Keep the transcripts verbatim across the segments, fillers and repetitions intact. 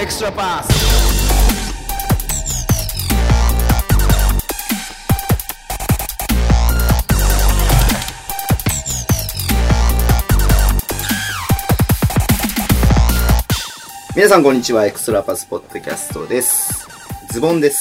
エクストラパス。皆さんこんにちは。エクストラパスポッドキャストです。ズボンです。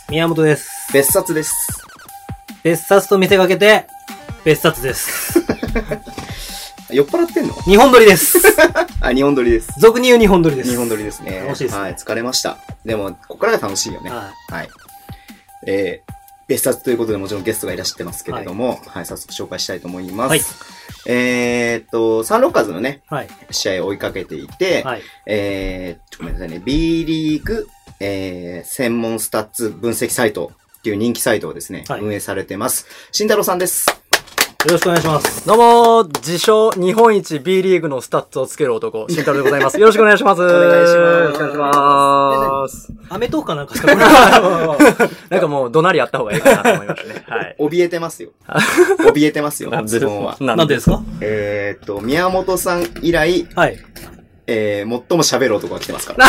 宮本です。 別冊です。 別冊と見せかけて別冊です。 酔っ払ってんの？ 日本撮りです。 あ、日本撮りです。 俗に言う日本撮りです。 日本撮りですね。 楽しいですね。 はい、疲れました。でも、ここからが楽しいよね。 はい。 はい。えー、別冊ということでもちろんゲストがいらっしゃってますけれども、はい、はい、早速紹介したいと思います。はい。えーっと、サンロッカーズのね、はい、試合を追いかけていて、はい、えー、ごめんなさいね、B リーグ、えー、専門スタッツ分析サイトっていう人気サイトをですね、はい、運営されてます。慎太郎さんです。 よろしくお願いします。 どうも、自称日本一 B リーグのスタッツをつける男、慎太郎でございます。よろしくお願いします。 お願いします。よろしくお願いします。 アメトークかなんかしたなんかもう怒鳴りあった方がいいかなと思いましたね。はい。 怯えてますよ。怯えてますよ。ズボンは。 なんでですか？ えーっと、宮本さん以来、はい。えー、最も喋る男が来てますから。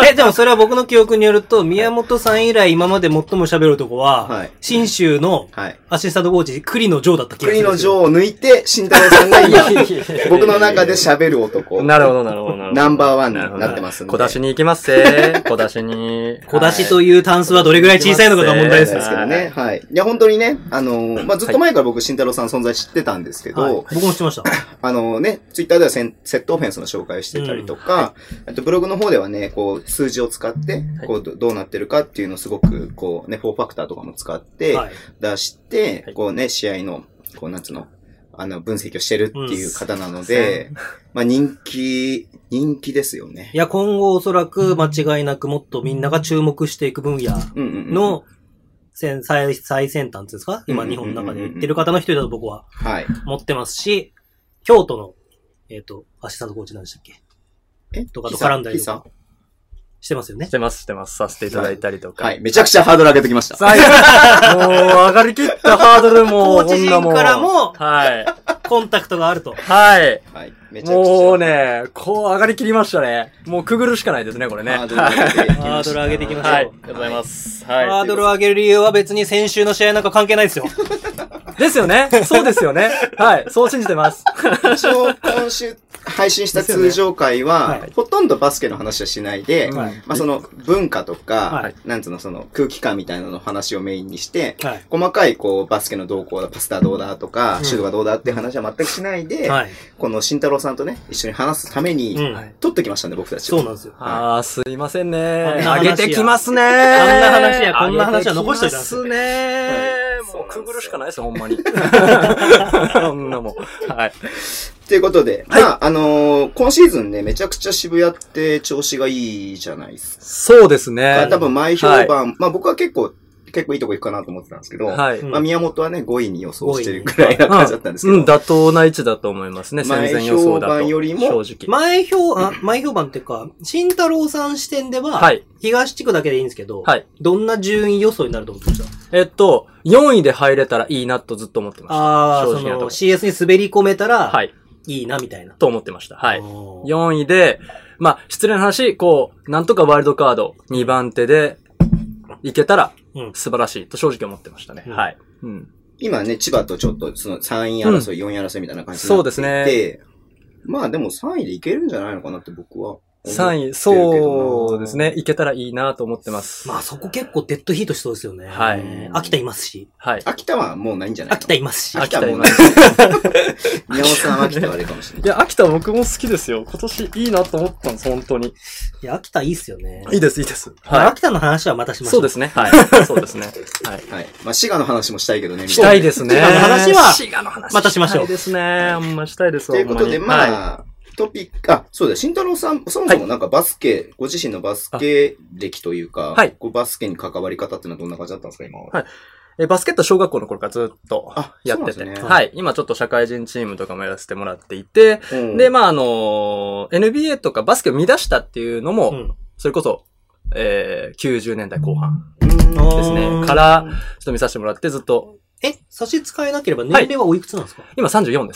え、でもそれは僕の記憶によると、宮本さん以来今まで最も喋る男は、はい、新州のアシスタントコーチ、栗野城だった気がする。 栗野城を抜いて、慎太郎さんが今、僕の中で喋る男。 なるほど、なるほど。 ナンバーワンになってますんで。 小出しに行きますせ。小出しに。 小出しという単数はどれぐらい小さいのかが問題ですけどね。はい。いや、本当にね、あの、まあ、ずっと前から僕、慎太郎さん存在知ってたんですけど、はい、 僕も知ってました。 あのね、ツイッターではセットオフェンスの紹介してたりとか、うん、はい、あとブログの方ではね、こう、数字を使って、こう、どうなってるかっていうのをすごく、こうね、フォーファクターとかも使って、出して、はい、こうね、試合の、こう、なんつうの、あの、分析をしてるっていう方なので、うん、まあ、人気、人気ですよね。 いや、今後おそらく間違いなくもっとみんなが注目していく分野の、最、最先端ですか？今日本の中で言ってる方の一人だと僕は、持ってますし、京都の、えっと、アシスタントコーチなんでしたっけ？ えとかと絡んだりとか。してますよね。 してます、してます。させていただいたりとか。 はい。めちゃくちゃハードル上げてきました。 最後、もう上がりきったハードルも、 コーチ陣からも、 はい。 コンタクトがあると。 はい。 はい。 めちゃくちゃ。もうね、こう上がりきりましたね。もうくぐるしかないですね、これね。 ハードル上げていきましょう。ハードル上げていきましょう。 はい。ありがとうございます。はい。 ハードル上げる理由は別に先週の試合なんか関係ないですよ。 ですよね。そうですよね。はい。そう信じてます。 一応、今週配信した通常回は、ね、はい、ほとんどバスケの話はしないで、はい、まあその文化とか、はい、なんつうのその空気感みたいなの話をメインにして、はい、細かいこうバスケの動向だ、パスタどうだとか、うん、シュートがどうだっていう話は全くしないで、はい、この慎太郎さんとね、一緒に話すために、うん、撮ってきましたね、僕たち。 そうなんですよ。 はい、ああ、すいませんね。上げてきますね。 あんな話や、こんな話は残しといたんですよ。ね。もうくぐるしかないですよ、ほんまに。そんなもん。はい。 ということで、はい、まあ、あのー、今シーズンね、めちゃくちゃ渋谷って調子がいいじゃないですか。 そうですね。 多分前評判、はい、まあ僕は結構、結構いいとこ行くかなと思ってたんですけど、はい、まあ宮本はね、ごいに予想してるくらいな感じだったんですけど。 うん、妥当な位置だと思いますね、戦前予想だと。 前評判よりも、 正直。前評、あ、前評判っていうか、慎太郎さん視点では、はい、東地区だけでいいんですけど、はい、どんな順位予想になると思ってました？ えっと、よんいで入れたらいいなとずっと思ってました。 ああ、その シーエス に滑り込めたら、はい。いいな、みたいな。 と思ってました。はい。よんいで、まあ、失礼な話、こう、なんとかワイルドカードにばん手で、いけたら、素晴らしいと正直思ってましたね。うん、はい。うん。 今ね、千葉とちょっと、そのさんい争い、うん、よんい争いみたいな感じになっていて、そうですね。まあでもさんいでいけるんじゃないのかなって僕は。 さんい、そうですね。いけたらいいなと思ってます。 まあそこ結構デッドヒートしそうですよね。はい。秋田いますし。 はい。秋田はもうないんじゃないの？ 秋田いますし。 秋田もない。宮本さんは秋田はあれかもしれない。 いや、秋田僕も好きですよ。今年いいなと思ったんです、本当に。 いや、秋田いいっすよね。 いいです、いいです。 はい。秋田の話はまたしましょう。 そうですね。はい。そうですね。はい。 はい。まあ滋賀の話もしたいけどね。 したいですね。 滋賀の話は、 滋賀の話またしましょう。 したいですね。ほんましたいですわ。 ということで、まあ、トピック、あ、そうだ、慎太郎さん、そもそもなんかバスケ、はい、ご自身のバスケ歴というか、はい、こうバスケに関わり方っていうのはどんな感じだったんですか、今は。 はい。え、バスケット小学校の頃からずっとやってて、ね、はい。今ちょっと社会人チームとかもやらせてもらっていて、うん、で、まあ、あの、エヌビーエー とかバスケを見出したっていうのも、うん、それこそ、えー、きゅうじゅうねんだいこう半ですね。から、ちょっと見させてもらってずっと。 え、差し支えなければ年齢はおいくつなんですか？はい、 今さんじゅうよんです。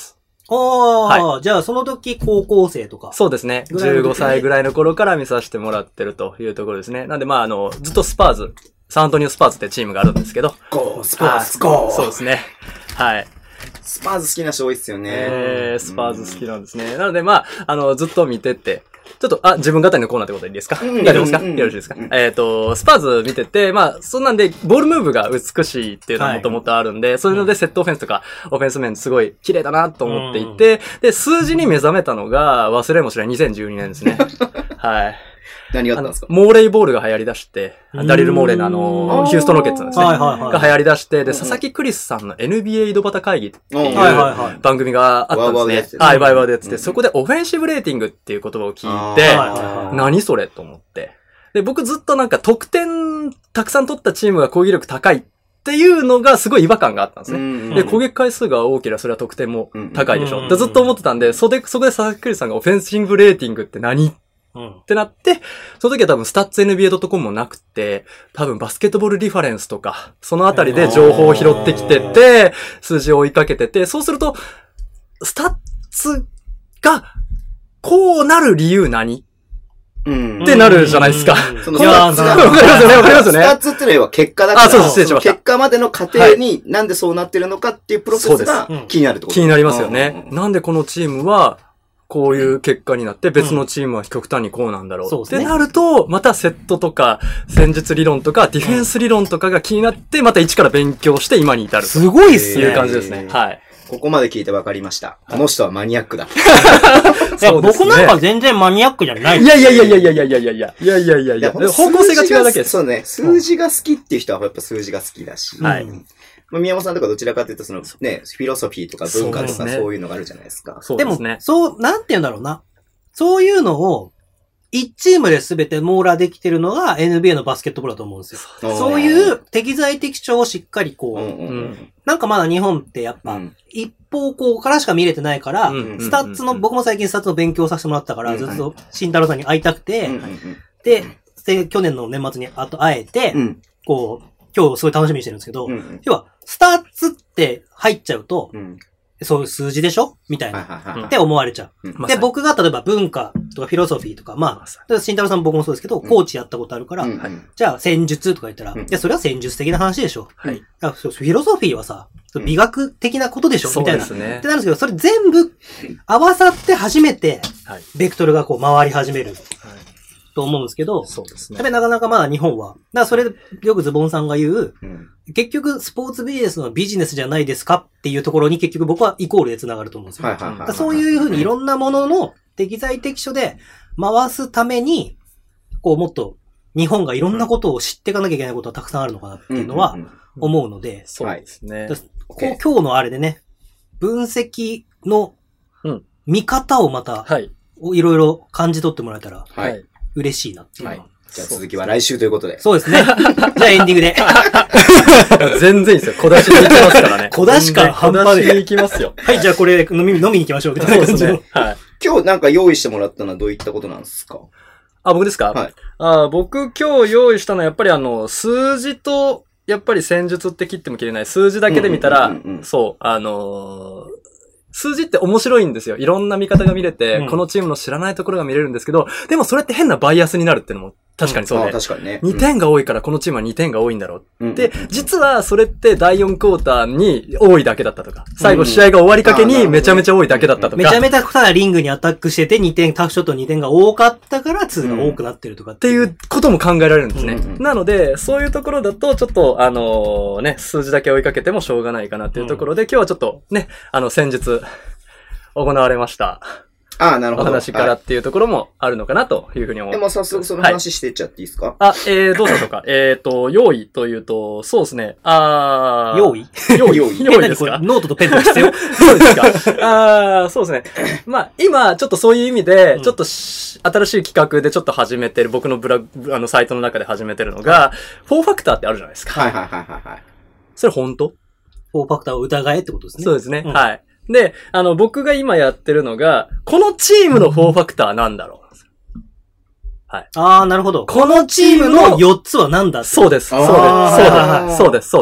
ああ、はい、じゃあその時高校生とか。 そうですね。じゅうごさいぐらいの頃から見させてもらってるというところですね。なんでまああの、ずっとスパーズ、サンアントニオスパーズってチームがあるんですけど。 ゴー、スパーズ、ゴー。 そうですね。はい。 スパーズ好きな人多いっすよね。 えー、スパーズ好きなんですね。なのでまあ、あの、ずっと見てて、ちょっと、あ、自分語りのコーナーってことでいいですか、うん、大丈夫ですか、うん、よろしいですか、うん、えっ、ー、と、スパーズ見てて、まあ、そんなんで、ボールムーブが美しいっていうのはもともとあるんで、はい、そういうのでセットオフェンスとか、オフェンス面すごい綺麗だなと思っていて、うん、で、数字に目覚めたのが、忘れもしないにせんじゅうにねんですね。はい。 何があったんですか？ モーレイボールが流行り出して、ダリル・モーレイのあの、ヒューストンロケッツですね。はいはいはい、が流行り出して、で、佐々木クリスさんの エヌビーエー 井戸端会議っていう番組があったんですね。はい、ワイワイでやってて、そこでオフェンシブレーティングっていう言葉を聞いて、何それと思って。で、僕ずっとなんか得点たくさん取ったチームが攻撃力高いっていうのがすごい違和感があったんですね。で、攻撃回数が多ければそれは得点も高いでしょってずっと思ってたんで、そこで、そこで佐々木クリスさんがオフェンシブレーティングって何うん、ってなって、その時は多分スタッツ エヌビーエードットコム もなくて、多分バスケットボールリファレンスとか、そのあたりで情報を拾ってきてて、数字を追いかけてて、そうすると、スタッツが、こうなる理由何、うん、ってなるじゃないですか。 そのスタッツが、わかりますよね、わかりますよね。スタッツっていうのは結果だから、あ、そうです、失礼しました。結果までの過程になんでそうなってるのかっていうプロセスが気になるってことです。 気になりますよね。なんでこのチームは、こういう結果になって別のチームは極端にこうなんだろう、うん、ってなると、またセットとか戦術理論とかディフェンス理論とかが気になってまた一から勉強して今に至る。 すごいっすね。 いう感じですね。はい。 ここまで聞いて分かりました。この人はマニアックだ。 そうですね、僕なんか全然マニアックじゃない。 いやいやいやいやいやいやいやいやいやいやいやいやいや。方向性が違うだけです。 そうね。数字が好きっていう人はやっぱ数字が好きだし。はい。宮本さんとかどちらかというとそのね、フィロソフィーとか文化とかそういうのがあるじゃないですか。 そうですね。でも、そう、なんて言うんだろうな。そういうのを、一チームで全て網羅できてるのが エヌビーエー のバスケットボールだと思うんですよ。そう, そういう適材適所をしっかりこう、うんうんうん、なんかまだ日本ってやっぱ、うん、一方向からしか見れてないから、うんうんうん、スタッツの、僕も最近スタッツの勉強させてもらったから、うんうん、ずっと慎太郎さんに会いたくて、うんうんうん、で、で、去年の年末にあと会えて、うん、こう、今日すごい楽しみにしてるんですけど、うんうん、要は、スタッツって入っちゃうと、うんそういう数字でしょみたいな。って思われちゃう。うん、で、僕が例えば文化とかフィロソフィーとか、まあ、慎太郎さん僕もそうですけど、うん、コーチやったことあるから、うん、じゃあ戦術とか言ったら、うん、いや、それは戦術的な話でしょ。はい。フィロソフィーはさ、美学的なことでしょ、うん、みたいな。そうですね。ってなるんですけど、それ全部合わさって初めて、ベクトルがこう回り始める。はいと思うんですけど、そうですね。やっぱりなかなかまだ日本は、だからそれでよくズボンさんが言う、うん、結局スポーツビジネスのビジネスじゃないですかっていうところに結局僕はイコールで繋がると思うんですよ。はいはいはいはい、そういうふうにいろんなものの適材適所で回すために、こうもっと日本がいろんなことを知っていかなきゃいけないことはたくさんあるのかなっていうのは思うので、 そうですね。 こう今日のあれでね、分析の見方をまた、いろいろ感じ取ってもらえたら、はい、嬉しいなっていうのは、はい。 じゃあ続きは来週ということで。 そうですね。じゃあエンディングで。 全然いいですよ。小出しに行きますからね。 小出し感半端で。 小出しに行きますよ。 はい、じゃあこれ飲み、飲みに行きましょう。 そうですね。はい。 今日なんか用意してもらったのはどういったことなんですか？ あ、僕ですか？はい。あ、僕今日用意したのはやっぱりあの、数字と、やっぱり戦術って切っても切れない。数字だけで見たら、そう、あのー、数字って面白いんですよ。いろんな見方が見れて、うん、このチームの知らないところが見れるんですけど、でもそれって変なバイアスになるっていうのも確かにそうで、うん、 確かにね、 にてんが多いからこのチームはにてんが多いんだろう。うん、で、実はそれってだいよんクォーターに多いだけだったとか、最後試合が終わりかけにめちゃめちゃ多いだけだったとか。 めちゃめちゃただリングにアタックしててにてん、タフショットにてんが多かったからにが多くなってるとかっていう、っていうことも考えられるんですね。うんうん、なので、そういうところだとちょっとあのー、ね、数字だけ追いかけてもしょうがないかなっていうところで、うん、今日はちょっとね、あの戦術、行われました。 ああ、なるほど。 お話からっていうところもあるのかなというふうに思います。 でも早速その話していっちゃっていいですか？ はい、あ、えー、どうしたとか。えっと、用意というと、そうですね。あー。 用意用意用意。用意ですか？ ノートとペンと必要そうですか。あー、そうですね。まあ、今、ちょっとそういう意味で、うん、ちょっと新しい企画でちょっと始めてる、僕のブラグ、あの、サイトの中で始めてるのが、フォーファクターってあるじゃないですか。 はいはいはいはい。 それ本当？ フォーファクターを疑えってことですね。 そうですね。うん、はい。で、あの、僕が今やってるのが、このチームのフォーファクターなんだろう。はい。 ああ、なるほど。このチームのよっつは何だ？ そうです。そうです。そうです。そうです。そうです。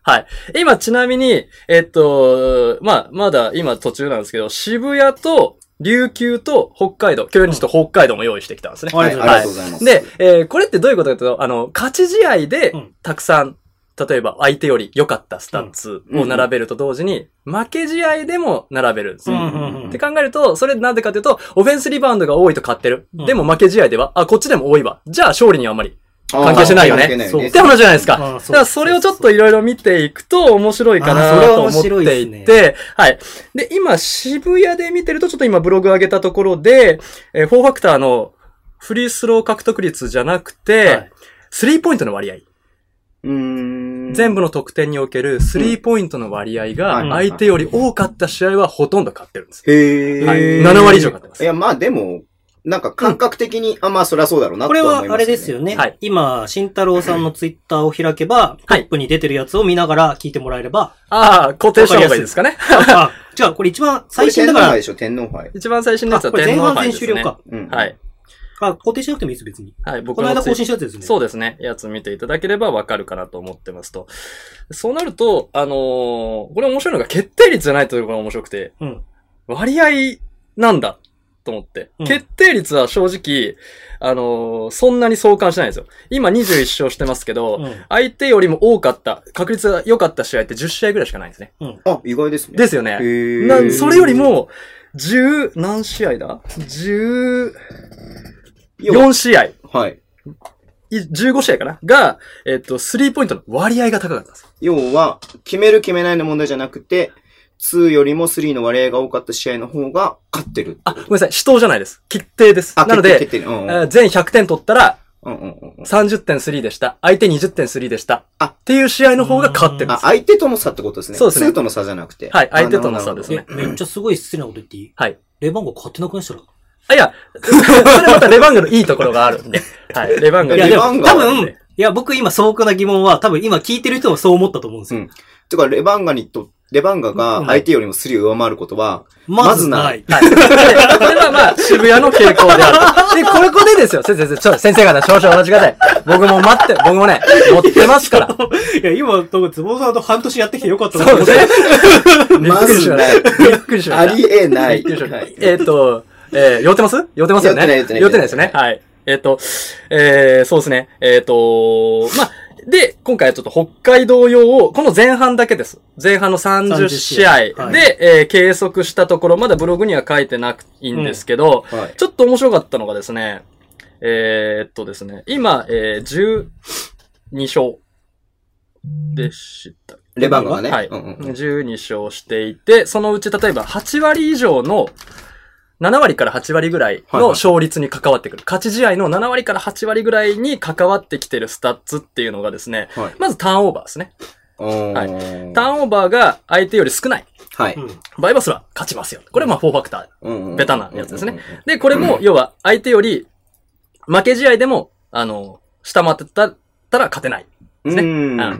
はい。今ちなみに、えっと、まあ、まだ今途中なんですけど、渋谷と、琉球と北海道、今日にちょっと北海道も用意してきたんですね。 はい、ありがとうございます。 で、えー、これってどういうことかというと、あの、勝ち試合で、たくさん、例えば相手より良かったスタッツを並べると同時に、負け試合でも並べるんですよ。って考えると、それなんでかというと、オフェンスリバウンドが多いと勝ってる。でも負け試合では、あ、こっちでも多いわ。じゃあ勝利にはあんまり関係してないよね。って話じゃないですか。だからそれをちょっといろいろ見ていくと面白いかなと思っていて、はい。で、今渋谷で見てるとちょっと今ブログ上げたところで、えー、フォーファクターのフリースロー獲得率じゃなくて、スリーポイントの割合。うーん全部の得点におけるスリーポイントの割合が相手より多かった試合はほとんど勝ってるんです。 へー。 はい。なな割以上勝ってます。 いや、まあでも、なんか感覚的に、うん、あ、まあそりゃそうだろうなと思います、ね。 これはあれですよね。はい。今、慎太郎さんのツイッターを開けば、トップに出てるやつを見ながら聞いてもらえれば。 ああ、固定した方がいいですかね。 あ、違う、これ一番最新だから。 天皇杯でしょ、天皇杯。 一番最新のやつは天皇杯ですね。 これ前半戦終了か。 うん。はい。 あ、固定しなくてもいいです、別に。はい、僕この間更新したやつですね。 そうですね。やつ見ていただければわかるかなと思ってますと。そうなると、あのー、これ面白いのが決定率じゃないというのが面白くて、うん、割合なんだと思って、うん、決定率は正直、あのー、そんなに相関しないんですよ。今にじゅういち勝してますけど、うん、相手よりも多かった、確率が良かった試合ってじゅう試合ぐらいしかないんですね。 うん、あ、意外ですね。 ですよね。なそれよりも、じゅう、何試合だ ?じゅう、よん試合。 はい。 じゅうご試合かなが、えっと、スリーポイントの割合が高かったんです。 要は、決める決めないの問題じゃなくて、によりもさんの割合が多かった試合の方が勝ってる。 あ、ごめんなさい。死闘じゃないです。決定です。なので、うんうん、全ひゃくてん取ったら、うんうんうん、さんじゅってんさんでした。相手にじゅってんさんでした。あ、っていう試合の方が勝ってるんです。 あ、相手との差ってことですね。 そうですね。 にとの差じゃなくて。 はい、相手との差ですね。 めっちゃすごい失礼なこと言っていい？ はい。 レバンガ勝ってなくないしたらあ、いや、それまたレバンガのいいところがあるんで。はい。レバンガいや、でも、多分、いや、僕今素朴な疑問は、多分今聞いてる人もそう思ったと思うんですよ。うん。 てか、レバンガにと、レバンガが相手よりもさんを上回ることは、まずない。 はい。それはまあ、渋谷の傾向である。で、これこれでですよ。先生、ちょ、先生方少々お待ちください。僕も待って、僕もね、持ってますから。 いや、今、つぼさんと半年やってきてよかったなと思って。 まずない。 びっくりしました。 ありえない。 えっと、えー、酔ってます酔ってますよね。 酔ってない、 酔ってない。酔ってないですよね。はい。えっと、えー、そうですね。えっと、まあ、で、今回はちょっと北海道用を、この前半だけです。前半のさんじゅう試合で、はい、えー、計測したところ、まだブログには書いてないんですけど、うんはい、ちょっと面白かったのがですね、えー、っとですね、今、えー、じゅうに勝でした。 レバンガがね。 はい、うんうん。じゅうに勝していて、そのうち例えばはち割以上の、なな割からはち割ぐらいの勝率に関わってくる。はいはい、勝ち試合のなな割からはち割ぐらいに関わってきてるスタッツっていうのがですね、はい、まずターンオーバーですね。はい。ターンオーバーが相手より少ない。 はい。 場合はそれは勝ちますよ。これはまあよんファクター。ベタなやつですね。で、これも要は相手より負け試合でも、あの、下回ってたら勝てないですね。うん。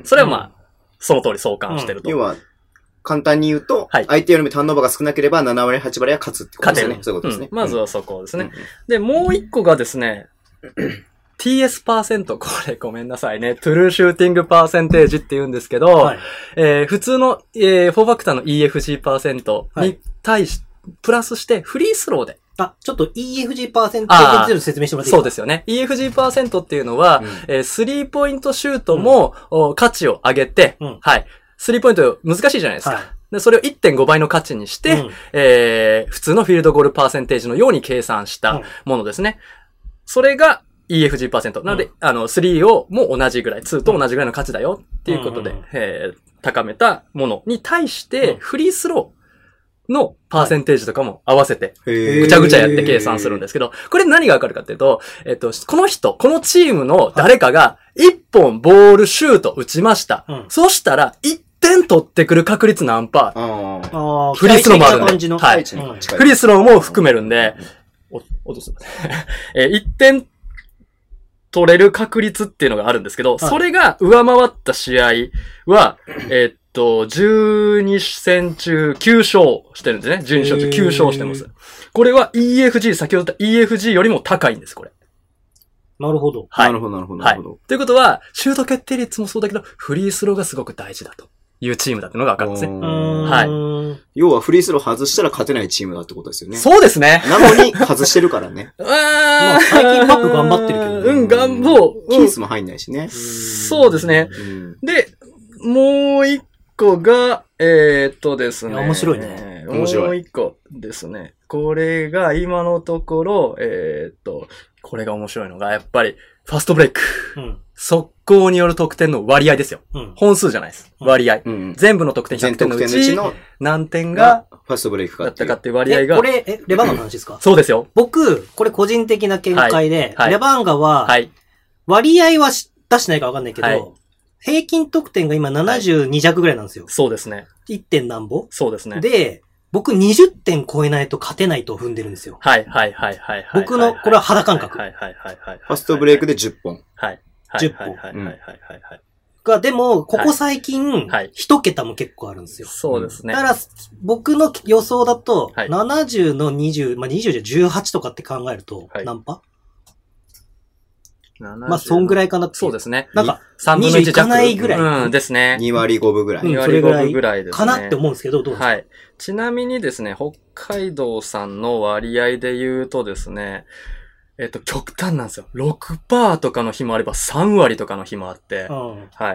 それはまあ、その通り相関してると。 要は、簡単に言うと、はい、相手よりもターンオーバーが少なければなな割はち割は勝つってことですね。勝てる。そういうことですね。 うん、まずはそこですね。うん、で、もう一個がですね、ティーエス パーセント、これごめんなさいね。トゥルーシューティングパーセンテージって言うんですけど、はい、えー、普通の、えー、よんファクターの イーエフジー パーセントに対し、はい、プラスしてフリースローで。 あ、ちょっと イーエフジー パーセントで説明してもらっていいですか？ そうですよね。イーエフジー パーセントっていうのは、うん、えー、スリーポイントシュートも、うん、価値を上げて、うん、はい。スリーポイント難しいじゃないですか。はい、でそれを いってんご 倍の価値にして、うん、えー、普通のフィールドゴールパーセンテージのように計算したものですね。うん、それが イーエフジー パーセント。なので、うん、あの、さんをも同じぐらい、にと同じぐらいの価値だよっていうことで、うん、えー、高めたものに対して、フリースローのパーセンテージとかも合わせて、ぐちゃぐちゃやって計算するんですけど、これ何がわかるかっていうと、えっと、この人、このチームの誰かがいっぽんボールシュート打ちました。うん、そしたら、いってん点取ってくる確率何パー？フリースローもあるんで。はい。フリースローも含めるんで、お、おどうするえー、いってん取れる確率っていうのがあるんですけど、はい、それが上回った試合は、えー、っと、じゅうに戦中きゅう勝してるんですね。じゅうに勝中きゅう勝してます。これは イーエフジー、先ほど言った イーエフジー よりも高いんです、これ。 なるほど。 はい。なるほど、なるほど、なるほど。 ということは、シュート決定率もそうだけど、フリースローがすごく大事だと。 いうチームだっていうのが分かるんですね。はい。要はフリースロー外したら勝てないチームだってことですよね。 そうですね。 なのに外してるからね。 あまあ、最近パップ頑張ってるけど、ね。 うん、頑張、 キースも入んないしね。 そうですね。うん、で、もう一個が、えー、っとですね。 面白いね。 面白い。もう一個ですね。これが今のところ、えー、っと、これが面白いのが、やっぱり、ファストブレイク。うん、速攻による得点の割合ですよ。うん、本数じゃないです。割合。うん、全部の得点ひゃくてんのうち、の何点が、 ファストブレイクだったかっていう割合が。 これ、え、レバンガの話ですか？ そうですよ。 僕、これ個人的な見解で、はいはい、レバンガは、はい、割合は出してないかわかんないけど、はい、平均得点が今ななじゅうに弱ぐらいなんですよ。 そうですね。 いってん何ぼ？ そうですね。 で、僕にじゅってん超えないと勝てないと踏んでるんですよ。 はいはいはいはい。 僕の、これは肌感覚。 はいはいはいはい。 ファストブレイクでじゅっぽん。 はい。 じゅっぽん。 はいはいはいはい。 が、でも、ここ最近、一桁も結構あるんですよ。 そうですね。 だから、僕の予想だと、ななじゅうのにじゅう、まあにじゅうじゃじゅうはちとかって考えると、何パ？まあ、そんぐらいかなって。 そうですね。 なんか、にじゅういかないぐらい。 うんですね。 に割ごぶぐらい。 に割ごぶぐらいですね。かなって思うんですけど、どうですか？ はい。ちなみにですね、北海道さんの割合で言うとですね、えっと、極端なんですよ。ろくパーセント とかの日もあればさん割とかの日もあって、うん、はい。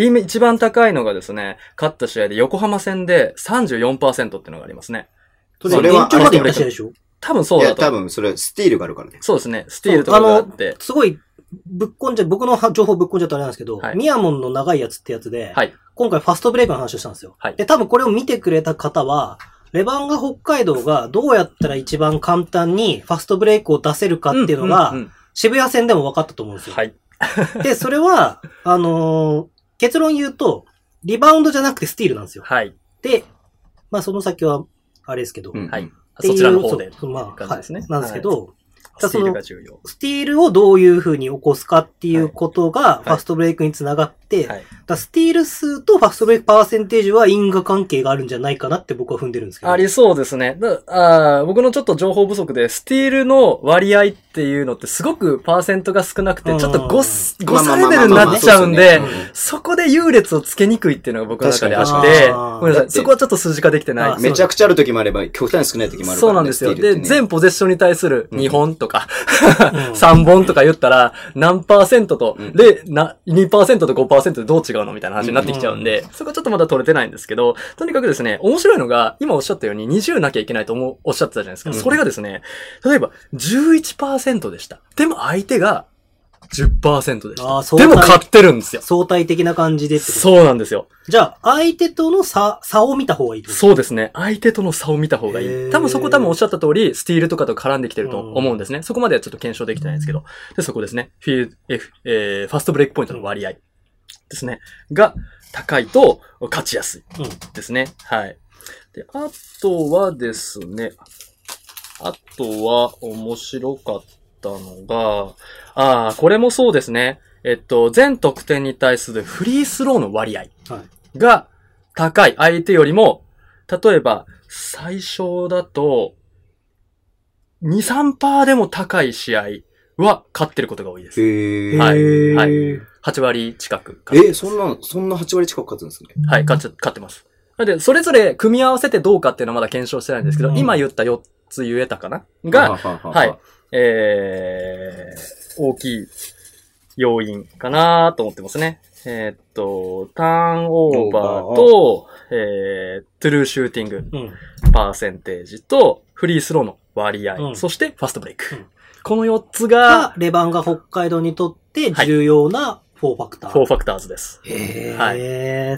一番高いのがですね、勝った試合で横浜戦で さんじゅうよんパーセント っていうのがありますね。 それは、延長までやった試合でしょ？ 多分そうだと。 いや、多分それ、スティールがあるからね。 そうですね。スティールとかがあって。 あの、すごい、ぶっこんじゃ、僕の情報ぶっこんじゃったらあれなんですけど、はい、ミヤモンの長いやつってやつで、はい、今回ファストブレイクの話をしたんですよ。はい、で、多分これを見てくれた方は、レバンガ北海道がどうやったら一番簡単にファストブレイクを出せるかっていうのが、うんうんうん、渋谷戦でも分かったと思うんですよ。はい、で、それは、あのー、結論言うと、リバウンドじゃなくてスティールなんですよ。はい、で、まあその先は、あれですけど、 うん、はい、そちらの方で。 まあ、はい、なんですけど、はいスティールが重要。スティールをどういう風に起こすかっていうことが、ファストブレイクにつながって、はい、だスティール数とファストブレイクパーセンテージは因果関係があるんじゃないかなって僕は踏んでるんですけど。 ありそうですね。だあ僕のちょっと情報不足で、スティールの割合っていうのってすごくパーセントが少なくて、ちょっと誤差レベルになっちゃうんで、そこで優劣をつけにくいっていうのが僕の中であって、ごめんなさい。そこはちょっと数字化できてない。 めちゃくちゃある時もあれば、極端に少ない時もあるから、ね。 そうなんですよ。で、全ポゼッションに対するにほんとか、うん、さんぼんとか言ったら、何パーセントと、で、な、にパーセントと ごパーセント でどう違うのみたいな話になってきちゃうんで、そこはちょっとまだ取れてないんですけど、とにかくですね、面白いのが、今おっしゃったようににじゅうなきゃいけないと思う、おっしゃってたじゃないですか。それがですね、例えば じゅういちパーセント でした。でも相手が じゅっパーセント でした。あー、でも勝ってるんですよ。 相対的な感じでってこと。 そうなんですよ。 じゃあ、相手との差、差を見た方がいいってこと？ そうですね。相手との差を見た方がいい。多分そこ多分おっしゃった通り、スティールとかと絡んできてると思うんですね。そこまではちょっと検証できてないんですけど。で、そこですね。フィール、F、えー、ファストブレイクポイントの割合ですね。が高いと勝ちやすいですね。うん、はい。で、あとはですね。あとは面白かったのが、ああ、これもそうですね。えっと、全得点に対するフリースローの割合が高い相手よりも、例えば最小だとに、さんパーセント でも高い試合は勝ってることが多いです。 へー。 はい。はい。はち割近く。 えー、そんな、そんなはち割近く勝つんですね。 はい、勝つ、勝ってます。なので、それぞれ組み合わせてどうかっていうのはまだ検証してないんですけど、うん、今言ったよっつ言えたかなが、ははははい。えー、大きい要因かなと思ってますね。えー、っと、ターンオーバーと、えー、トゥルーシューティング、うん、パーセンテージと、フリースローの割合、うん、そしてファストブレイク。うん、このよっつが、 レバンガ北海道にとって重要なフォーファクター。 フォーファクターズです。 へー、はい、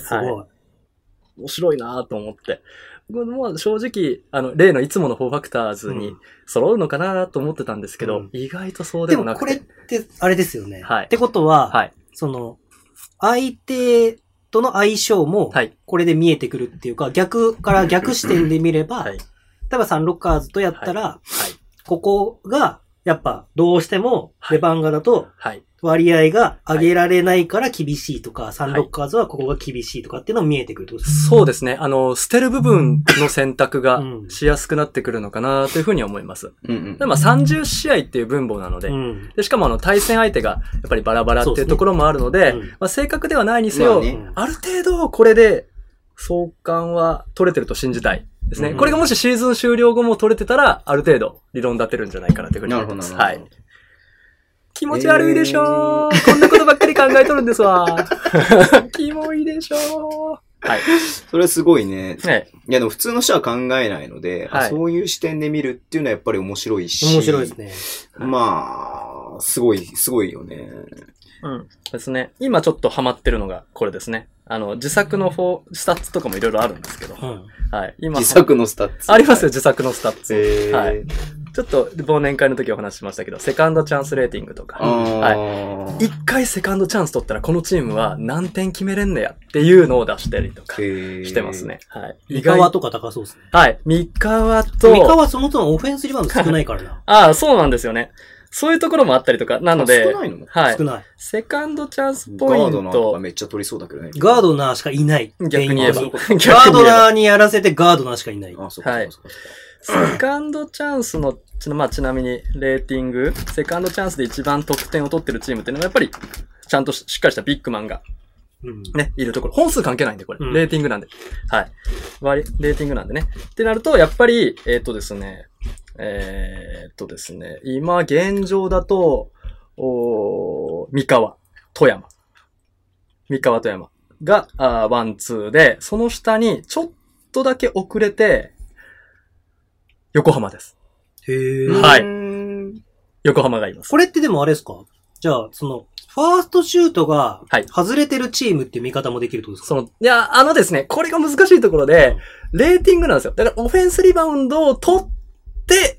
すごい。はい、 面白いなと思って。もう正直、あの、例のいつものフォーファクターズに揃うのかなと思ってたんですけど、うん、意外とそうでもなくて。 でもこれって、あれですよね。 はい。 ってことは、はい。その、相手との相性も、はい。これで見えてくるっていうか、逆から逆視点で見れば、はい。例えばサンロッカーズとやったら、はい。はい、ここが、やっぱ、どうしても、レバンガだと、はい。割合が上げられないから厳しいとか、はい、サンロッカーズはここが厳しいとかっていうのが見えてくるってことですか？そうですね。あの、捨てる部分の選択がしやすくなってくるのかなというふうに思います。うんうん、でまあさんじゅう試合っていう分母なので、うん、でしかもあの対戦相手がやっぱりバラバラっていうところもあるので、でねうん、まあ、正確ではないにせよ、まあね、ある程度これで相関は取れてると信じたいですね。うん、これがもしシーズン終了後も取れてたら、ある程度理論立てるんじゃないかなというふうに思います。はい。気持ち悪いでしょー、えー、こんなことばっかり考えとるんですわ。キモいでしょー。はい。 それはすごいね。はい。いやでも普通の人は考えないので、はい、そういう視点で見るっていうのはやっぱり面白いし。 面白いですね。 まあ、すごい、すごいよね。 うん。ですね。今ちょっとハマってるのがこれですね。あの、自作のフォー、スタッツとかもいろいろあるんですけど。うん、はい。 今。自作のスタッツありますよ、自作のスタッツ。へー。はい。ちょっと忘年会の時お話ししましたけど、セカンドチャンスレーティングとか。はい。一回セカンドチャンス取ったらこのチームは何点決めれんねやっていうのを出したりとかしてますね。はい。 三河とか高そうですね。 はい。三河と。 三河そもそもオフェンスリバウンド少ないからな。 ああ、そうなんですよね。そういうところもあったりとか、なので。 少ないの？ はい。 少ない。 セカンドチャンスポイント。ガードナーとかめっちゃ取りそうだけどね。 ガードナーしかいない。 逆に言えば。 ガードナーにやらせてガードナーしかいない。 あ、そうか。はい。セカンドチャンスの、ちまあ、ちなみに、レーティング、セカンドチャンスで一番得点を取ってるチームっていうのは、やっぱり、ちゃんとしっかりしたビッグマンが、うん、ね、いるところ。本数関係ないんで、これ。うん、レーティングなんで。はい。割、レーティングなんでね。ってなると、やっぱり、えっとですね、えー、っとですね、今、現状だと、お三河、富山。三河、富山が、あワン、ツーで、その下に、ちょっとだけ遅れて、横浜です。 へー。 はい。横浜がいます。 これってでもあれですか？じゃあ、その、ファーストシュートが、外れてるチームっていう見方もできるってことですか？ その、いや、あのですね、これが難しいところで、レーティングなんですよ。だから、オフェンスリバウンドを取って、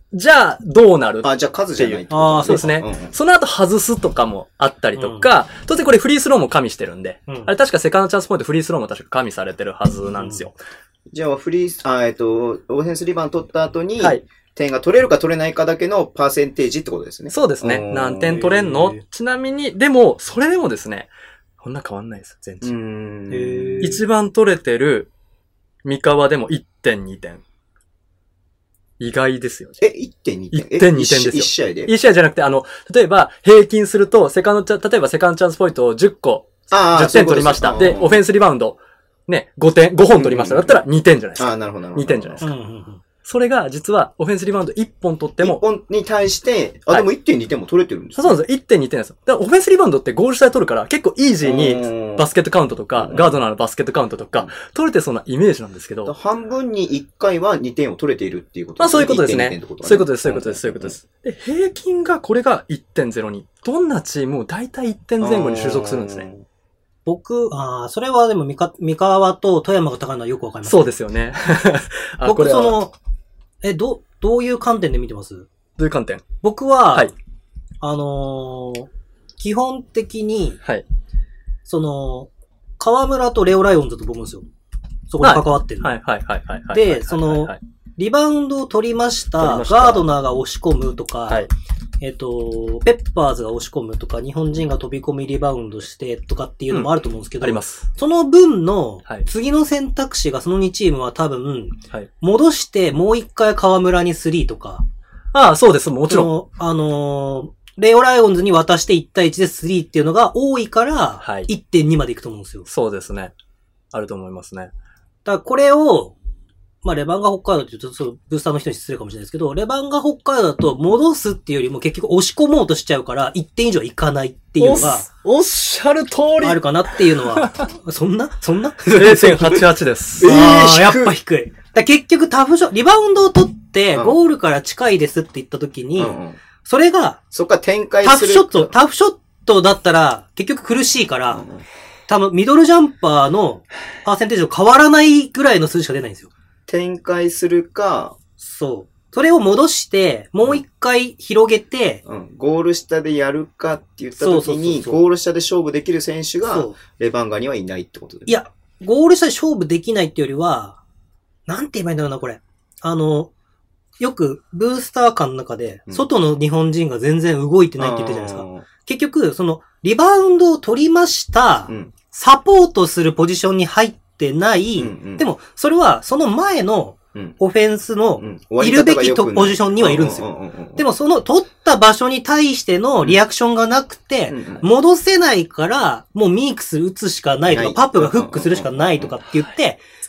じゃあ、どうなる？ あ、じゃあ数じゃないってことああ、そうですね。うんうん、その後外すとかもあったりとか、うん、当然これフリースローも加味してるんで、うん、あれ確かセカンドチャンスポイントフリースローも確か加味されてるはずなんですよ。 うん、じゃあ、フリー、あ、えっと、オフェンスリバウンド取った後に、はい。点が取れるか取れないかだけのパーセンテージってことですね。 そうですね。何点取れんの？ちなみに、でも、それでもですね、こんな変わんないです、全チーム。一番取れてる三河でも いってんに 点。意外ですよ。 え、いってんに 点 ?いってんに 点ですよ。 一試合で一試合じゃなくて、あの、例えば、平均すると、セカンドチャ、例えばセカンドチャンスポイントをじゅっこ、じゅってん取りました。で、オフェンスリバウンド、ね、ごてん、ごほん取りました。だったらにてんじゃないですか。 あ、なるほど、なるほど。 にてんじゃないですか。それが、実は、オフェンスリバウンドいっぽん取っても。いっぽんに対して、あ、でも いってんに 点も取れてるんですか？そうなんですよ。いってんに 点ですよ。だから、オフェンスリバウンドってゴール下で取るから、結構イージーにバスケットカウントとか、ガードナーのバスケットカウントとか、取れてそうなイメージなんですけど。 半分にいっかいはにてんを取れているっていうことですね。まあ、そういうことですね。そういうことです、そういうことです、そういうことです。で、平均が、これが いってんゼロに。どんなチームも大体いってんぜん後に収束するんですね。 僕、ああ、それはでも三河、三河と富山が高いのはよくわかります、 ね。そうですよね。 僕、その、え、ど、どういう観点で見てます？どういう観点？ 僕は、はい。あのー、基本的に、はい。その、河村とレオライオンズと僕もですよ。そこに関わってる。 はい、はい、はい、はい。 で、その、リバウンドを取りました、ガードナーが押し込むとか、はい。えっと、ペッパーズが押し込むとか、日本人が飛び込みリバウンドしてとかっていうのもあると思うんですけど、うん、 あります。 その分の、次の選択肢がそのにチームは多分、はい、戻してもう一回河村にスリーとか。 ああ、そうです、もちろん。 あのー、レオライオンズに渡していち対いちでスリーっていうのが多いから、はい、いってんに までいくと思うんですよ。 そうですね。あると思いますね。だからこれを、まあ、レバンガ北海道って言うと、そう、ブースターの人に失礼かもしれないですけど、レバンガ北海道だと戻すっていうよりも結局押し込もうとしちゃうから、いってん以上いかないっていうのが、 おっしゃる通りあるかなっていうのは、そんなそんなゼロてんはちはち です。 ああ、やっぱ低い。だ結局タフショット、リバウンドを取って、ゴールから近いですって言った時に、うんうん、それが、 そっか展開する。タフショット、タフショットだったら、結局苦しいから、うんうん、多分ミドルジャンパーのパーセンテージと変わらないぐらいの数字しか出ないんですよ。 展開するか、 そう。それを戻して、もう一回広げて、 うん、ゴール下でやるかって言った時に、ゴール下で勝負できる選手が、レバンガにはいないってことですか？ いや、ゴール下で勝負できないっていうよりは、なんて言えばいいんだろうな、これ。あの、よく、ブースター間の中で、外の日本人が全然動いてないって言ってるじゃないですか。結局、その、リバウンドを取りました、うん、サポートするポジションに入って、ってない、うんうん、でも、それはその前のオフェンスのいるべきポジションにはいるんですよ。でもその取った場所に対してのリアクションがなくて、戻せないから、もうミークス打つしかないとか、パップがフックするしかないとかって言って、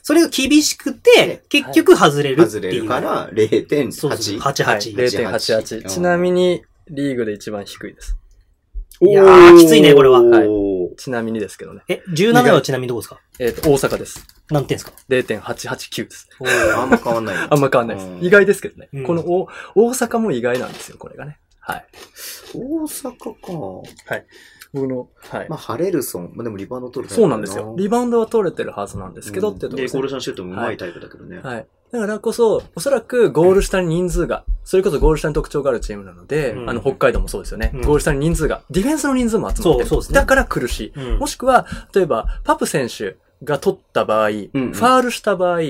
それが厳しくて、結局外れるっていう。 外れるから、ゼロてんはち。 はちじゅうはち。 はい、ゼロてんはちじゅうはち。ちなみに、リーグで一番低いです。 いやー、きついね、これは。 はい。ちなみにですけどね。 え、じゅうななはちなみにどこですか？ えっと、大阪です。 何点ですか？ ゼロてんはちはちきゅう です。 あんま変わんない。 あんま変わんないです。意外ですけどね。うん、このお大阪も意外なんですよ、これがね。はい。 大阪か。 はい。僕の、はい。 まあ、ハレルソン。まあ、でもリバウンド取れてる。そうなんですよ。リバウンドは取れてるはずなんですけど、うん、ってところです、ね。で、ゴール下のシュートも上手いタイプだけどね。 はい。はい、だからこそ、おそらくゴール下に人数が、それこそゴール下に特徴があるチームなので、うん、あの、北海道もそうですよね。うん、ゴール下に人数が、ディフェンスの人数も集まってる。そうそうですね。だから苦しい。うん、もしくは、例えば、パプ選手が取った場合、うんうん、ファールした場合、うん、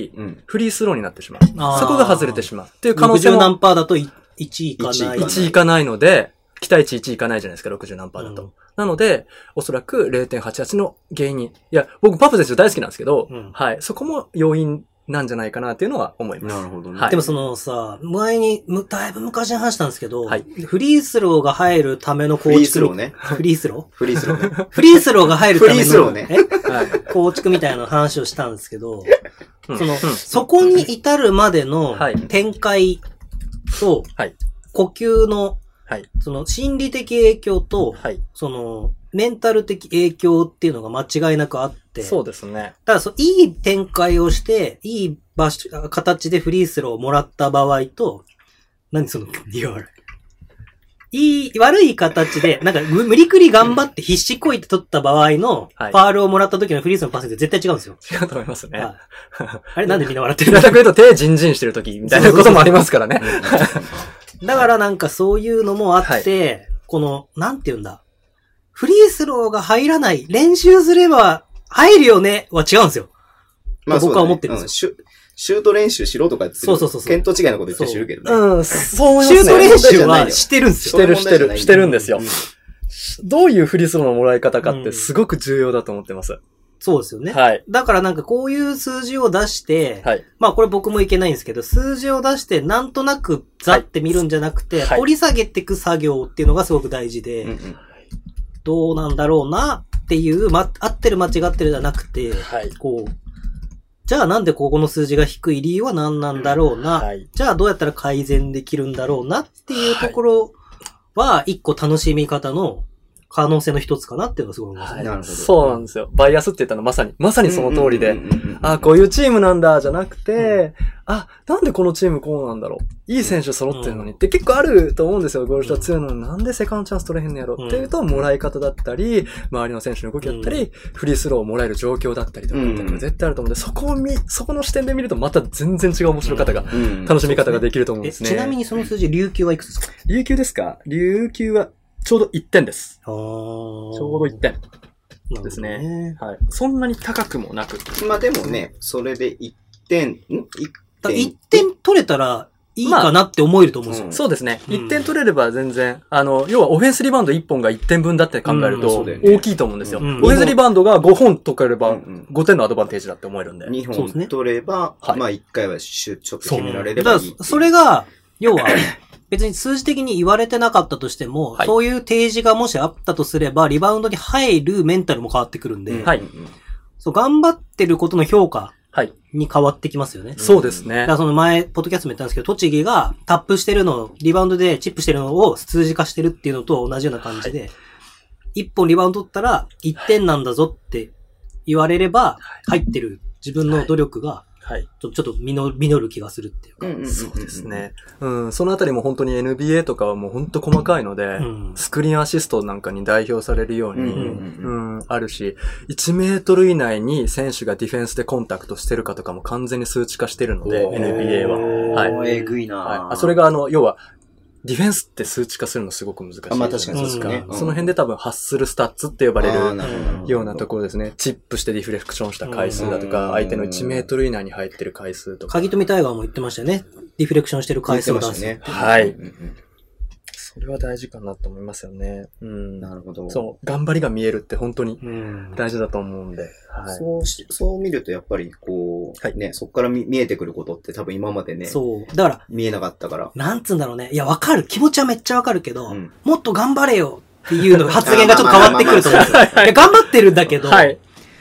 フリースローになってしまう。そこが外れてしまう。っていう可能性も。 ろくじゅう何パーだといちいいかない。 いちいかないので、期待値いちいかないじゃないですか、ろくじゅう何パーだと。うん、なので、おそらく ゼロてんはちはち の原因に。いや、僕パプ選手大好きなんですけど、うん、はい。そこも要因なんじゃないかなっていうのは思います。 なるほどね。 はい、でもそのさ、前に、だいぶ昔に話したんですけど、はい、フリースローが入るための構築。フリースローね。フリースローフリースローね。 フリースローが入るための。 フリースローね。 はい、構築みたいな話をしたんですけど、うん、その、うん、そこに至るまでの展開と、はい、呼吸の、はい、その心理的影響と、はい、そのメンタル的影響っていうのが間違いなくあって。 そうですね。 ただそう、いい展開をして、いい場所、形でフリースローをもらった場合と、何その、いや、いい、悪い形で、なんか無理くり頑張って必死こいて取った場合の、ファールをもらった時のフリースローのパーセント絶対違うんですよ。 違うと思いますね。はい、 あれなんでみんな笑ってるんだろう。言うと手ジンジンしてる時みたいなこともありますからね。 だからなんかそういうのもあって、はい、この、なんて言うんだ。フリースローが入らない、練習すれば入るよねは違うんですよ。まあ僕は思ってるんですよ。 うん、シュ、シュート練習しろとか言ってる。 そうそうそうそう。 見当違いのこと言って知るけどね。 うん、そう思いますね。 シュート練習はしてるんですよ。してるしてる、してるんですよ。うん、どういうフリースローのもらい方かってすごく重要だと思ってます。うん、 そうですよね。 はい。 だからなんかこういう数字を出して、はい。まあこれ僕もいけないんですけど、数字を出してなんとなくザって見るんじゃなくて、はい、掘り下げていく作業っていうのがすごく大事で、うんうん、どうなんだろうなっていう、ま、合ってる間違ってるじゃなくて、はい。こう、じゃあなんでここの数字が低い理由は何なんだろうな、はい。じゃあどうやったら改善できるんだろうなっていうところは、一個楽しみ方の、可能性の一つかなっていうのがすごい思いますね。 なるほど。そうなんですよ。バイアスって言ったのはまさに、まさにその通りで、あ、こういうチームなんだ、じゃなくて、うん、あ、なんでこのチームこうなんだろう。いい選手揃ってるのにって結構あると思うんですよ。ゴール下強いのになんでセカンドチャンス取れへんのやろ、うん、っていうと、もらい方だったり、周りの選手の動きだったり、うん、フリースローをもらえる状況だったりとかっていうのが絶対あると思うんで、そこを見、そこの視点で見るとまた全然違う面白方が、うんうん、楽しみ方ができると思うんですね。 ちなみにその数字、琉球はいくつですか？ 琉球ですか？琉球は、ちょうどいってんです。ちょうどいってん。ですね。はい。そんなに高くもなく。 まあでもね、それでいってん、ん ?いってん取れたらいいかなって思えると思うんですよ。まあ、 そうですね。いってん取れれば全然、あの、要はオフェンスリバウンドいっぽんがいってんぶんだって考えると大きいと思うんですよ。うんうん、オフェンスリバウンドがごほん取れればごてんのアドバンテージだって思えるんで。 にほん取れば、ね、まあいっかいはシュちょっと決められればいいい。 だからそれが、要は、別に数字的に言われてなかったとしても、はい、そういう提示がもしあったとすれば、リバウンドに入るメンタルも変わってくるんで、はい、そう頑張ってることの評価に変わってきますよね。 はい、そうですね。 だからその前、ポッドキャストも言ったんですけど、栃木がタップしてるのを、リバウンドでチップしてるのを数字化してるっていうのと同じような感じで、はい、いっぽんリバウンド取ったらいってんなんだぞって言われれば、入ってる自分の努力が、はい。ちょっと実る、実る気がするっていうか。うんうんうんうん、 そうですね。うん。そのあたりも本当に エヌビーエー とかはもう本当細かいので、うん、スクリーンアシストなんかに代表されるように、うん、うん、あるし、いちメートル以内に選手がディフェンスでコンタクトしてるかとかも完全に数値化してるので、エヌビーエー は。 はい。えぐいな、はい、 あ。それがあの、要は、ディフェンスって数値化するのすごく難しい。 あ、まあ確かにそうですね。 その辺で多分発するスタッツって呼ばれるようなところですね。チップしてディフレクションした回数だとか、相手のいちメートル以内に入ってる回数とか。 鍵富タイガーも言ってましたよね。ディフレクションしてる回数を出す。ね、 はい。それは大事かなと思いますよね。うん。 なるほど。 そう。頑張りが見えるって本当に大事だと思うんで。うん、はい、 そうし、そう見るとやっぱりこう、はい、ね、そこから見えてくることって多分今までね。 そう。だから、 見えなかったから。 なんつうんだろうね。いや、わかる。気持ちはめっちゃわかるけど、うん、もっと頑張れよっていうの発言がちょっと変わってくると思うんですよ。いや、頑張ってるんだけど、はい、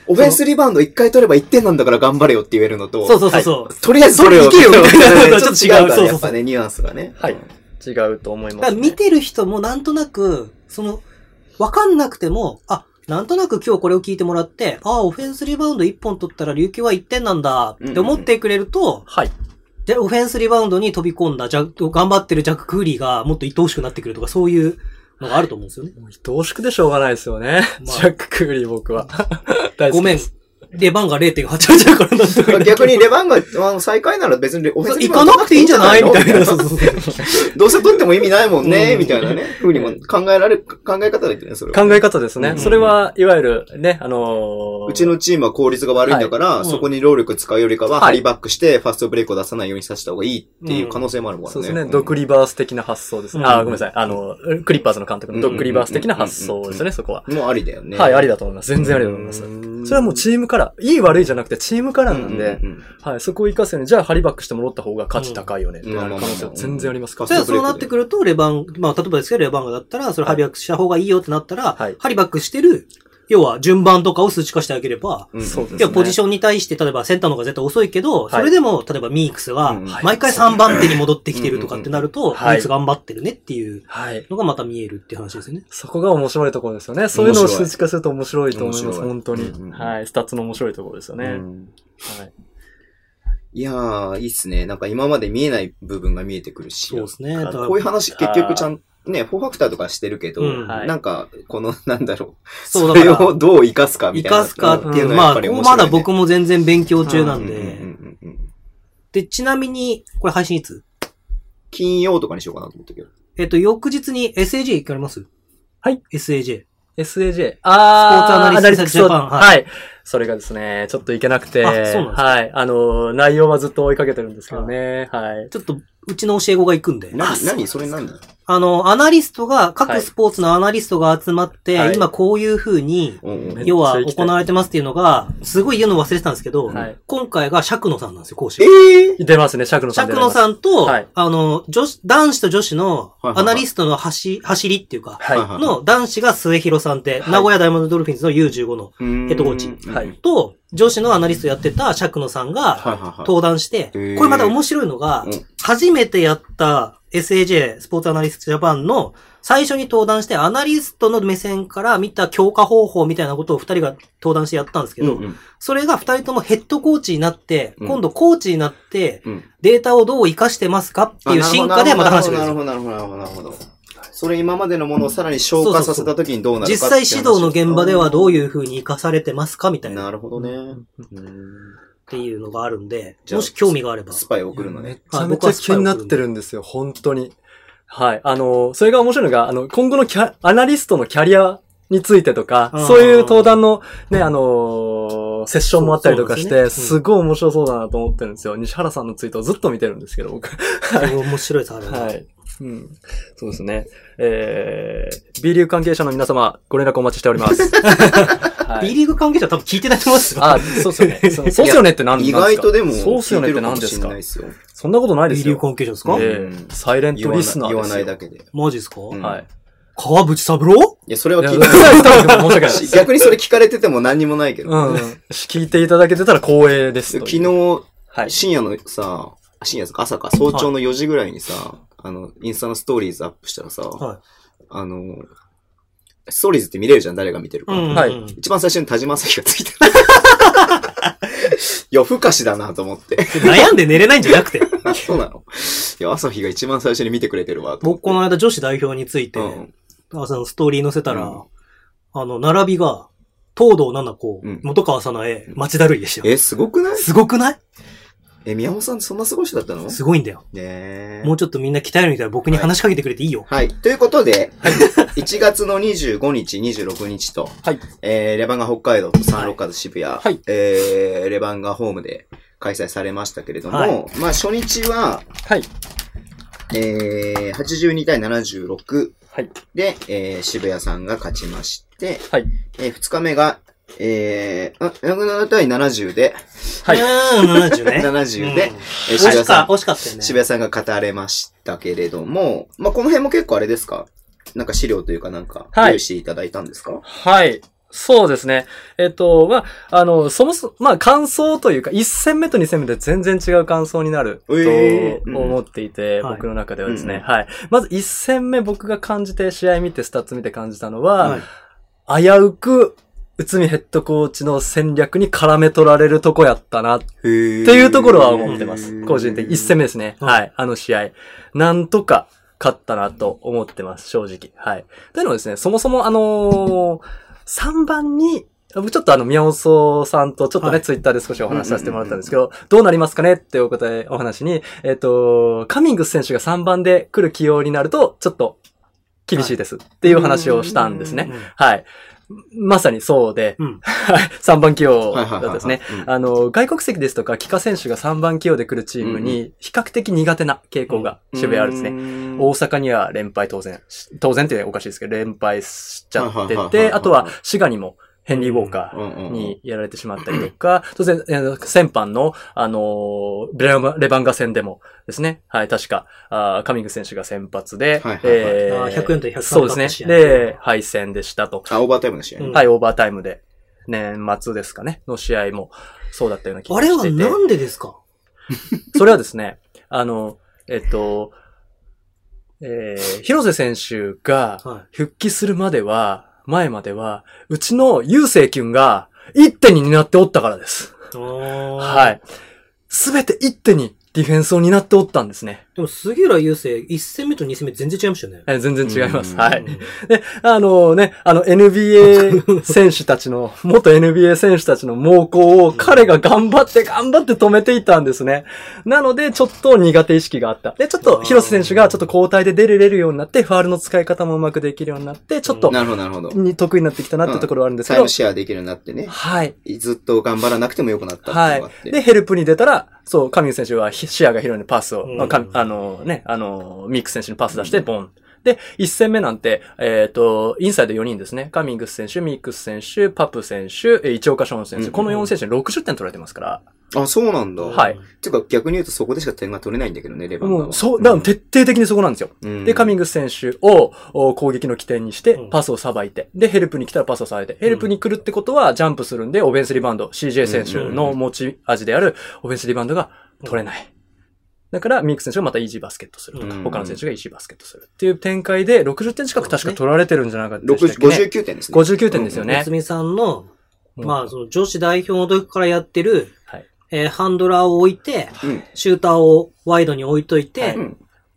オフェンスリバウンドいっかい取ればいってんなんだから頑張れよって言えるのと、 そうそうそうそう、はい、 とりあえずそれをいけよみたいなちょっと違うからやっぱね、ニュアンスがね。 はい。違うと思います、ね。 だから見てる人もなんとなく、その、わかんなくても、あ、なんとなく今日これを聞いてもらって、ああ、オフェンスリバウンドいっぽん取ったら琉球はいってんなんだって思ってくれると、うんうん、 はい。 で、オフェンスリバウンドに飛び込んだ、じゃ、頑張ってるジャック・クーリーがもっと愛おしくなってくるとか、そういうのがあると思うんですよね。 愛おしくでしょうがないですよね。まあ、ジャック・クーリー僕は。大好きです。 ごめん。レバンが れいてんはちはち だからなんとか。 逆にレバンが、あの、最下位なら別にオフェンスリバウンド行かなくていいんじゃないみたいな。そうそうそうどうせ取っても意味ないもんね、みたいなね。ふうにも考えられる、考え方だけどね、それは。 考え方ですね。うん、それは、いわゆるね、あのー、 うちのチームは効率が悪いんだから、はい、そこに労力使うよりかは、ハリバックして、ファストブレイクを出さないようにさせた方がいいっていう可能性もあるもんね。 そうですね。ドッグリバース的な発想ですね。うん、あ、ごめんなさい。あの、クリッパーズの監督のドッグリバース的な発想ですね、そこは。 もうありだよね。 はい、ありだと思います。全然ありだと思います。それはもうチームカラー。いい悪いじゃなくてチームカラーなんで、うんうんうん、はい、そこを活かすように、じゃあハリバックしてもらった方が価値高いよねってなる可能性は全然ありますから。 じゃあそうなってくると、レバン、まあ例えばですけど、レバンガだったら、それハリバックした方がいいよってなったら、はい、ハリバックしてる、要は順番とかを数値化してあげれば、うん、そうですね。ポジションに対して、例えばセンターの方が絶対遅いけど、はい、それでも、例えばミークスが、毎回さんばん手に戻ってきてるとかってなると、ミークス頑張ってるねっていうのがまた見えるっていう話ですよね。 そこが面白いところですよね。そういうのを数値化すると面白いと思います、本当に、うんうん。はい。スタッツの面白いところですよね。うん、はい。 いやー、いいっすね。なんか今まで見えない部分が見えてくるし。 そうですね。 こういう話結局ちゃんね、フォーファクターとかしてるけど、うんはい、なんか、この、なんだろう。そうだそれをどう活かすかみたいな。 活かすかっていうのはやっぱり面白い、ね。まあ、まだ僕も全然勉強中なんで。で、ちなみに、これ配信いつ？ 金曜とかにしようかなと思ったけど。 えっと、翌日に エスエージェー 行かれます？ はい。 エスエージェー。 エスエージェー。あー。 スポーツアナリストジャパン。 はい。はい。それがですね、ちょっといけなくて。あ、そうなんですか。はい。あの、内容はずっと追いかけてるんですけどね。はい。 ちょっと、うちの教え子が行くんで。 な、なにそれ何？ あの、アナリストが、各スポーツのアナリストが集まって、はい、今こういう風に、はい、要は行われてますっていうのが、すごい言うの忘れてたんですけど、はい、今回が釈野さんなんですよ、講師。 えー、出ますね、釈野さん。 釈野さんと、はい、あの、女子、男子と女子のアナリストの走、走りっていうか、はい、の男子が末広さんって、はい、名古屋ダイヤモンドドルフィンズのユーじゅうごのヘッドコーチ。はい、と、女子のアナリストやってた釈野さんが登壇して、これまた面白いのが、初めてやった エスエージェー スポーツアナリストジャパンの最初に登壇してアナリストの目線から見た強化方法みたいなことを二人が登壇してやったんですけど、うんうん、それが二人ともヘッドコーチになって、うん、今度コーチになって、うん、データをどう活かしてますかっていう進化でまた話がなるほど、なるほど、なるほど、なるほど。それ今までのものをさらに消化させたときにどうなるかって実際指導の現場ではどういう風に活かされてますかみたいな。 なるほどね。 うんっていうのがあるんで、もし興味があれば。 スパイを送るのね。 めちゃめちゃ気になってるんですよ、本当に。はい。あの、それが面白いのが、あの、今後のキャ、アナリストのキャリアについてとか、そういう登壇のね、あのー、セッションもあったりとかして、す, ね、すごい面白そうだなと思ってるんですよ。西原さんのツイートをずっと見てるんですけど、僕。 はい。面白いです、あれは。 はい。うん。そうですね。えー、B リーグ関係者の皆様、ご連絡お待ちしております。 はい、B リーグ関係者多分聞いてないと思いますよ。 あ、そうっすよね。そうっすよねって何ですか？ 意外とでも、 そうっすよねって何ですか？そんなことないですよ。 B リーグ関係者ですか？ えー、サイレントリスナーですよ。 言わないだけで。 マジですか？ うん、はい。 川淵三郎？ いや、それは聞いてない。逆にそれ聞かれてても何にもないけど、 ね。うん。聞いていただけてたら光栄です。 昨日、はい、深夜のさ、深夜ですか朝か、早朝のよじぐらいにさ、はい、あの、インスタのストーリーズアップしたらさ、はい、あの、ストーリーズって見れるじゃん、誰が見てるか。うん、はい。一番最初に田島朝日がついてる。夜更かしだなと思って。 悩んで寝れないんじゃなくて。 そうなの？いや、朝日が一番最初に見てくれてるわ。 僕この間女子代表について、うん、朝のストーリー載せたら、うん、あの、並びが、東堂七子、うん、元川さなえ、町田瑠唯でしたよ。 え、すごくない？ すごくない？ え、宮本さんそんなすごい人だったの？ すごいんだよ。 ねもうちょっとみんな鍛えるみたいな僕に話しかけてくれていいよ。 はい。はい、ということで、はい、いちがつのにじゅうごにち、にじゅうろくにちと、はい、えー、レバンガ北海道とサンロッカーズ渋谷、はい、えー、レバンガホームで開催されましたけれども、はい、まあ初日は、はい、えー、はちじゅうにたいななじゅうろくで、えー、渋谷さんが勝ちまして、はい、えー、ふつかめが、えー、あ、ひゃくななたいななじゅうで、 はい。ななじゅうね。 ななじゅうで、うん、 えー、渋谷さん、惜しかったよね。 渋谷さんが勝たれましたけれども、まあ、この辺も結構あれですか？なんか資料というかなんか、用意していただいたんですか？ はい。 そうですね。えっと、まあ、あの、そもそも、まあ、感想というか、いち戦目とに戦目で全然違う感想になると思っていて、えーうん、僕の中ではですね、はい、はい。まずいち戦目僕が感じて、試合見て、スタッツ見て感じたのは、はい、危うく、内海ヘッドコーチの戦略に絡め取られるとこやったな、っていうところは思ってます。個人的に。いち戦目ですね。はい。あの試合。なんとか、勝ったなと思ってます、正直。はい。というのはですね、そもそもあのー、さんばんに、ちょっとあの、宮本さんとちょっとね、はい、ツイッターで少しお話しさせてもらったんですけど、どうなりますかねってお答え、お話に、えっと、カミングス選手がさんばんで来る起用になると、ちょっと厳しいですっていう話をしたんですね。はい。まさにそうで、うん、さんばん起用だですね。あの、外国籍ですとか、帰化選手がさんばん起用で来るチームに、比較的苦手な傾向が渋谷あるんですね。大阪には連敗当然、当然っておかしいですけど、連敗しちゃってて、あとは滋賀にも、ヘンリー・ウォーカーにやられてしまったりとか、当然、先般の、あの、レバンガ戦でもですね、はい、確か、あカミング選手が先発で、 はいはいはいえー、ひゃくよんとひゃくさんそうですね。で、敗戦でしたと。 あ、オーバータイムの試合、 うん、はい、オーバータイムで、年末ですかね、の試合も、そうだったような気がしてて。 あれはなんでですか？ それはですね、あの、えっと、えー、広瀬選手が復帰するまでは、前までは、うちの優勢キュンが一手に担っておったからです。はい。すべて一手にディフェンスを担っておったんですね。 でも、杉浦優勢、いち戦目とに戦目全然違いましたよね。 え、全然違います。はい。で、あのね、あの エヌビーエー 選手たちの、元 エヌビーエー 選手たちの猛攻を彼が頑張って頑張って止めていたんですね。なので、ちょっと苦手意識があった。で、ちょっと広瀬選手がちょっと交代で出れれるようになって、ファールの使い方もうまくできるようになって、ちょっと、 なるほど、なるほど。 に得意になってきたなってところはあるんですけど。 タイムシェアできるようになってね。 はい。 ずっと頑張らなくてもよくなったっていうのがあって。はい。 で、ヘルプに出たら、そう、カミング選手は視野が広いのでパスを、うん、あのね、あの、ミックス選手にパス出して、ボン。で、一戦目なんて、えっ、ー、と、インサイドよにんですね。カミングス選手、ミックス選手、パプ選手、市岡ショーン選手、うん、このよん選手にろくじゅってん取られてますから。 あ、そうなんだ。 はい。 てか逆に言うとそこでしか点が取れないんだけどね、レバンガは。もう、そう、だから徹底的にそこなんですよ。うん、で、カミングス選手を攻撃の起点にして、パスをさばいて、で、ヘルプに来たらパスをさばいて、ヘルプに来るってことはジャンプするんで、オフェンスリバウンド、シージェー 選手の持ち味であるオフェンスリバウンドが取れない。だから、ミックス選手がまたイージーバスケットするとか、うん、他の選手がイージーバスケットするっていう展開で、ろくじゅってん近く確か取られてるんじゃなかったでしたっけね。 ごじゅうきゅうてんですね。 ごじゅうきゅうてんですよね。 夏美さんの、まあ、その女子代表の時からやってる、はい、えー、ハンドラーを置いて、うん、シューターをワイドに置いといて、はい、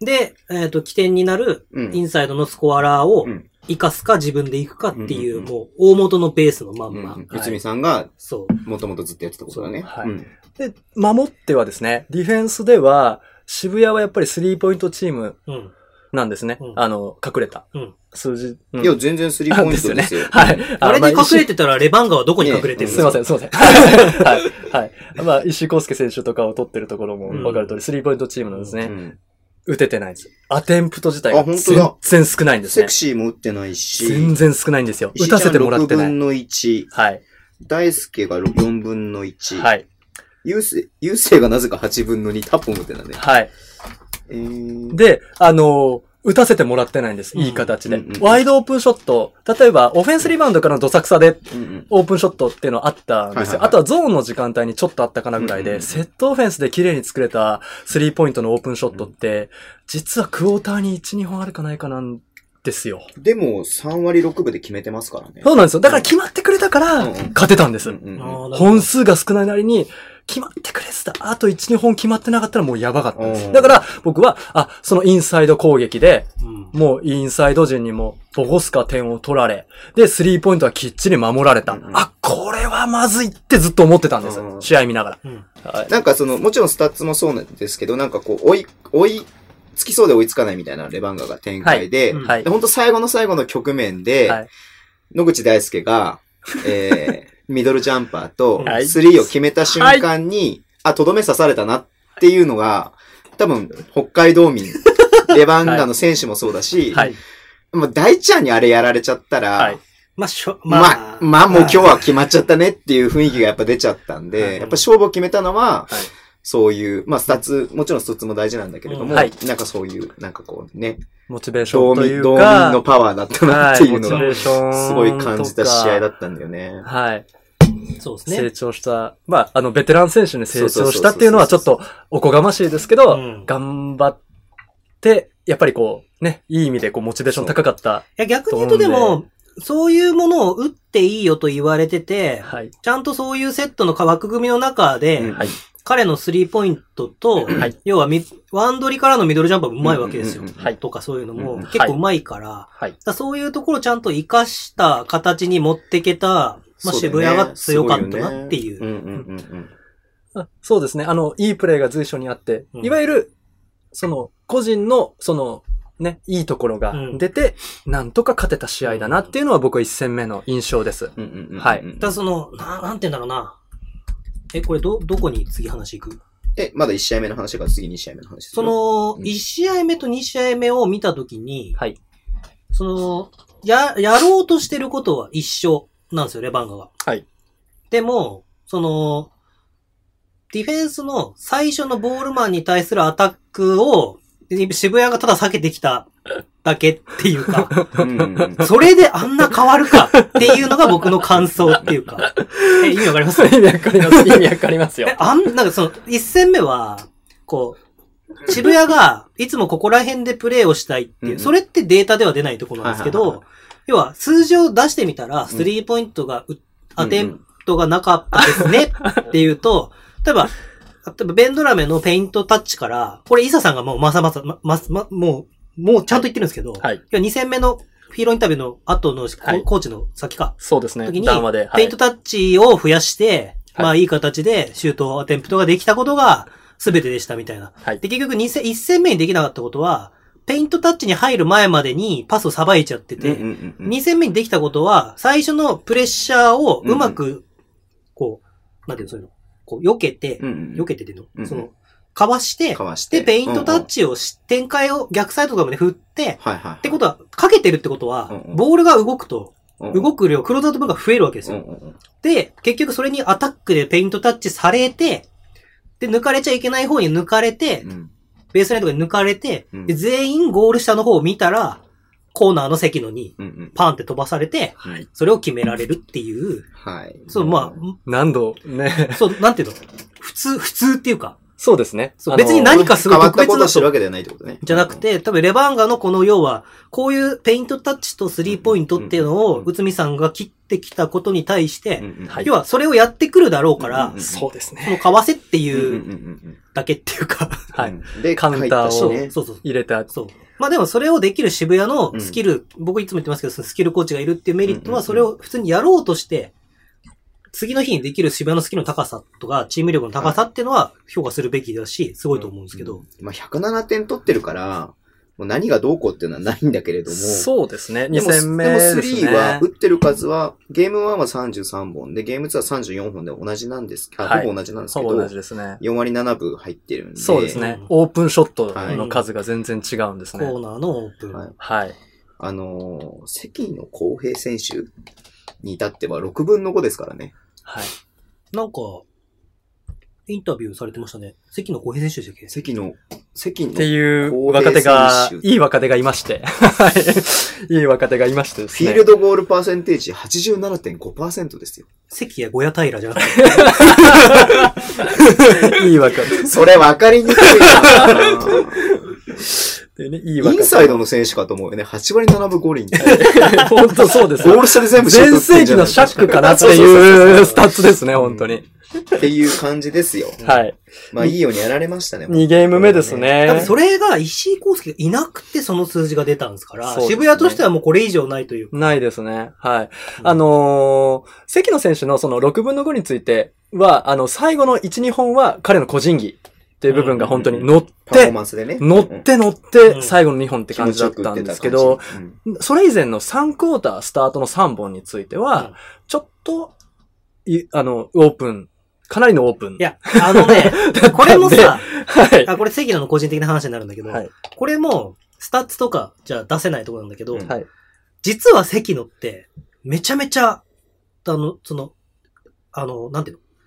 で、えっ、ー、と、起点になるインサイドのスコアラーを活かすか自分で行くかっていう、うん、もう、大元のベースのまんま。 内海さんが、そう。もともとずっとやってたことだね。 はい、うん。で、守ってはですね、ディフェンスでは、渋谷はやっぱりスリーポイントチームなんですね。うん、あの、隠れた。うん、数字、 うん。いや、全然スリーポイントですよ。 ね、はい。 あれで隠れてたらレバンガはどこに隠れてるんですか、 ね、すいません、すいません。はい。はい。まあ、石井康介選手とかを取ってるところも分かる通り、スリーポイントチームなんですね。うん、打ててないです。アテンプト自体が全然少ないんですね。 セクシーも打ってないし。 全然少ないんですよ。打たせてもらってない。 ろくぶんのいち。 はい。 大輔がよんぶんのいち。 はい。 優勢、優勢がなぜかはちぶんのに、タッポン打ってたね。 はい。えー、で、あのー、打たせてもらってないんです。いい形で。うんうんうん、ワイドオープンショット。例えば、オフェンスリバウンドからのどさくさで、オープンショットっていうのあったんですよ。はいはいはい、あとはゾーンの時間帯にちょっとあったかなぐらいで、うんうんうん、セットオフェンスで綺麗に作れたスリーポイントのオープンショットって、実はクォーターにいち、にほんあるかないかなんですよ。 でも、さんわりろくぶで決めてますからね。 そうなんですよ。だから決まってくれたから、勝てたんです。うんうんうん、本数が少ないなりに、決まってくれてた。あといち、にほん決まってなかったらもうやばかったんです。だから僕は、あ、そのインサイド攻撃で、うん、もうインサイド陣にもボコスカ点を取られ、で、スリーポイントはきっちり守られた。うんうん、あ、これはまずいってずっと思ってたんです。うん、試合見ながら、うんはい。なんかその、もちろんスタッツもそうなんですけど、なんかこう、追い、追い、つきそうで追いつかないみたいなレバンガが展開で、はいはい、で本当最後の最後の局面で、はい、野口大輔が、えーミドルジャンパーと、スリーを決めた瞬間に、はい、あ、とどめ刺されたなっていうのが、多分、北海道民、レバンガの選手もそうだし、はい、もう大ちゃんにあれやられちゃったら、はい、 まあ、しょ、 まあ、まあ、もう今日は決まっちゃったねっていう雰囲気がやっぱ出ちゃったんで、はい、やっぱ勝負を決めたのは、はい、 そういう、まあ、スタッツ、もちろんスタッツも大事なんだけれども、うんはい、なんかそういう、なんかこうね、 モチベーションというか、 道民、道民のパワーだったなっていうのが、すごい感じた試合だったんだよね。 はい。 そうですね。 成長した、まあ、あの、ベテラン選手に成長したっていうのはちょっとおこがましいですけど、うん、頑張って、やっぱりこう、ね、いい意味でこう、モチベーション高かった。 いや、逆に言うとでも、そういうものを打っていいよと言われてて、はい、ちゃんとそういうセットの枠組みの中で、うんはい、彼のスリーポイントと、はい、要はワンドリからのミドルジャンプはうまいわけですよ。うんうんうん、とかそういうのも結構うまいから、はい、だそういうところをちゃんと活かした形に持っていけた、まあ、渋谷が強かったなっていう。 そうですね。あの、いいプレーが随所にあって、うん、いわゆる、その、個人の、その、ね、いいところが出て、うん、なんとか勝てた試合だなっていうのは僕は一戦目の印象です。はい。 だその、な、なんて言うんだろうな。え、これど、どこに次話行く？ え、まだいち試合目の話が次に試合目の話ですその、いち試合目とに試合目を見たときに、はい。その、や、やろうとしてることは一緒なんですよ、レバンガが。はい。でも、その、ディフェンスの最初のボールマンに対するアタックを、渋谷がただ避けてきただけっていうか、それであんな変わるかっていうのが僕の感想っていうか、え、意味わかります意味わかります。意味わかりますよ。 え、あん、なんかその、一戦目は、こう、渋谷がいつもここら辺でプレーをしたいっていう、それってデータでは出ないところなんですけど、要は数字を出してみたら、スリーポイントが、アテンプトがなかったですねっていうと、例えば、例えばベンドラメのペイントタッチから、これイサさんがもうまさまさ、ま、ま、ま、もう、もうちゃんと言ってるんですけど、はい。いやに戦目のフィーロインタビューの後の、はい、コーチの先か。 そうですね。 時に、談話で、はい、ペイントタッチを増やして、はい、まあいい形でシュートアテンプトができたことが全てでしたみたいな。はい。で、結局に戦、いち戦目にできなかったことは、ペイントタッチに入る前までにパスをさばいちゃってて、うんうんうん、に戦目にできたことは、最初のプレッシャーをうまく、こう、なんていうの、そういうの。こう、避けて、うんうん、避けてての、うんうん、その、かわして、かわして、で、ペイントタッチを、うんうん、展開を逆サイドとかまで振って、はいはいはい、ってことは、かけてるってことは、うんうん、ボールが動くと、うんうん、動く量、クローズアウト分が増えるわけですよ、うんうん。で、結局それにアタックでペイントタッチされて、で、抜かれちゃいけない方に抜かれて、うん、ベースラインとかに抜かれて、うん、で、全員ゴール下の方を見たら、コーナーの関野に、パーンって飛ばされて、うんうん、それを決められるっていう。はい。そう、まあ。 何度ね。 そう、なんていうの普通、普通っていうか。 そうですね。 そう、別に何かすごい特別なことしてるわけではないってことね。 じゃなくて、多分レバンガのこの要は、こういうペイントタッチとスリーポイントっていうのを、内海さんが切ってきたことに対して、うんうん、要はそれをやってくるだろうから、うんうん、 そうですね。 そのかわせっていうだけっていうか、 はい。で、カウンターを入れた。 そう。まあでもそれをできる渋谷のスキル、うん、僕いつも言ってますけど、そのスキルコーチがいるっていうメリットは、それを普通にやろうとして、次の日にできる渋谷のスキルの高さとか、チーム力の高さっていうのは評価するべきだし、すごいと思うんですけど。うんうん、 まあひゃくななてん取ってるから、もう何がどうこうっていうのはないんだけれども。 そうですね。に戦目ですね。 でもスリーは打ってる数は、ゲームワンはさんじゅうさんぼんで、ゲームツーはさんじゅうよんほんで同じなんですけど、はい、ほぼ同じなんですけど、 ほぼ同じですね。 よん割ななぶ入ってるんで。 そうですね。オープンショットの数が全然違うんですね。 はい、コーナーのオープン。 はい。はい、 あのー、関野公平選手に至ってはろくぶんのごですからね。 はい。なんか、インタビューされてましたね。関野公平選手でしたっけ？ 関野、関野。 っていう若手が、いい若手がいまして。はい。いい若手がいましてですね。フィールドゴールパーセンテージ はちじゅうななてんごパーセント ですよ。 関や小屋平じゃなくて。いい若手。 それ分かりにくいなでね、いい若手。 インサイドの選手かと思うよね。はち割ななぶご厘。 本当そうです。 ゴール下で全部シュートってんじゃない。全盛期のシャックかなっていうスタッツですね、本当に。 っていう感じですよ。 はい。 まあいいようにやられましたね。 にゲーム目ですね。 多分それが石井康介がいなくてその数字が出たんですから、ね、渋谷としてはもうこれ以上ないという。 ないですね。はい。うん、あのー、関野選手のそのろくぶんのごについては、あの、最後のいち、にほんは彼の個人技っていう部分が本当に乗って、 パフォーマンスでね。 乗って乗って最後のにほんって感じだったんですけど、うん、それ以前のさんクォータースタートのさんぼんについては、うん、ちょっと、あの、オープン、かなりのオープン。 いや、あのね、これもさ、はい、あ、これ関野の個人的な話になるんだけど、はい、これも、スタッツとかじゃ出せないところなんだけど、はい、実は関野って、めちゃめちゃ、あの、その、あの、なんていうの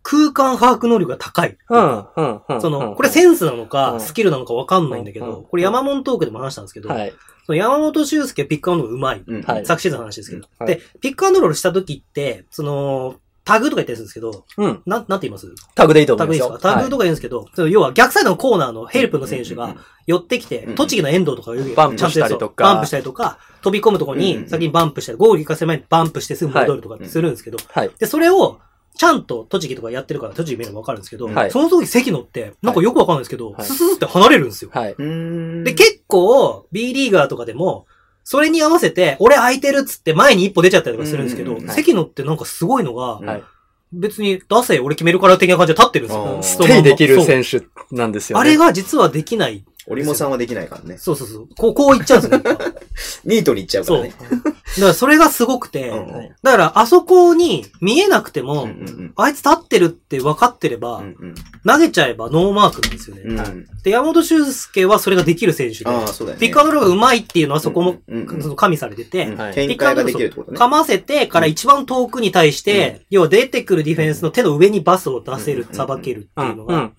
空間把握能力が高い。 うん、うん、うん。 その、これセンスなのか、スキルなのかわかんないんだけど、これ山本トークでも話したんですけど、はい、その山本修介ピックアンドロール上手い。はい、昨シーズンの話ですけど、はい。で、ピックアンドロールした時って、その、タグとか言ったりするんですけど、うん。なん、なんて言いますタグでいいと思いますよ。 タグでいいですかタグとか言うんですけど、はい、要は逆サイドのコーナーのヘルプの選手が寄ってきて、栃木の遠藤とかよりバンプしたりとか、 バンプしたりとか、飛び込むところに先にバンプしたり、ゴール行かせる前にバンプしてすぐ戻るとかってするんですけど、はい。で、それを、ちゃんと栃木とかやってるから栃木見ればわかるんですけど、はい、その時関野って、なんかよくわかんないですけど、はい、スススって離れるんですよ。はい、で、結構、B リーガーとかでも、それに合わせて、俺空いてるっつって前に一歩出ちゃったりとかするんですけど、関野ってなんかすごいのが、はい、別に出せ、俺決めるから的な感じで立ってるんですよ。 ステイできる選手なんですよね。 あれが実はできない。 折茂さんはできないからね。 そうそうそう。こう、こういっちゃうんですよ。 ニートにいっちゃうからね。 そう。だからそれがすごくて、うんうん、だからあそこに見えなくても、うんうんうん、あいつ立ってるって分かってれば、うんうん、投げちゃえばノーマークなんですよね。うん、で、山本修介はそれができる選手で、ね、ピックアンドロールが上手いっていうのはそこも、うんうんうん、加味されてて、うんうん、ピックアンドロールかませてから一番遠くに対して、うん、要は出てくるディフェンスの手の上にバスを出せる、さばけるっていうのがあって、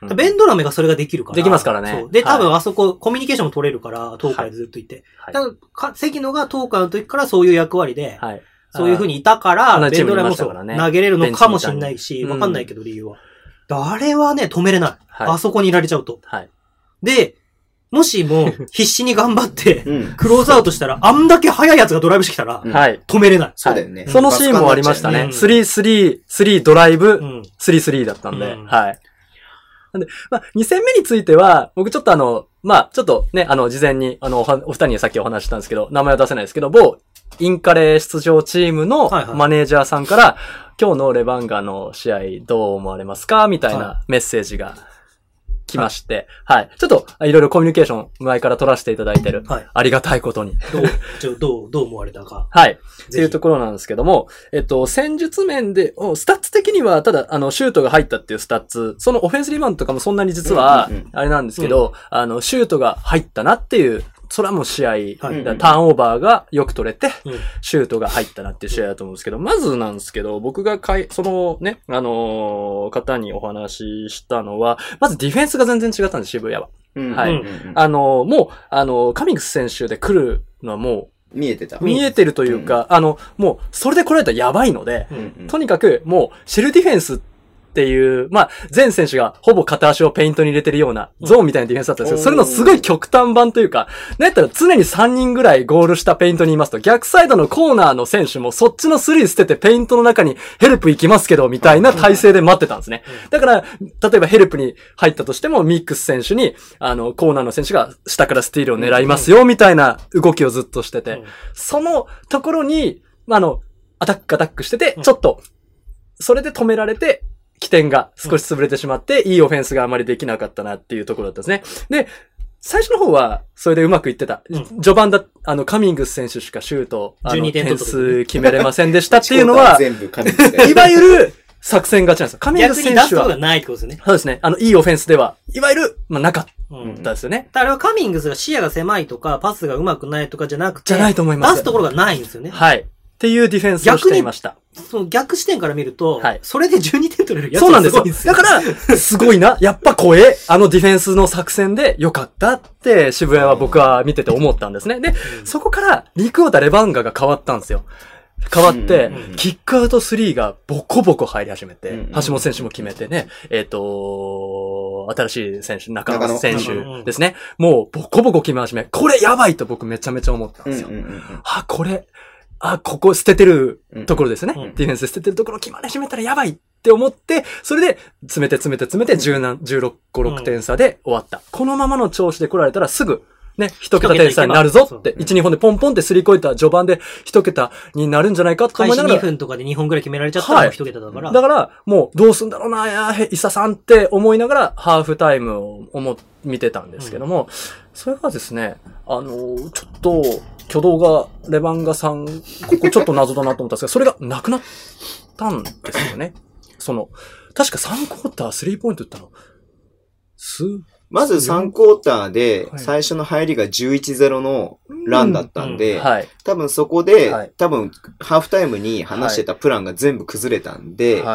ベンドラメがそれができるから。 できますからね。 そうで、多分あそこ、コミュニケーションも取れるから、東海でずっといて。はいはい、か関野が東海の時からそういう役割で、はい、そういう風にいたから、ベンドラメもそう投げれるのかもしれないし、わかんないけど理由は。あれはね、止めれない。はい、あそこにいられちゃうと。はい、で、もしも必死に頑張って、クローズアウトしたら、あんだけ速いやつがドライブしてきたら、止めれない。 そうだよね。 そのシーンもありましたね。スリースリー、スリードライブ、スリースリーだったんで、うん、はい。なんで、まあ、に戦目については、僕ちょっとあの、まあ、ちょっとね、あの、事前に、あの、お二人にさっきお話したんですけど、名前は出せないですけど、某、インカレ出場チームのマネージャーさんから、はいはい、今日のレバンガの試合どう思われますかみたいなメッセージが来まして、はい、はい。ちょっと、いろいろコミュニケーション前から取らせていただいてる。はい。ありがたいことに。 どう、ちょ、どう、どう思われたか。 はい。っていうところなんですけども、えっと、戦術面で、スタッツ的には、ただ、あの、シュートが入ったっていうスタッツ、そのオフェンスリバウンドとかもそんなに実は、あれなんですけど、うんうん、あの、シュートが入ったなっていう、それはもう試合、はい、ターンオーバーがよく取れて、うん、シュートが入ったなっていう試合だと思うんですけど、まずなんですけど、僕がかい、そのね、あのー、方にお話ししたのは、まずディフェンスが全然違ったんです、渋谷は。うん、はい。うん、あのー、もう、あのー、カミングス選手で来るのはもう、見えてた。 見えてるというか、うん、あの、もう、それで来られたらやばいので、うんうん、とにかく、もう、シェルディフェンスっていう、まあ、全選手がほぼ片足をペイントに入れてるようなゾーンみたいなディフェンスだったんですけど、それのすごい極端版というか、なんやったら常にさんにんぐらいゴールしたペイントにいますと、逆サイドのコーナーの選手もそっちのスリー捨ててペイントの中にヘルプ行きますけど、みたいな体勢で待ってたんですね。だから、例えばヘルプに入ったとしても、ミックス選手に、あの、コーナーの選手が下からスティールを狙いますよ、みたいな動きをずっとしてて、そのところに、あの、アタックアタックしてて、ちょっと、それで止められて、起点が少し潰れてしまって、うん、いいオフェンスがあまりできなかったなっていうところだったんですね。で、最初の方は、それでうまくいってた。うん、序盤だ、あの、カミングス選手しかシュート、あの、点数決めれませんでしたっていうのは、 全部カミングスいわゆる作戦勝ちなんですよ。カミングス選手は。 逆に出すことがないってことですね。 そうですね。あの、いいオフェンスでは、いわゆる、まあ、なかったですよね。 うん、あれはカミングスが視野が狭いとか、パスが上手くないとかじゃなくて、 じゃないと思います。 出すところがないんですよね。 はい。っていうディフェンスをしていました。 その逆視点から見ると、はい、それでじゅうにてん取れるやつはすごいんですよ。そうなんですよ。だから、すごいな。やっぱ怖え。あのディフェンスの作戦で良かったって渋谷は僕は見てて思ったんですね。で、うん、そこからリクオータレバンガが変わったんですよ。変わって、うん、キックアウトスリーがボコボコ入り始めて、うん、橋本選手も決めてね、えっと、新しい選手、中野選手ですね。もうボコボコ決め始め、これやばいと僕めちゃめちゃ思ったんですよ。うんうんうん、あ、これ、あ、ここ捨ててるところですね。うん、ディフェンス捨ててるところ決まり始めたらやばいって思って、それで詰めて詰めて詰めてじゅうろく、ご、ろくてん差で終わった。このままの調子で来られたらすぐ、ね、一桁点差になるぞって、いち、にほんでポンポンってすり越えた序盤で一桁になるんじゃないかと思いながら。 開始にふんとかでにほんぐらい決められちゃったらもう一桁だから。 はい、だから、もうどうすんだろうな、やー、イサさんって思いながらハーフタイムを思、見てたんですけども、うん、それがですね、あのー、ちょっと、挙動が、レバンガさん、ここちょっと謎だなと思ったんですけど、それがなくなったんですよね。その、確かさんクォータースリーポイント打ったの。すまずさんクォーターで、最初の入りが じゅういちたいゼロ のランだったんで、うんうんはい、多分そこで、はい、多分ハーフタイムに話してたプランが全部崩れたんで、はい、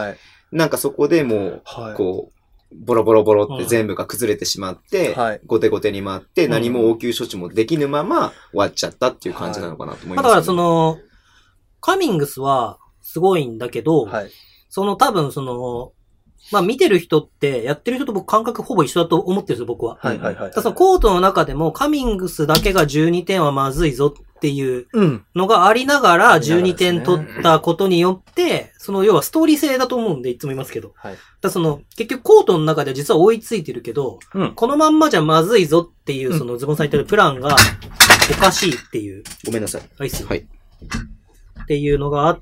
なんかそこでもう、はい、こう、ボロボロボロって全部が崩れてしまって、はい、後手後手に回って、何も応急処置もできぬまま終わっちゃったっていう感じなのかなと思います、ね。 だからその、カミングスはすごいんだけど、はい、その多分その、まあ見てる人ってやってる人と僕感覚ほぼ一緒だと思ってるんですよ、僕は。はいはいはい、はい。だそのコートの中でもカミングスだけがじゅうにてんはまずいぞっていうのがありながらじゅうにてん取ったことによって、その要はストーリー性だと思うんでいつも言いますけど。はい、だその結局コートの中では実は追いついてるけど、うん、このまんまじゃまずいぞっていうそのズボンさん言ってるプランがおかしいっていう。 ごめんなさい。 はいっすよ。はい。っていうのがあって、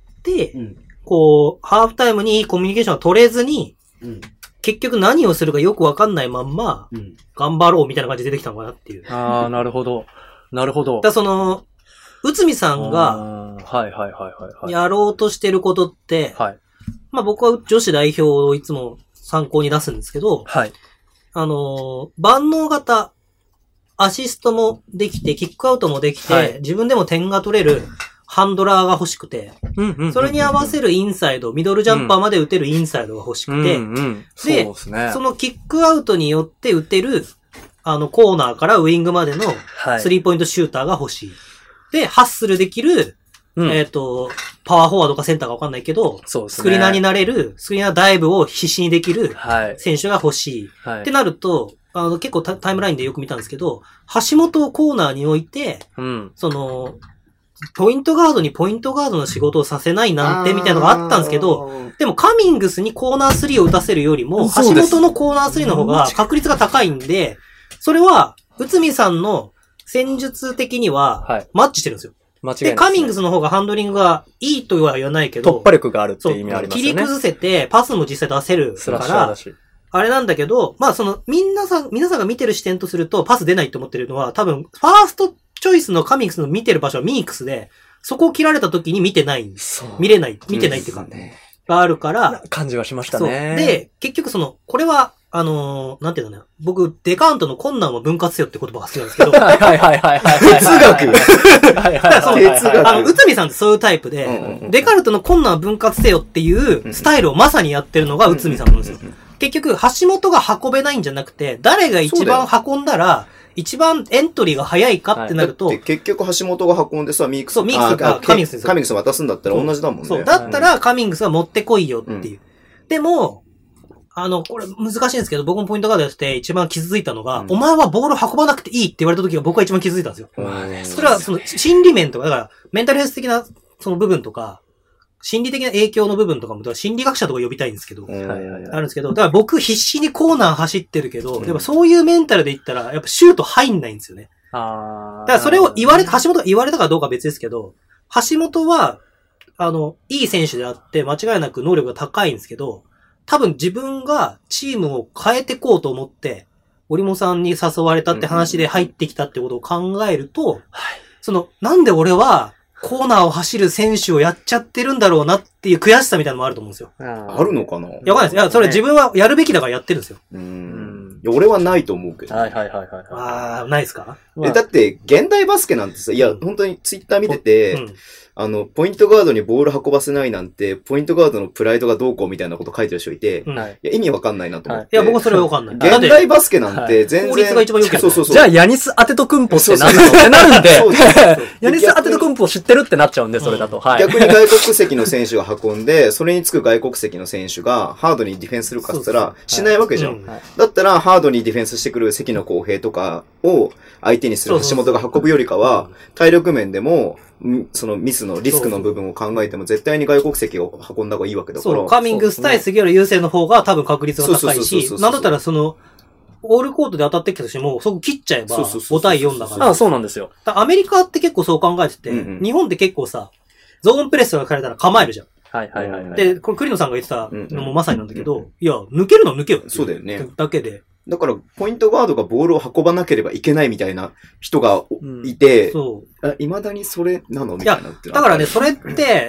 うん、こう、ハーフタイムにコミュニケーションが取れずに、うん、結局何をするかよくわかんないまんま、うん、頑張ろうみたいな感じで出てきたのかなっていう。 ああ、なるほど。なるほど。 だその、内海さんが、 はいはいはいはい。 やろうとしてることって、はい、まあ僕は女子代表をいつも参考に出すんですけど、はい、あの、万能型、アシストもできて、キックアウトもできて、はい、自分でも点が取れる、ハンドラーが欲しくて、それに合わせるインサイド、ミドルジャンパーまで打てるインサイドが欲しくて、うんうん、で、そうですね、そのキックアウトによって打てる、あのコーナーからウィングまでのスリーポイントシューターが欲しい。で、ハッスルできる、うん、えっ、ー、と、パワーフォワードかセンターかわかんないけど、そうですね、スクリーナーになれる、スクリーナーダイブを必死にできる選手が欲しい。はい、ってなると、あの結構タイムラインでよく見たんですけど、橋本をコーナーに置いて、うん、その、ポイントガードにポイントガードの仕事をさせないなんてみたいなのがあったんですけど、でもカミングスにコーナースリーを打たせるよりも、橋本のコーナースリーの方が確率が高いんで、それは、内海さんの戦術的には、マッチしてるんですよ。間違いないですね。で、カミングスの方がハンドリングがいいとは言わないけど、 突破力があるっていう意味ありますよね。 切り崩せて、パスも実際出せるから、あれなんだけど、まあその、みんなさん、皆さんが見てる視点とすると、パス出ないと思ってるのは、多分、ファーストチョイスのカミングスの見てる場所はミークスで、そこを切られた時に見てない。見れない。見てないっていうか、ね、があるから。 感じはしましたね。 で、結局その、これは、あのー、なんていうのね。僕、デカウントの困難を分割せよって言葉が好きなんですけど。 はいはいはいはい。 哲学。 はいはいはい。哲学。あの、内海さんってそういうタイプで、うんうんうん、デカルトの困難を分割せよっていうスタイルをまさにやってるのが内海さんなんですよ。うんうんうん、結局、橋本が運べないんじゃなくて、誰が一番運んだら、一番エントリーが早いかってなると。はい、 結局橋本が運んでさ、ミークス。 そう、ミークスがカミングスですよ。 カミングス渡すんだったら同じだもんね。 そう。だったらカミングスが持ってこいよっていう。うん、でも、あの、これ難しいんですけど、僕もポイントガードやって一番傷ついたのが、うん、お前はボール運ばなくていいって言われた時が僕は一番気づいたんですよ。それはその心理面とか、だからメンタルヘルス的なその部分とか、心理的な影響の部分とかも、心理学者とか呼びたいんですけど、あるんですけど、だから僕必死にコーナー走ってるけど、うん、やっぱそういうメンタルで言ったら、やっぱシュート入んないんですよね。あだからそれを言われた、橋本が言われたかどうかは別ですけど、橋本は、あの、いい選手であって間違いなく能力が高いんですけど、多分自分がチームを変えてこうと思って、折茂さんに誘われたって話で入ってきたってことを考えると、うん、その、なんで俺は、コーナーを走る選手をやっちゃってるんだろうなっていう悔しさみたいなのもあると思うんですよ。 あるのかないや、わかんないです。いや、それ自分はやるべきだからやってるんですよ。 うん。いや、俺はないと思うけど。 はいはいはいはい。 ああ、ないですか、 まあ、え、だって、現代バスケなんてさ、いや、本当にツイッター見てて、うん、あの、ポイントガードにボール運ばせないなんて、ポイントガードのプライドがどうこうみたいなこと書いてる人いて、うん、いや、意味わかんないなと思って。 いや、僕はそれはわかんない。 現代バスケなんて全然、 法律が一番良くない。 そうそうそう。じゃあ、ヤニス・アテトクンポって何なのってなるんで、ヤニス・アテトクンポを知ってるってなっちゃうんで、それだと。はい。 逆に外国籍の選手が運んで、それにつく外国籍の選手がハードにディフェンスするかって言ったら、しないわけじゃん。だったら、ハードにディフェンスしてくる関野公平とかを相手にする橋本が運ぶよりかは、体力面でも、そのミスのリスクの部分を考えても絶対に外国籍を運んだ方がいいわけだから。 そう、カミングス対杉浦優勢の方が多分確率が高いし、なんだったらその、オールコートで当たってきたとしても、そこ切っちゃえばご対よんだから。 ああ、そうなんですよ。 アメリカって結構そう考えてて、うんうん、日本って結構さ、ゾーンプレスがかれたら構えるじゃん。 はいはいはい、はい。 で、これ栗野さんが言ってたのもまさになんだけど、うんうんうん、いや、抜けるの抜けよ。 そうだよね。 だけで。 だから、ポイントガードがボールを運ばなければいけないみたいな人がいて、うん、そう。未だにそれなのみたいなって。 だからね、それって、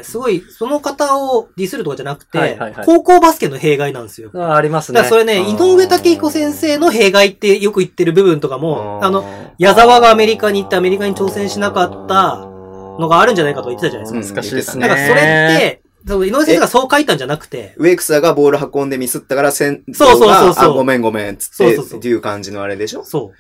すごい、その方をディスるとかじゃなくて、はいはいはい、高校バスケの弊害なんですよ。 あ、ありますね。 だからそれね、井上武彦先生の弊害ってよく言ってる部分とかも、あの、矢沢がアメリカに行ってアメリカに挑戦しなかったのがあるんじゃないかと言ってたじゃないですか。 難しいですね。 だからそれって、 井上先生がそう書いたんじゃなくて。 植草がボール運んでミスったから先頭が、 そうそうそうそう。 あ、ごめんごめん、つって、そうそうそうっていう感じのあれでしょ？ そう。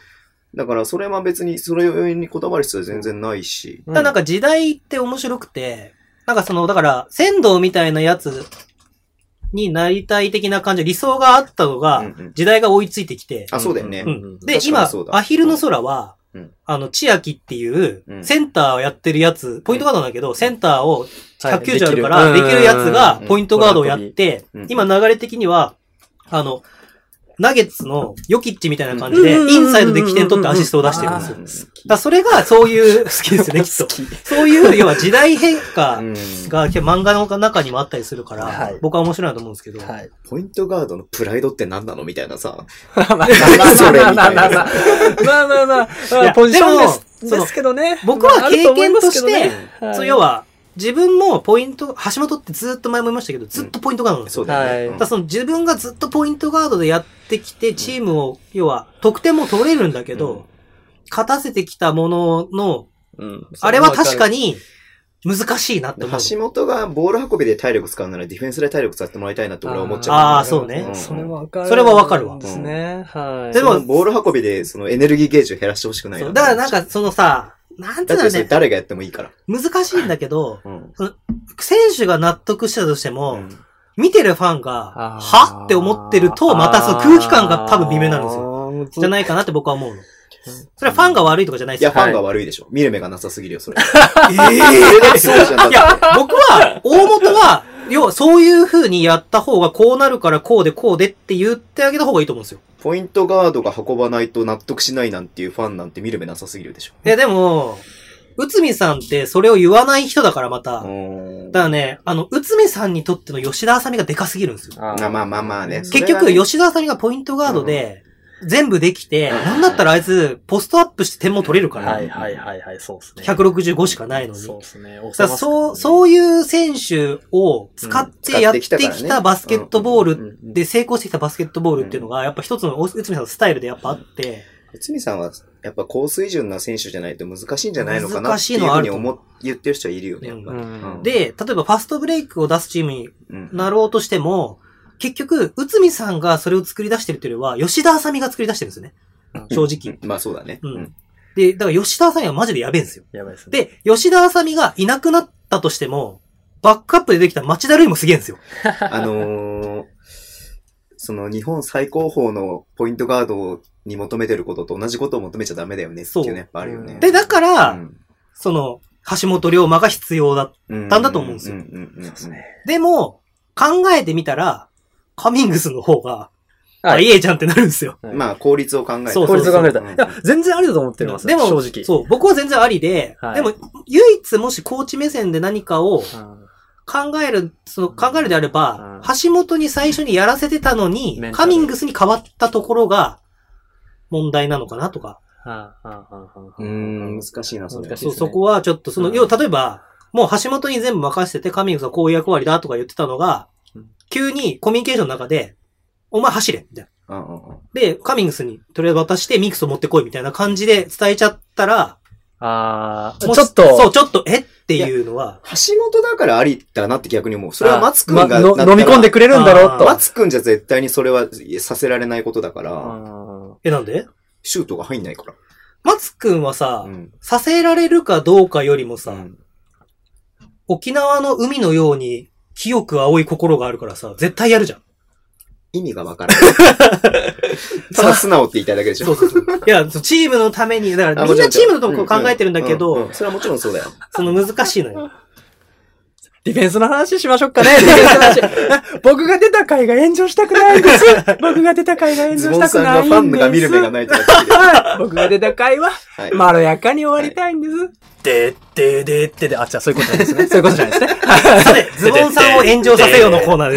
だからそれは別に、それにこだわる必要は全然ないし。 うん、だなんか時代って面白くて、なんかその、だから、仙道みたいなやつになりたい的な感じで理想があったのが、時代が追いついてきて。 あ、そうだよね。 うん、で、今、アヒルの空は、うん、あの、千秋っていう、センターをやってるやつ、ポイントガードだけど、センターをひゃくきゅうじゅうあるから、できるやつが、ポイントガードをやって、今流れ的には、あの、ナゲッツのヨキッチみたいな感じで、インサイドで起点取ってアシストを出してるんですよ。だそれがそういう、好きですよね、きっと。そういう、要は時代変化が漫画の中にもあったりするから、僕は面白いなと思うんですけど。 ポイントガードのプライドって何なのみたいなさ。 まあまあまあまあ。まあまあまあ。ポジションですですけどね。 僕は経験として、そう要は、自分もポイント、橋本ってずっと前も言いましたけど、ずっとポイントガードなんですよ。 うん、そうだね。 だその自分がずっとポイントガードでやってきて、チームを、要は、得点も取れるんだけど、うん、勝たせてきたものの、うん、あれは確かに難しいなって思う。 橋本がボール運びで体力使うならディフェンスで体力使ってもらいたいなって俺は思っちゃう、 ね。ああ、そうね。 うん、それはわかる。 それはわかるわ。 ですね。はい。 でも、ボール運びでそのエネルギーゲージを減らしてほしくないな。 だからなんかそのさ、なんていうのね。 だってそれ誰がやってもいいから。 難しいんだけど、うん、その選手が納得したとしても、うん、見てるファンが、はって思ってると、またその空気感が多分微妙なんですよ。じゃないかなって僕は思うの。それはファンが悪いとかじゃないですよ。いや、ファンが悪いでしょ。見る目がなさすぎるよ、それ。ええー、そうじゃん。 いや、僕は、大元は、要はそういう風にやった方がこうなるからこうでこうでって言ってあげた方がいいと思うんですよ。 ポイントガードが運ばないと納得しないなんていうファンなんて見る目なさすぎるでしょ。 いやでも、内海さんってそれを言わない人だからまた。だからね、あの、内海さんにとっての吉田麻美がでかすぎるんですよ。 あまあまあまあね。 結局、吉田麻美がポイントガードで、全部できて、なんだったらあいつ、ポストアップして点も取れるから。 はいはいはいはい、そうですね。 ひゃくろくじゅうごしかないのに。 そうですね。 そう、そういう選手を使ってやってきたバスケットボールで成功してきたバスケットボールっていうのが、やっぱ一つの内海さんのスタイルでやっぱあって。 内海さんは、やっぱ高水準な選手じゃないと難しいんじゃないのかなっていうふうに思言ってる人はいるよね、やっぱり。 で、例えばファストブレイクを出すチームになろうとしても、結局、内海さんがそれを作り出してるっていうよりは、吉田麻美が作り出してるんですよね。正直。 まあそうだね。 うん。で、だから吉田麻美はマジでやべえんですよ。 やばいですね。 で、吉田麻美がいなくなったとしても、バックアップでできた町田瑠唯もすげえんですよ。 あのー、その日本最高峰のポイントガードに求めてることと同じことを求めちゃダメだよねっていうのやっぱあるよね。 で、だから、うん、その、橋本龍馬が必要だったんだと思うんですよ。でも、考えてみたら、カミングスの方が、あ、いいじゃんってなるんですよ。 はい、まあ、効率を考えた。 そう、効率を考えた。いや、全然ありだと思ってます。 でも、 正直。 そう、僕は全然ありで、はい、でも、唯一もしコーチ目線で何かを考える、その考えるであれば、うん、橋本に最初にやらせてたのに、カミングスに変わったところが問題なのかなとか。 うーん、難しいな、それ。 そう、そこはちょっと、その、要は例えば、もう橋本に全部任せてて、カミングスはこういう役割だとか言ってたのが、急にコミュニケーションの中で、お前走れみたいな。うんうんうん、で、カミングスにとりあえず渡してミックスを持ってこいみたいな感じで伝えちゃったら、 あー、ちょっと。 そう、ちょっと、えっていうのは。 橋本だからありだなって逆に思う。それは松くんが、ま、 飲み込んでくれるんだろうと。 松くんじゃ絶対にそれはさせられないことだから。 え、なんで？ シュートが入んないから。 松くんはさ、うん、させられるかどうかよりもさ、うん、沖縄の海のように清く青い心があるからさ、絶対やるじゃん。 意味がわからない。ただ素直って言いたいだけでしょ。 そうそうそう。いや、チームのために、だからみんなチームのとこ考えてるんだけど、 うんうんうん、それはもちろんそうだよ。 その難しいのよ。 ディフェンスの話しましょうかね。ディフェンスの話。僕が出た回が炎上したくないんです。僕が出た回が炎上したくないんです。ズボンさんがファンが見る目がないとか僕が出た回は、まろやかに終わりたいんです。はいでってでってで、あ、じゃあそういうことなんですね。そういうことじゃないですね。 さて、ズボンさんを炎上させようのコーナーです。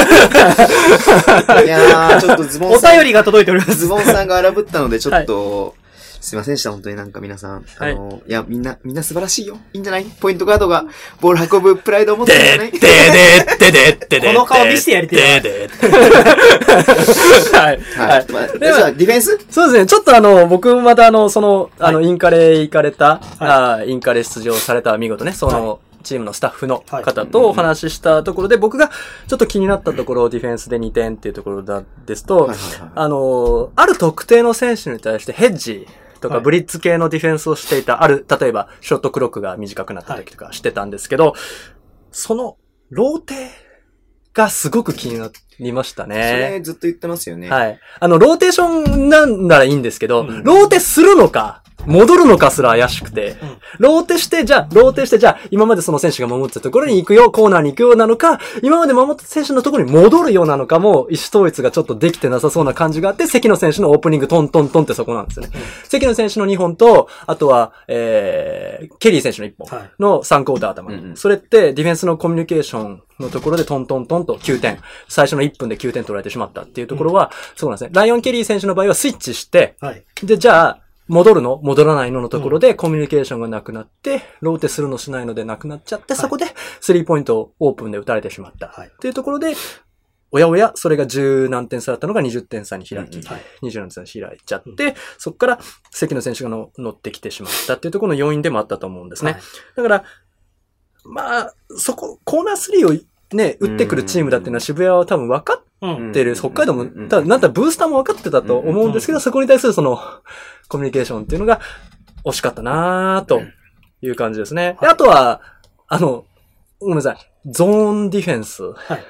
いやー、ちょっとズボンさん。お便りが届いております。 ズボンさんが荒ぶったので、ちょっと、はいすいませんでした、本当になんか皆さん。あの、はい、いや、みんな、みんな素晴らしいよ。いいんじゃないポイントガードがボール運ぶプライドを持ってるんじゃないでででででこの顔見せてやりてえ。でではい。はい。 まあ、じゃあ、ディフェンスそうですね。ちょっとあの、僕またあの、その、あの、インカレ行かれた、あインカレ出場された見事ね、その、 チームのスタッフの方とお話ししたところで、僕がちょっと気になったところ、ディフェンスでにてんっていうところだですと、あの、ある特定の選手に対してヘッジとかブリッツ系のディフェンスをしていた、ある、例えばショットクロックが短くなった時とかしてたんですけど、そのローテがすごく気になりましたね。 それずっと言ってますよね。 はい。あの、ローテーションなんならいいんですけど、うん、ローテするのか、戻るのかすら怪しくて、うん、ローテして、じゃあ、ローテして、じゃあ、今までその選手が守ってたところに行くよ、コーナーに行くようなのか、今まで守った選手のところに戻るようなのかも、意思統一がちょっとできてなさそうな感じがあって、関野選手のオープニングトントントンってそこなんですよね。うん、関野選手のにほんと、あとは、えー、ケリー選手のいっぽんのさんクォーター頭、はい、それってディフェンスのコミュニケーションのところでトントントンときゅうてん。最初のいっぷんできゅうてん取られてしまったっていうところは、うん、そうなんですね。ライオン・ケリー選手の場合はスイッチして、はい、で、じゃあ、戻るの戻らないののところでコミュニケーションがなくなって、ローテするのしないのでなくなっちゃって、そこでスリーポイントをオープンで打たれてしまった。はい、っていうところで、おやおや、それがじゅう何点差だったのがにじゅってん差に開き、はい、にじゅう何点差に開いちゃって、うん、そこから関野選手がの乗ってきてしまったっていうところの要因でもあったと思うんですね。はい、だから、まあ、そこ、コーナースリーをね、打ってくるチームだっていうのは渋谷は多分分かってる。北海道も、ただ、なんだブースターも分かってたと思うんですけど、そこに対するその、コミュニケーションっていうのが惜しかったなぁという感じですね。であとは、あの、ごめんなさい。ゾーンディフェンス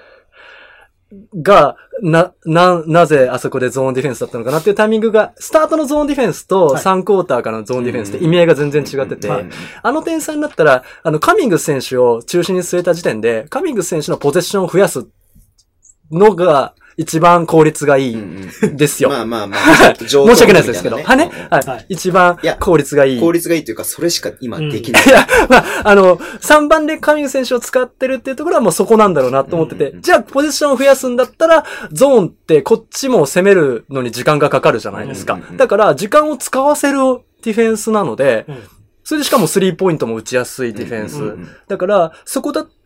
が、な、な、なぜあそこでゾーンディフェンスだったのかなっていうタイミングが、スタートのゾーンディフェンスとさんクォーターからのゾーンディフェンスって意味合いが全然違ってて、あの点差になったら、あの、カミングス選手を中心に据えた時点で、カミングス選手のポゼッションを増やすのが、一番効率がいいですよ。 まあまあまあ。 申し訳ないですけど。はいね。はい。一番効率がいい。 効率がいいというか、それしか今できない。 いや、まあ、あの、さんばんでカミング選手を使ってるっていうところはもうそこなんだろうなと思ってて、じゃあポジションを増やすんだったら、ゾーンってこっちも攻めるのに時間がかかるじゃないですか。だから、時間を使わせるディフェンスなので、それでしかもスリーポイントも打ちやすいディフェンス。だから、そこだって、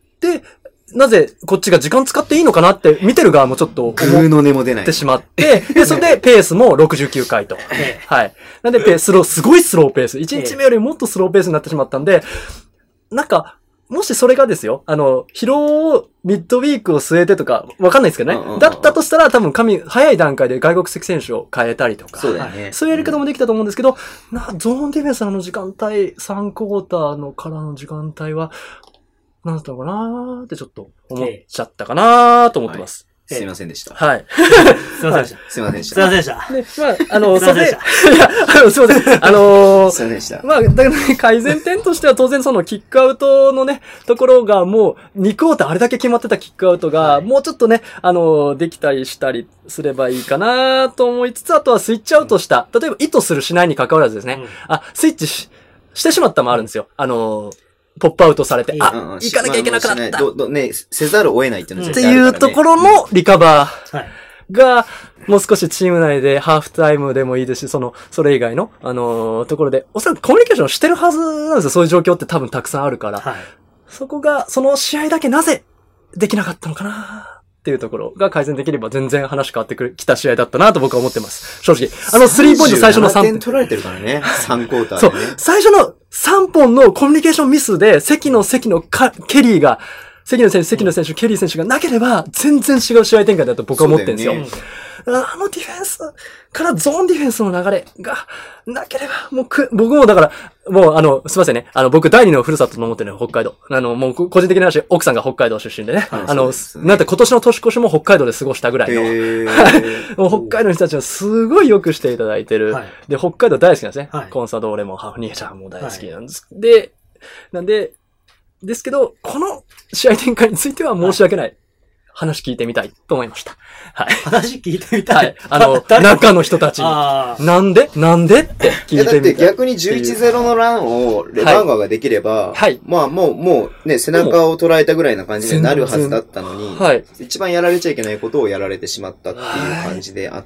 なぜこっちが時間使っていいのかなって見てる側もちょっと思ってしまって、で、それでペースもろくじゅうきゅうかいと。はい。なんでペースロー、すごいスローペース。いちにちめよりもっとスローペースになってしまったんで、なんか、もしそれがですよ、あの、疲労をミッドウィークを据えてとか、わかんないですけどね。だったとしたら多分神、早い段階で外国籍選手を変えたりとか。 そうだね。 そういうやり方もできたと思うんですけど、な、ゾーンディフェンスの時間帯、さんクォーターのからの時間帯は、なんだったのかなーってちょっと思っちゃったかなーと思ってます。 はい、すいませんでした。 はい。 すいませんでした。 すいませんでした。 すいませんでした。 ね、まあ、あの、 すいませんでした。 いや、あの、すいません。あのー、 すいませんでした。 まあ、だからね、改善点としては当然そのキックアウトのね、ところがもう、にクォーターあれだけ決まってたキックアウトが、もうちょっとね、あのー、できたりしたりすればいいかなと思いつつ、あとはスイッチアウトした。例えば意図するしないに関わらずですね。うん、あ、スイッチし、してしまったもあるんですよ。あのー、ポップアウトされて、あ、うんうん、行かなきゃいけなくなった。 どどね、せざるを得ないっていうのは絶対あるからね。っていうところのリカバーが、もう少しチーム内でハーフタイムでもいいですし、その、それ以外の、あのー、ところで、おそらくコミュニケーションしてるはずなんですよ。そういう状況って多分たくさんあるから。はい、そこが、その試合だけなぜできなかったのかなっていうところが改善できれば全然話変わってくる、来た試合だったなと僕は思ってます。正直。あのスリーポイント最初のさんてん取られてるからね。さんクォーターで、ね。 そう。最初のさんぽんのコミュニケーションミスで、関の関のかケリーが、関野選手、関野選手、ケリー選手がなければ、全然違う試合展開だと僕は思ってるんですよ。あのディフェンスからゾーンディフェンスの流れがなければ、もうく、僕もだから、もうあの、すいませんね。あの、僕第二のふるさとと思ってるの北海道。あの、もう個人的な話、奥さんが北海道出身でね。あ, あの、ね、なんて今年の年越しも北海道で過ごしたぐらいの。もう北海道の人たちはすごいよくしていただいてる。はい、で、北海道大好きなんですね。はい、コンサドーレも、ハーフニエちゃんも大好きなんです。はい、で、なんで、ですけど、この試合展開については申し訳ない。はい、話聞いてみたいと思いました。はい。 話聞いてみたい。はい。 あの、中の人たちに。なんでなんでって聞いてみたい。 だって逆にじゅういちたいゼロのランをレバンガーができれば、はい。まあもう、もうね、背中を捉えたぐらいな感じになるはずだったのに、はい。一番やられちゃいけないことをやられてしまったっていう感じであって、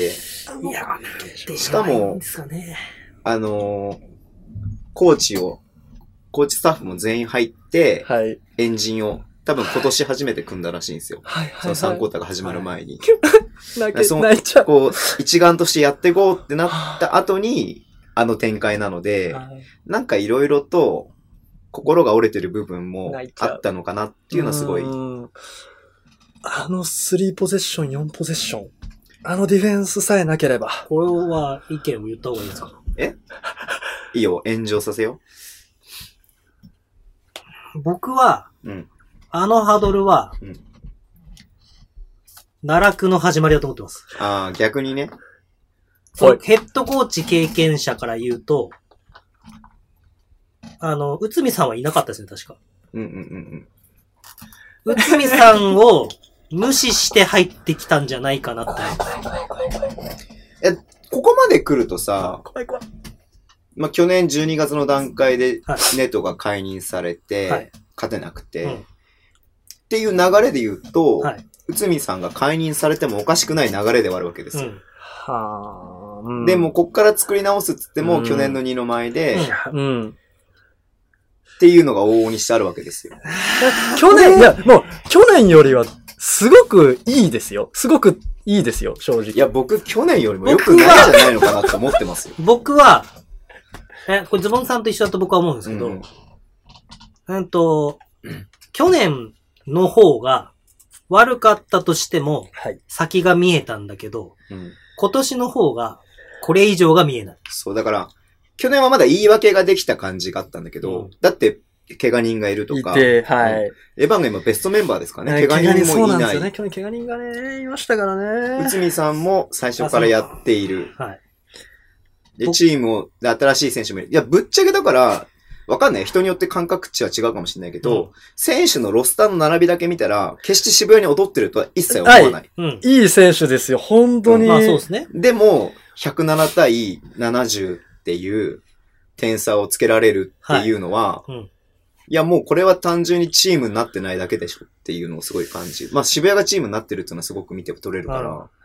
いや、 しかも、あの、コーチを、コーチスタッフも全員入って、はい。エンジンを、多分今年初めて組んだらしいんですよ。はいはい、はい。そのさんクォーターが始まる前に。 泣け、泣いちゃう。 こう、一丸としてやっていこうってなった後に、あの展開なので、はい、なんかいろいろと、 心が折れてる部分もあったのかなっていうのはすごい。 あのスリーポゼッション、よんポゼッション。あのディフェンスさえなければ。 これは意見を言った方がいいですか？ えいいよ、炎上させよう。僕は、うん、あのハドルは、うん、奈落の始まりだと思ってます。 ああ、逆にね。 そう、ヘッドコーチ経験者から言うと、あの、内海さんはいなかったですね、確か。 うんうんうんうん。内海さんを無視して入ってきたんじゃないかなって。 え、ここまで来るとさ、怖い怖い。まあ、去年じゅうにがつの段階でネトが解任されて、はい、勝てなくて、うん、っていう流れで言うと、はい、内海さんが解任されてもおかしくない流れではあるわけですよ。うん、はあ、うん、でも、こっから作り直すっつっても、うん、去年の二の舞で、うんうん、っていうのが往々にしてあるわけですよ。 去年、いや、もう、去年よりは、すごくいいですよ。すごくいいですよ、正直。 いや、僕、去年よりも良くないんじゃないのかなと思ってますよ。 僕は、え、これズボンさんと一緒だと僕は思うんですけど、うん、うんと、去年の方が悪かったとしても、はい、先が見えたんだけど、うん、今年の方がこれ以上が見えない。 そう、だから、去年はまだ言い訳ができた感じがあったんだけど、うん、だって、怪我人がいるとか。 いて、はい。 エヴァンが今ベストメンバーですかね。怪我人もいない。そうなんですよね。去年怪我人がね、いましたからね。 内海さんも最初からやっている。はい。で、チームを、で、新しい選手もいる。いや、ぶっちゃけだから、わかんない。人によって感覚値は違うかもしれないけど、うん、選手のロスターの並びだけ見たら、決して渋谷に踊ってるとは一切思わない。はい、 うん、いい選手ですよ、本当に。うん、 まあそうですね。 でも、ひゃくななたいななじゅうっていう点差をつけられるっていうのは、はい、うん、いや、もうこれは単純にチームになってないだけでしょっていうのをすごい感じ。まあ渋谷がチームになってるっていうのはすごく見て取れるから。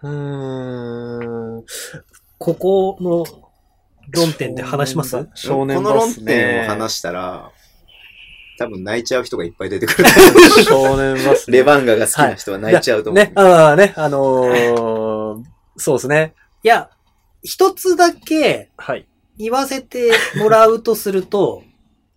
うーん。ここの論点で話します？ 少年バスね。この論点を話したら、多分泣いちゃう人がいっぱい出てくる。 少年バス、 ね。レバンガが好きな人は泣いちゃうと思う。 はい、ね、ああね、あのー、そうですね。 いや、一つだけ言わせてもらうとすると、はい、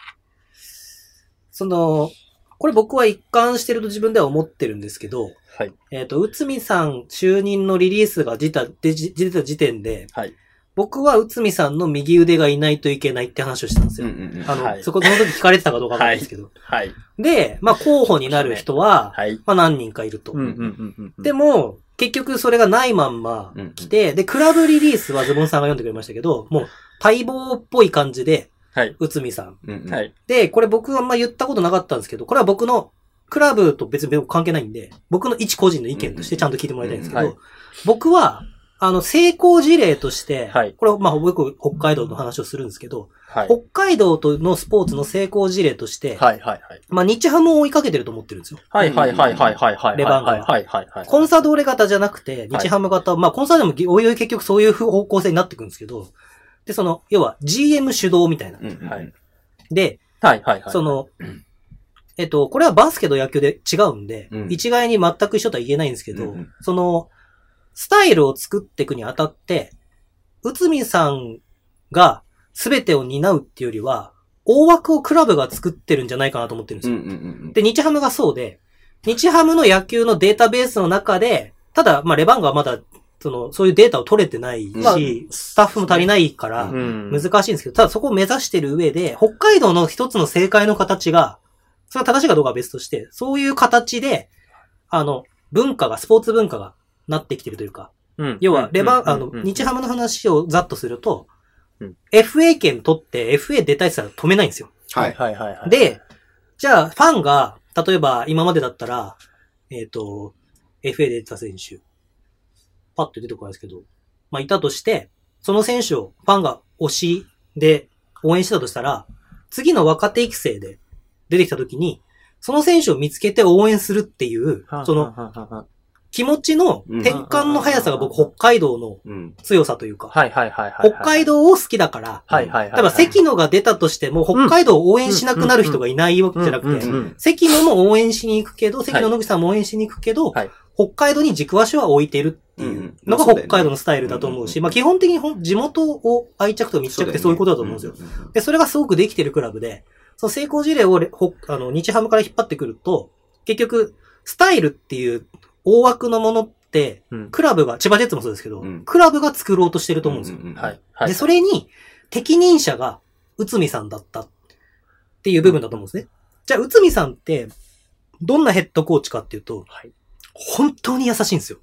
その、これ僕は一貫してると自分では思ってるんですけど、はい。えっと、内海さん就任のリリースが出た、出た時点で、はい。僕は内海さんの右腕がいないといけないって話をしたんですよ。うんうんうん、あの、はい、そこ、その時聞かれてたかどうかわかんないですけど。はい。はい、で、まあ、候補になる人は、はい。まあ、何人かいると。うんうんうんうん、でも、結局それがないまんま来て、うんうん、で、クラブリリースはズボンさんが読んでくれましたけど、もう、待望っぽい感じで、はい。内海さん。うんうん、はい。で、これ僕はあんま言ったことなかったんですけど、これは僕の、クラブと別に関係ないんで、僕の一個人の意見としてちゃんと聞いてもらいたいんですけど、うんうんはい、僕は、あの、成功事例として、はい、これはまあ、よく北海道の話をするんですけど、はい、北海道とのスポーツの成功事例として、はいはいはい、まあ、日ハムを追いかけてると思ってるんですよ。はいはいはいはいはいはい。レバンガは。はいはいはい。コンサドーレ型じゃなくて、日ハム型、はい、まあ、コンサドーレもおいおい結局そういう方向性になってくるんですけど、で、その、要は ジーエム 主導みたいな。うんはい、で、はいはいはい。その、えっと、これはバスケと野球で違うんで、うん、一概に全く一緒とは言えないんですけど、うん、その、スタイルを作っていくにあたって、内海さんが全てを担うっていうよりは、大枠をクラブが作ってるんじゃないかなと思ってるんですよ。うんうんうん、で、日ハムがそうで、日ハムの野球のデータベースの中で、ただ、まあ、レバンガはまだ、その、そういうデータを取れてないし、うん、スタッフも足りないから、難しいんですけど、ただそこを目指してる上で、北海道の一つの正解の形が、それは正しいかどうかは別として、そういう形で、あの、文化が、スポーツ文化がなってきてるというか、うん、要は、レバン、あの、日ハムの話をざっとすると、うん、エフエー 権取って エフエー 出たいって言ったら止めないんですよ。はい。はいはいはい。で、じゃあ、ファンが、例えば今までだったら、えっと、エフエー で出た選手、パッと出てこないですけど、まあ、いたとして、その選手をファンが推しで応援してたとしたら、次の若手育成で出てきたときに、その選手を見つけて応援するっていう、その、気持ちの転換の速さが僕、北海道の強さというか、北海道を好きだから、例えば関野が出たとしても、北海道を応援しなくなる人がいないわけじゃなくて、関野も応援しに行くけど、関野野口さんも応援しに行くけど、北海道に軸足は置いてるっていうのが北海道のスタイルだと思うし、まあ基本的に地元を愛着と密着ってそういうことだと思うんですよ。で、それがすごくできてるクラブで、 その成功事例をほあの日ハムから引っ張ってくると、結局、スタイルっていう大枠のものって、うん、クラブが、千葉ジェッツもそうですけど、うん、クラブが作ろうとしてると思うんですよ。うんうんうん、はい。はい。で、それに、適任者が、内海さんだったっていう部分だと思うんですね。じゃあ、内海さんって、どんなヘッドコーチかっていうと、はい、本当に優しいんですよ。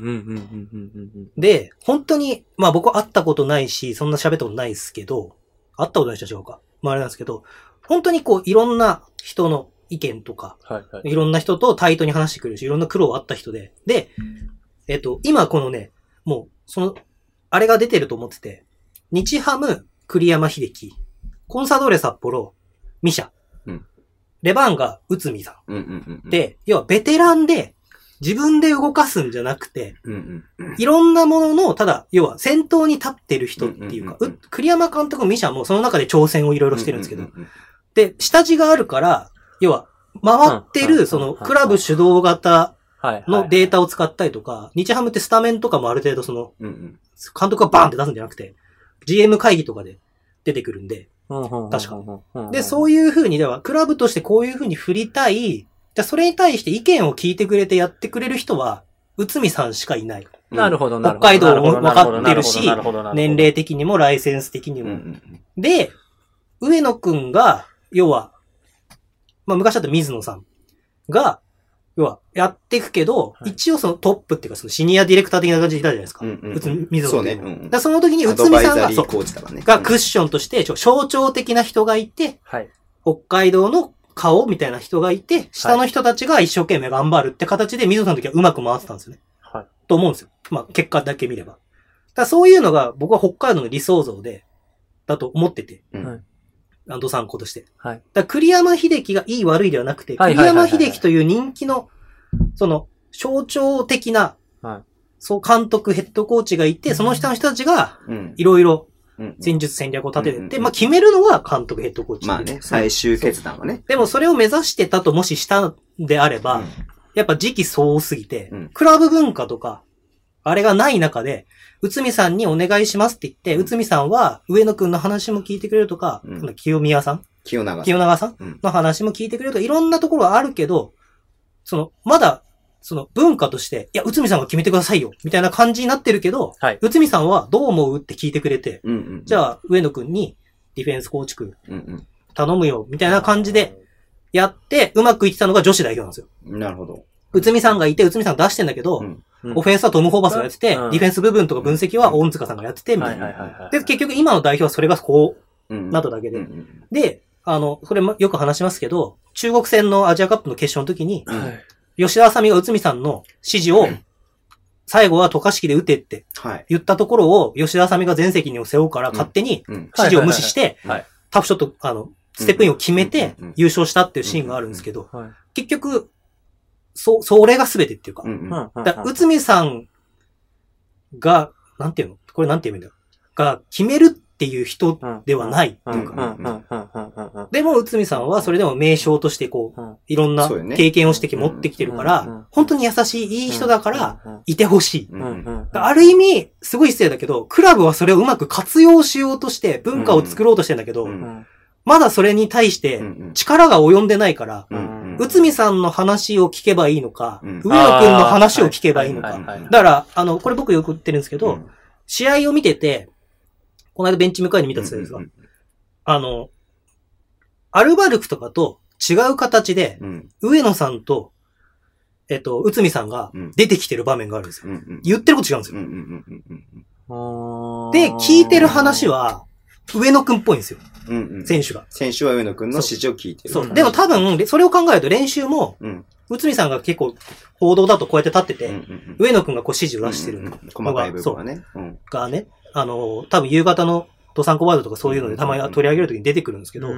で、本当に、まあ僕は会ったことないし、そんな喋ったことないですけど、会ったことない人は違うか。まああれなんですけど、本当にこう、いろんな人の意見とか、はいはい、いろんな人と対等に話してくれるし、いろんな苦労があった人で、で、えっと、今このね、もう、その、あれが出てると思ってて、日ハム、栗山英樹、コンサドーレ札幌、ミシャ、うん、レバンガ、内海さん、うんうんうんうん。で、要はベテランで、自分で動かすんじゃなくて、うんうんうん、いろんなものの、ただ、要は先頭に立ってる人っていうか、うんうんうん、栗山監督もミシャもその中で挑戦をいろいろしてるんですけど、うんうんうんうん、で、下地があるから、要は、回ってる、その、クラブ主導型のデータを使ったりとか、日ハムってスタメンとかもある程度その、監督がバーンって出すんじゃなくて、ジーエム 会議とかで出てくるんで、確か。で、そういう風に、では、クラブとしてこういう風に振りたい、じゃあそれに対して意見を聞いてくれてやってくれる人は、内海さんしかいない。 なるほど、なるほど。北海道も分かってるし、年齢的にもライセンス的にも。で、上野くんが、要は、まあ昔だった水野さんが、要はやっていくけど、はい、一応そのトップっていうかそのシニアディレクター的な感じでいたじゃないですか。うんうんうん、水野君。そうね。うん、だその時に内海さんが、ね、がクッションとして象徴的な人がいて、はい、北海道の顔みたいな人がいて、下の人たちが一生懸命頑張るって形で水野さんの時はうまく回ってたんですよね。はい。と思うんですよ。まあ結果だけ見れば。だそういうのが僕は北海道の理想像で、だと思ってて。うん安藤参考として。はい。だ栗山英樹がいい悪いではなくて、栗山英樹という人気の、その、象徴的な、はい。そう、監督、ヘッドコーチがいて、その下の人たちが、いろいろ、戦術戦略を立ててって、まあ決めるのは監督、ヘッドコーチ。 まあね、最終決断はね。 でもそれを目指してたともししたんであれば、うん、やっぱ時期相応すぎて、うん、クラブ文化とか、あれがない中で、内海さんにお願いしますって言って、内海さんは上野くんの話も聞いてくれるとか、うん、清宮さん清永さん。 清永さんの話も聞いてくれるとか、いろんなところはあるけど、その、まだ、その文化として、いや、内海さんが決めてくださいよ、みたいな感じになってるけど、はい、内海さんはどう思うって聞いてくれて、うんうんうん、じゃあ、上野くんにディフェンス構築頼むよ、みたいな感じでやって、うまくいってたのが女子代表なんですよ。なるほど。 内海さんがいて、内海さん出してんだけど、うんオフェンスはトム・ホーバスがやってて、うん、ディフェンス部分とか分析は大塚さんがやってて、みたいな。で、結局今の代表はそれがこう、なっただけで。うんうん、で、あの、これもよく話しますけど、中国戦のアジアカップの決勝の時に、うん、吉田麻美が内海さんの指示を、最後は渡嘉敷で打てって言ったところを、吉田麻美が全責任を背負うから勝手に指示を無視して、タフショット、あの、ステップインを決めて優勝したっていうシーンがあるんですけど、結局、そ、それが全てっていうか。うんうん、だ内海さんが、なんていうのこれなんて言うんだよ。が、決めるっていう人ではないっていうか。でも内海さんはそれでも名将としてこう、いろんな経験をしてき、持ってきてるから、本当に優しい、いい人だから、いてほしい。ある意味、すごい失礼だけど、クラブはそれをうまく活用しようとして、文化を作ろうとしてんだけど、まだそれに対して力が及んでないから、内海さんの話を聞けばいいのか、うん、上野くんの話を聞けばいいのか。だから、あの、これ僕よく言ってるんですけど、うん、試合を見てて、この間ベンチ向かいに見たんですが、うんうんうん、あの、アルバルクとかと違う形で、うん、上野さんと、えっと、内海さんが出てきてる場面があるんですよ。うんうん、言ってること違うんですよ。うんうんうんうん、で、聞いてる話は、上野くんっぽいんですよ。うんうん、選手が。 選手は上野くんの指示を聞いてる。 そう。そうでも多分、それを考えると練習も、うん、内海さんが結構、報道だとこうやって立ってて、うんうんうん、上野くんがこう指示を出してるのが、 うんうん、細かい部分はね。 うん、がね、あの、多分夕方のドサンコワードとかそういうのでたまに取り上げるときに出てくるんですけど、うん、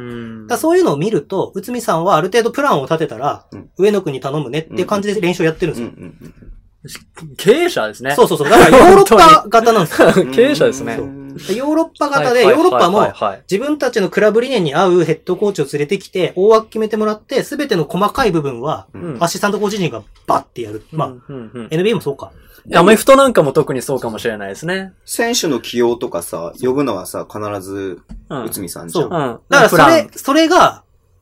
だそういうのを見ると、内海さんはある程度プランを立てたら、うん、上野くんに頼むねっていう感じで練習をやってるんですよ。うんうんうんうん、経営者ですね。 そうそうそう。だからヨーロッパ型なんですよ。 経営者ですね。 ヨーロッパ型で、ヨーロッパも自分たちのクラブ理念に合うヘッドコーチを連れてきて、大枠決めてもらって、すべての細かい部分は、アシスタントコーチ陣がバッてやる。まあ、エヌビーエー もそうか。 アメフトなんかも特にそうかもしれないですね。 選手の起用とかさ、呼ぶのはさ、必ず、内海さんじゃん。 そう。だからそれ、それが、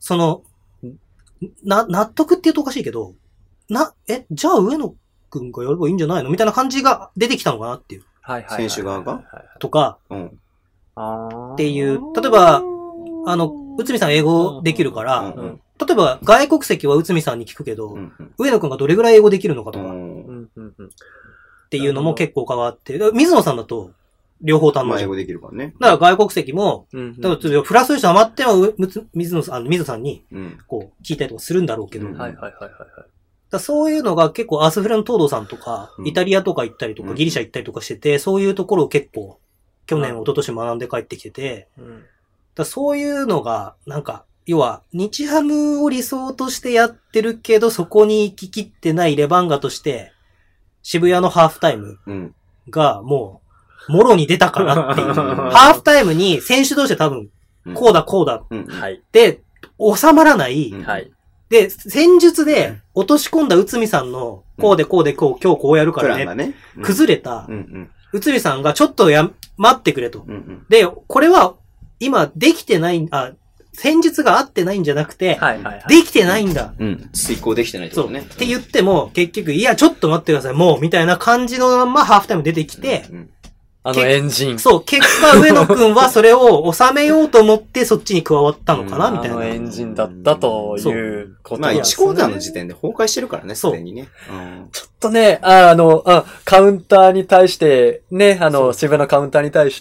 その、な、納得って言うとおかしいけど、な、え、じゃあ上野くんがやればいいんじゃないのみたいな感じが出てきたのかなっていう。 はいはい。 選手側がとか、 うん。 っていう、例えば、あの、内海さん英語できるから、うんうん、例えば外国籍は内海さんに聞くけど、うんうん、上野くんがどれぐらい英語できるのかとか、うんうんうん、っていうのも結構変わって、水野さんだと両方担当。 英語できるからね。 だから外国籍も、うんうん、だからフラストレーション余っては水野さん、水野さんにこう聞いたりとかするんだろうけど、うんはいはいはいはい。だそういうのが結構アスフレの東堂さんとか、イタリアとか行ったりとか、ギリシャ行ったりとかしてて、そういうところを結構去年、一昨年学んで帰ってきてて、うんだそういうのが、なんか、要は、日ハムを理想としてやってるけど、そこに行ききってないレバンガとして、渋谷のハーフタイムが、もう、もろに出たかなっていう。ハーフタイムに選手同士で多分、こうだこうだ。うんうん、で、収まらない。はい、で、戦術で落とし込んだ内海さんの、こうでこうでこう、今日こうやるからね。ねうん、崩れた。うんうん、内海さんがちょっとや、待ってくれと。うんうん、で、これは、今、できてない、あ、戦術が合ってないんじゃなくて、はいはいはい、できてないんだ。 うん。遂行できてないってことね。 そう。って言っても、結局、いや、ちょっと待ってください、もう、みたいな感じのままハーフタイム出てきて、うんうん、 あのエンジン。 そう、結果、上野くんはそれを収めようと思って、そっちに加わったのかな、みたいな。あのエンジンだったということまあ、いちクォーターの時点で崩壊してるからね、すでにね。 うん、ちょっとね、ああのあ、カウンターに対して、ね、あの、渋谷のカウンターに対して、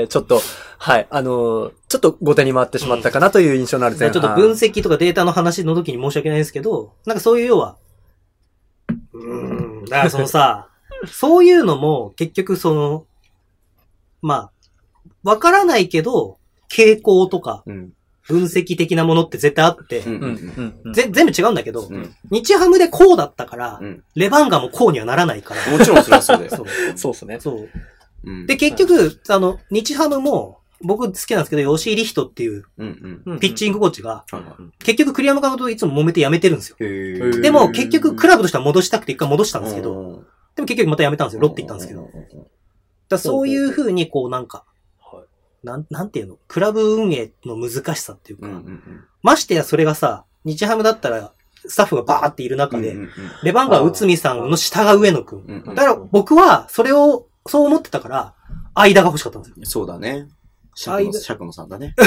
ちょっと、はい。あのー、ちょっと後手に回ってしまったかなという印象のある前半、 うん、ちょっと分析とかデータの話の時に申し訳ないですけど、なんかそういう要は、うーん、だからそのさ、そういうのも結局その、まあ、わからないけど、傾向とか、分析的なものって絶対あって、ぜ全部違うんだけど、うん、日ハムでこうだったから、うん、レバンガもこうにはならないから。 もちろんそれはそうだよ。 そうそうですね。 そう。で、結局、あの、日ハムも、僕好きなんですけど、吉井リヒトっていう、ピッチングコーチが、結局栗山監督といつも揉めて辞めてるんですよ。でも、結局クラブとしては戻したくて一回戻したんですけど、でも結局また辞めたんですよ。ロッテ行ったんですけど。だそういう風に、こうなんか、なん、なんていうのクラブ運営の難しさっていうか、ましてやそれがさ、日ハムだったら、スタッフがバーっている中で、レバンガは内海さんの下が上野くん。だから僕は、それを、そう思ってたから、間が欲しかったんですよ。 そうだね。釈野、釈野さんだね。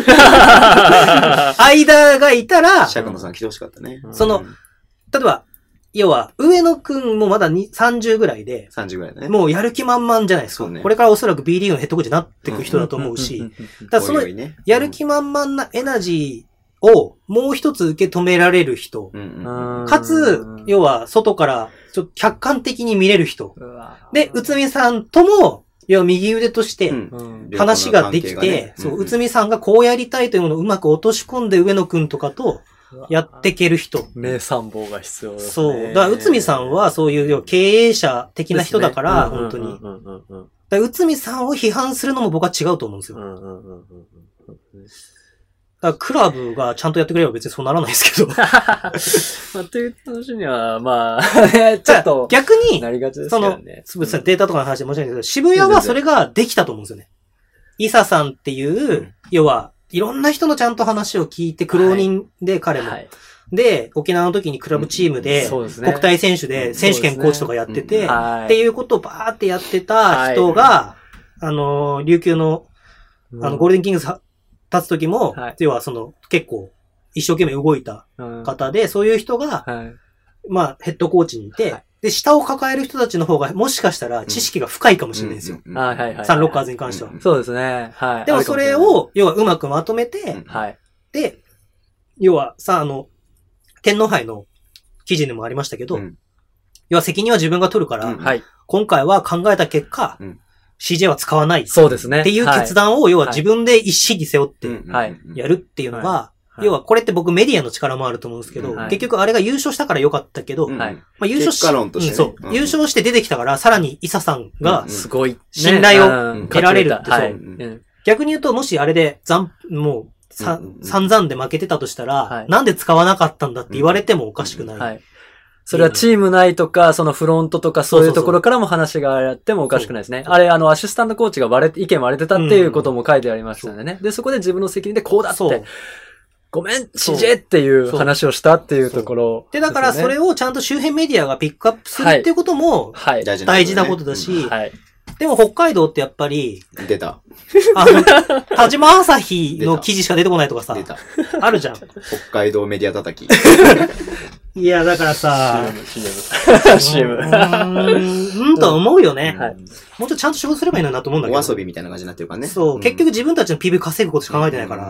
間がいたら、 釈野さん来てほしかったね。 その、例えば、要は、上野くんもまださんじゅうぐらいで、 さんじゅうぐらいだね。 もうやる気満々じゃないですか。ね、これからおそらく B リーグのヘッドコーチになっていく人だと思うし、だその、やる気満々なエナジーをもう一つ受け止められる人、かつ、要は、外から、ちょっと客観的に見れる人。で、内海さんとも、要は右腕として、話ができて、ね、そう、内海さんがこうやりたいというものをうまく落とし込んで上野くんとかと、やっていける人。 名参謀が必要ですね。 そう。だから内海さんはそういう経営者的な人だから、ね、本当に。だから内海さんを批判するのも僕は違うと思うんですよ。だからクラブがちゃんとやってくれれば別にそうならないですけど。まあ、という話には、まあ、ちょっと。 逆に、その、データとかの話で申し訳ないですけど、渋谷はそれができたと思うんですよね。イサさんっていう、うん、要は、いろんな人のちゃんと話を聞いて、苦労人で彼も。はい、で、沖縄の時にクラブチームで、うんね、国体選手で選手権コーチとかやってて、ねうんはい、っていうことをバーってやってた人が、はい、あの、琉球の、あの、ゴールデンキングス立つ時も、はい、要はその、結構、一生懸命動いた方で、うん、そういう人が、はい、まあ、ヘッドコーチにいて、はい、で、下を抱える人たちの方が、もしかしたら知識が深いかもしれないですよ。サンロッカーズに関しては。 そうですね。はい。 でもそれを、要はうまくまとめて、はい。で、要はさ、あの、天皇杯の記事にもありましたけど、うん、要は責任は自分が取るから、うん、はい。今回は考えた結果、うん、シージェー は使わない。 そうですね。 っていう決断を、要は自分で一式背負って、やるっていうのは、要はこれって僕メディアの力もあると思うんですけど、はい、結局あれが優勝したから良かったけど、はい、まあ優勝し、 結果論として、ね、 そう、うん、優勝して出てきたからさらにイサさんが、 すごい、 信頼を得られるって、そう。逆に言うともしあれで残、もう、さ、散々で負けてたとしたら、はい、なんで使わなかったんだって言われてもおかしくない。はい。 それはチーム内とか、そのフロントとかそういうところからも話があってもおかしくないですね。あれ、あの、アシスタントコーチが割れて、意見割れてたっていうことも書いてありましたんでね。で、そこで自分の責任でこうだって。 ごめん、シージェー っていう話をしたっていうところで、ね。で、だからそれをちゃんと周辺メディアがピックアップするっていうことも、はい。大事なことだし、はい。でも北海道ってやっぱり、 出た。 あの、田島朝日の記事しか出てこないとかさ、出た。あるじゃん。 北海道メディア叩き。 いや、だからさ、 シーエム、シーエム。 うーん、うんと思うよね。はい。もうちょっとちゃんと仕事すればいいのになと思うんだけど。 お遊びみたいな感じになってるからね。 そう、結局自分たちの ピーブイ 稼ぐことしか考えてないから。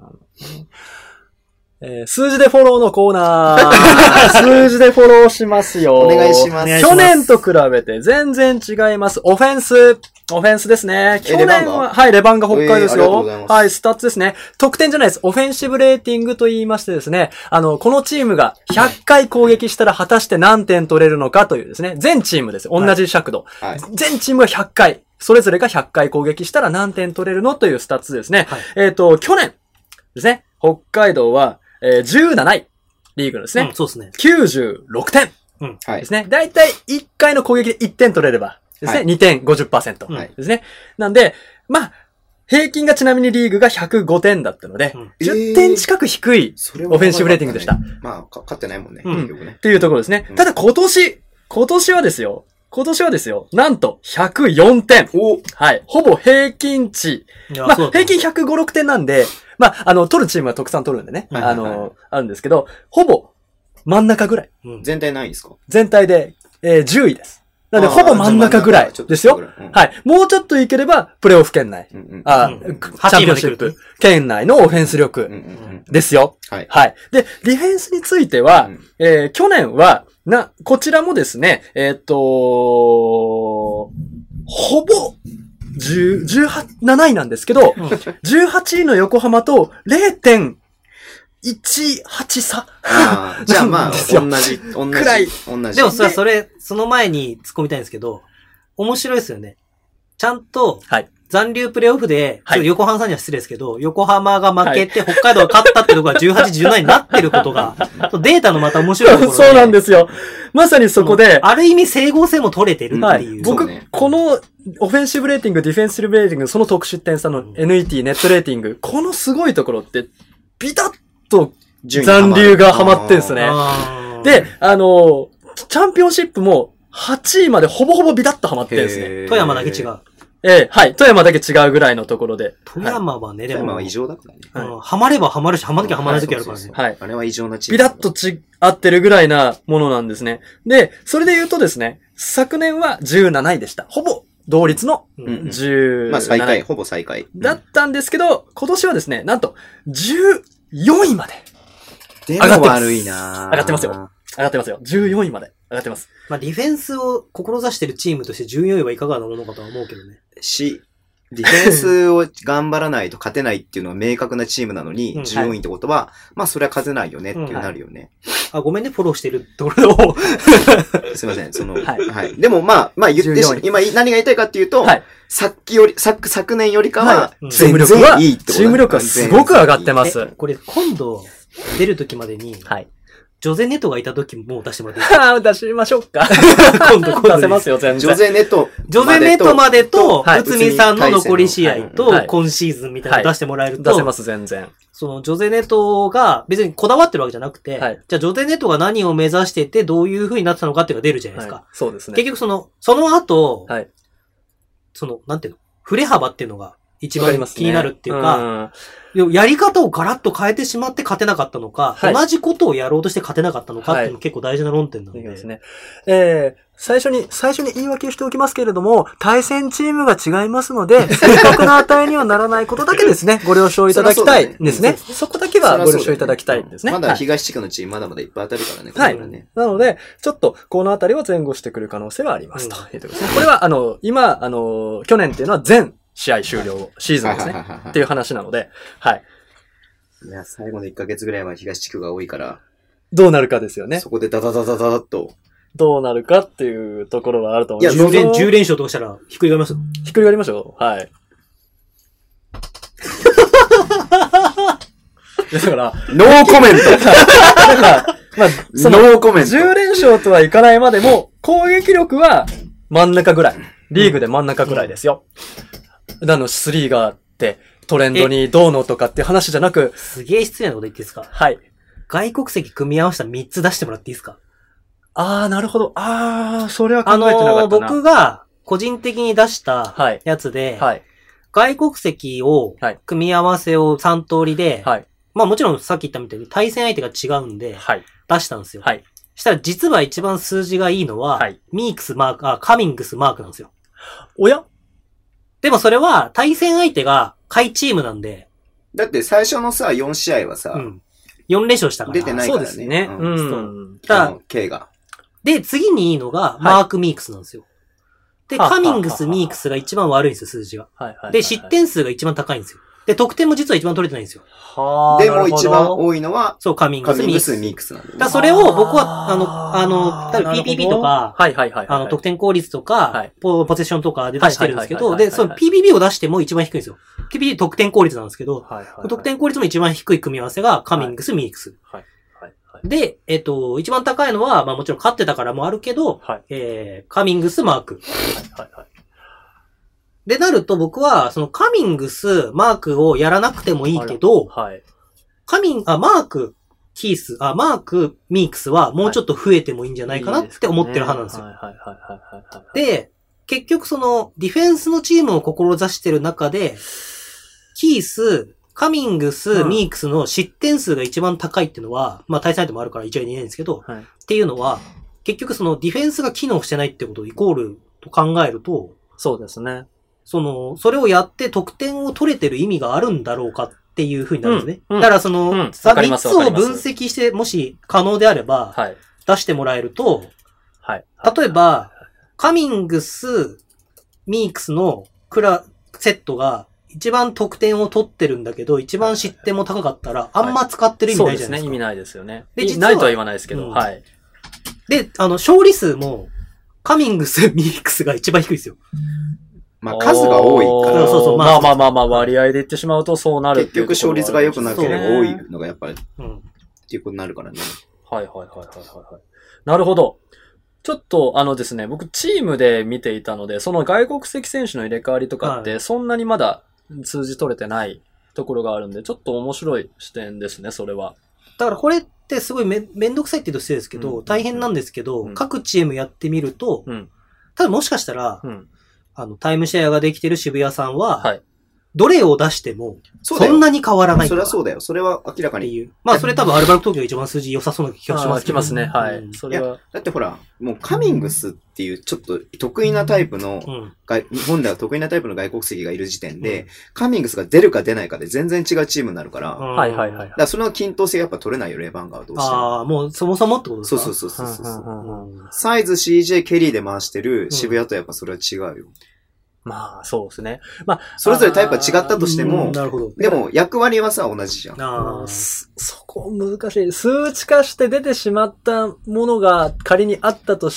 えー、数字でフォローのコーナー。数字でフォローしますよ。 お願いします。 去年と比べて全然違います。オフェンス。オフェンスですね。去年は、はい、レバンが北海道ですよ。えー、はい、スタッツですね。得点じゃないです。オフェンシブレーティングと言いましてですね、あの、このチームがひゃっかい攻撃したら果たして何点取れるのかというですね、全チームです。同じ尺度。はい、全チームがひゃっかい。それぞれがひゃっかい攻撃したら何点取れるのというスタッツですね。はい、えっと、去年ですね、北海道は、えー、じゅうなないリーグですね。 うん、そうですね。 きゅうじゅうろくてん。うん。はい。ですね。だいたいいっかいの攻撃でいってん取れればですね。はい、にてん ごじゅっパーセント。はい。ですね。なんで、まあ、平均がちなみにリーグがひゃくごてんだったので、うん、じゅってん近く低いオフェンシブレーティングでした。 えー、まあ、勝ってないもんね。 うん。ねっていうところですね。うん、ただ今年、今年はですよ。今年はですよ。なんとひゃくよんてん。おはい。ほぼ平均値。まあ、平均ひゃくご、ろくてんなんで、まあ、あの、取るチームはたくさん取るんでね。はいはいはい、あの、あるんですけど、ほぼ真ん中ぐらい。 うん、全体ないんですか？ 全体で、えー、じゅういです。なので、ほぼ真ん中ぐらいですよ。うん、はい。もうちょっといければ、プレイオフ圏内。うんうん、あ、うん、チャンピオンシップ圏内のオフェンス力ですよ。うんうんうん、はい。はい。で、ディフェンスについては、うん、えー、去年は、な、こちらもですね、えー、っと、ほぼ、十、十八、七位なんですけど、うん、じゅうはちいの横浜と れいてんいちはち 差。 あじゃあまあ、同じ、同じ。くらい。同じ。 でもさ、それ、その前に突っ込みたいんですけど、面白いですよね。ちゃんと、はい。残留プレイオフで、はい、横浜さんには失礼ですけど、横浜が負けて北海道が勝ったってところがじゅうはち、じゅうななになってることが、データのまた面白いところ、ね、 そうなんですよ。まさにそこで、 ある意味整合性も取れてるっていう。はい、 僕、ね、このオフェンシブレーティング、ディフェンシブレーティング、その得失点差の エヌイーティー、ネットレーティング、このすごいところって、ビタッと残留がハマってんすね。で、あの、チャンピオンシップもはちいまでほぼほぼビタッとハマってんすね。 富山だけ違う。 ええー、はい。富山だけ違うぐらいのところで。 富山はね、 でも。富山は異常だからね。 はい。ハマればハマるし、ハマなきゃハマらない時あるからね。 はい。 あれは異常なチーム。 ビタッとち、合ってるぐらいなものなんですね。で、それで言うとですね、昨年はじゅうなないでした。ほぼ同率のじゅうなない。 まあ最下位、ほぼ最下位。 だったんですけど、今年はですね、なんとじゅうよんいまで。 でも悪いな上がってますよ。上がってますよ。じゅうよんいまで上がってます。 まあディフェンスを志してるチームとしてじゅうよんいはいかがなものかとは思うけどね。 し、ディフェンスを頑張らないと勝てないっていうのは明確なチームなのに、うん、じゅうよんいってことは、はい、まあそれは勝てないよねっていうなるよね。 うんはい、あ、ごめんね、フォローしてるところを。 すいません、その、はい。はい。でもまあ、まあ言ってし、今何が言いたいかっていうと、はい、さっきより、昨、昨年よりかは、 チーム力はいいってことチーム力はすごく上がってます。 これ今度出る時までに、はい。ジョゼネトがいた時も出してもらっていいですか？出しましょうか。今度、今度出せますよ、全然。 ジョゼネト。 ジョゼネトまでと、内海さんの残り試合と、今シーズンみたいなの出してもらえると、 出せます、全然。 その、ジョゼネトが別にこだわってるわけじゃなくて、はい、じゃあ、ジョゼネトが何を目指してて、どういう風になってたのかっていうのが出るじゃないですか。はい、 そうですね。 結局その、その後、はい、その、なんていうの、振れ幅っていうのが一番気になるっていうか、やり方をガラッと変えてしまって勝てなかったのか、はい、同じことをやろうとして勝てなかったのかっていうのも結構大事な論点なので。はい、ですね。 えー、最初に、最初に言い訳しておきますけれども、対戦チームが違いますので、正確な値にはならないことだけですね、ご了承いただきたいですね。そ, ねそこだけはご了承いただきたいですね。 まだ東地区のチームまだまだいっぱい当たるからね。 はい。こねなので、ちょっと、このあたりは前後してくる可能性はありますと。うん、いうところですね。これは、あの、今、あの、去年っていうのは全試合終了後、シーズンですね。っていう話なので、はい。 いや、最後のいっかげつぐらいは東地区が多いから。 どうなるかですよね。 そこでダダダダダダッと。 どうなるかっていうところはあると思います。 いや、じゅう連、じゅう連勝とかしたら、ひっくり返りますひっくり返りましょう。はい。だから、 ノーコメントだから、まあ、その、ノーコメント。じゅう連勝とはいかないまでも、攻撃力は真ん中ぐらい。リーグで真ん中ぐらいですよ。うん、あの、スリーがあって、 トレンドにどうのとかっていう話じゃなく。 すげえ失礼なこと言っていいですか？ はい。 外国籍組み合わせたみっつ出してもらっていいですか？ あー、なるほど。あー、それは考えてなかったな。あのー、 僕が個人的に出したやつで、はいはい、外国籍を組み合わせをさん通りで、はい、まあもちろんさっき言ったみたいに対戦相手が違うんで、はい、出したんですよ。はい。したら実は一番数字がいいのは、はい、ミークスマーク、あ、カミングスマークなんですよ。 おや？ でもそれは対戦相手が下位チームなんで。 だって最初のさ、よん試合はさ、うん、 よん連勝したから。 出てないからね。 そうですね。うん。そう。 だ K が。 で、次にいいのが、マーク・ミークスなんですよ。はい、で、カミングス・ミークスが一番悪いんですよ、数字が。はいはいはいはい、で、失点数が一番高いんですよ。で、得点も実は一番取れてないんですよ。 はでも一番多いのは、 そう、カミングス・ミークス。 ミークスなんだ、ね。 だそれを僕は、あの、あの、多分 ピーピーピー とか、 はいはいはい、 あの、得点効率とか、はい、ポ, ポゼッションとかで出してるんですけど、で、その ピーピーピー を出しても一番低いんですよ。ピーピーピー 得点効率なんですけど、はいはいはい、得点効率も一番低い組み合わせがカミングス・ミークス。はいで、えっと、一番高いのは、まあもちろん勝ってたからもあるけど、はい、えー、カミングスマーク。はいはいはい。で、なると僕は、そのカミングスマークをやらなくてもいいけど、はい、カミン、あ、マーク、キース、あ、マーク、ミークスはもうちょっと増えてもいいんじゃないかなって思ってる派なんですよ。はいはいはいはいはい。で、結局その、ディフェンスのチームを志してる中で、キース、カミングス、うん、ミークスの失点数が一番高いっていうのは、まあ対戦相手もあるから一応言えないんですけど、はい、っていうのは、結局そのディフェンスが機能してないってことをイコールと考えると、 そうですね。 その、それをやって得点を取れてる意味があるんだろうかっていう風になるんですね。うんうん、だからその、うん、みっつを分析して、もし可能であれば、はい、出してもらえると、はい、例えば、カミングス、ミークスのクラ、セットが、一番得点を取ってるんだけど、一番失点も高かったら、あんま使ってる意味ないじゃないですか。そうですね、 意味ないですよね。で、実はないとは言わないですけど、うん、はい。 で、あの、勝利数も、カミングス、ミークスが一番低いですよ。 まあ、数が多いから。 そうそう、まあまあまあまあ、割合で言ってしまうとそうなるっていう。 結局勝率が良くなければ多いのがやっぱり、うん、っていうことになるからね。 はいはいはいはいはいはい。なるほど。ちょっと、あのですね、僕チームで見ていたので、その外国籍選手の入れ替わりとかって、そんなにまだ、数字取れてないところがあるんで、ちょっと面白い視点ですね、それは。 だからこれってすごいめ、めんどくさいって言うと失礼ですけど、うん、大変なんですけど、うん、各チームやってみると、うん、ただもしかしたら、うん、あの、タイムシェアができてる渋谷さんは、はい、どれを出しても、そんなに変わらない。 それはそうだよ。それは明らかに。 っていう。まあ、それ多分アルバルク東京が一番数字良さそうな気がしますけど。きますね。はい。うん、 それは。だってほら、もうカミングスっていうちょっと得意なタイプの、うん、日本では得意なタイプの外国籍がいる時点で、うん、カミングスが出るか出ないかで全然違うチームになるから。 はいはいはい。 だからその均等性やっぱ取れないよ、レバンガはどうしても。 ああ、もうそもそもってことですか？ そうそうそうそうそう。サイズ シージェー ケリーで回してる渋谷とやっぱそれは違うよ。うんまあ、そうですね。まあ、 それぞれタイプは違ったとしても、なるほど。でも役割はさ、同じじゃん。 ああ、そこ難しい。数値化して出てしまったものが仮にあったとして、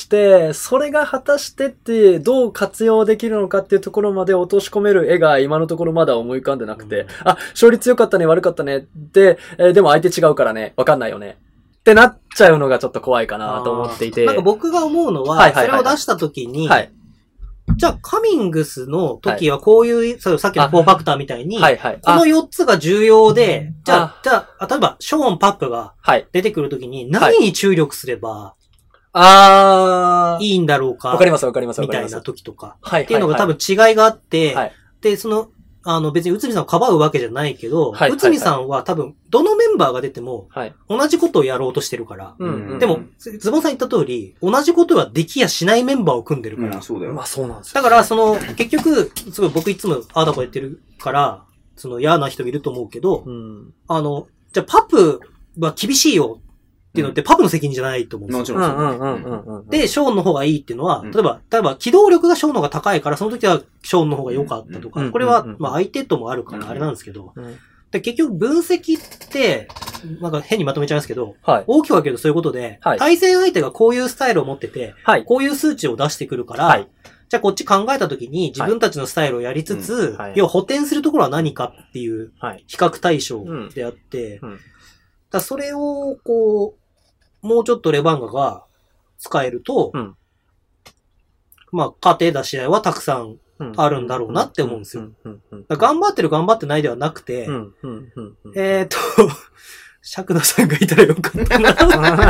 それが果たしてってどう活用できるのかっていうところまで落とし込める絵が今のところまだ思い浮かんでなくて、うん、あ、勝率良かったね、悪かったね。で、えー、でも相手違うからね、わかんないよね。ってなっちゃうのがちょっと怖いかなと思っていて。 なんか僕が思うのは、はいはいはいはい、それを出したときに、はいじゃあ、カミングスの時はこういう、はい、さっきのフォーファクターみたいに、はいはい、このよっつが重要で、じゃあ、じゃあ、例えば、ショーン・パップが出てくる時に何に注力すれば、ああ、いいんだろうか。 わかりますわかりますみたいな時とか。はい。っていうのが多分違いがあって、はい、で、その、あの別に内海さんをかばうわけじゃないけど、はい、内海さんは多分どのメンバーが出ても同じことをやろうとしてるから、はい、でもズボンさん言った通り同じことはできやしないメンバーを組んでるから、うん、 そうだよ。 まあそうなんですよ。 だからその結局すごい僕いつもああだこやってるからその嫌な人もいると思うけど、うん、あのじゃあパプは厳しいよっていうのってパプの責任じゃないと思うんですよ。もちろん。で、ショーンの方がいいっていうのは、例えば、例えば機動力がショーンの方が高いから、その時はショーンの方が良かったとか、これは、まあ相手ともあるからあれなんですけど、で結局分析って、なんか変にまとめちゃいますけど、はい、大きく分けるとそういうことで、はい、対戦相手がこういうスタイルを持ってて、はい、こういう数値を出してくるから、はい、じゃあこっち考えた時に自分たちのスタイルをやりつつ、はいうんはい、要は補填するところは何かっていう比較対象であって、うんうん、だそれをこう、もうちょっとレバンガが使えると、うん、まあ、勝てた試合はたくさんあるんだろうなって思うんですよ。頑張ってる頑張ってないではなくて、えっと、釈野さんがいたらよかったな。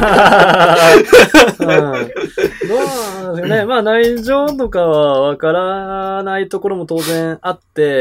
どうね、まあ内情とかはわからないところも当然あって、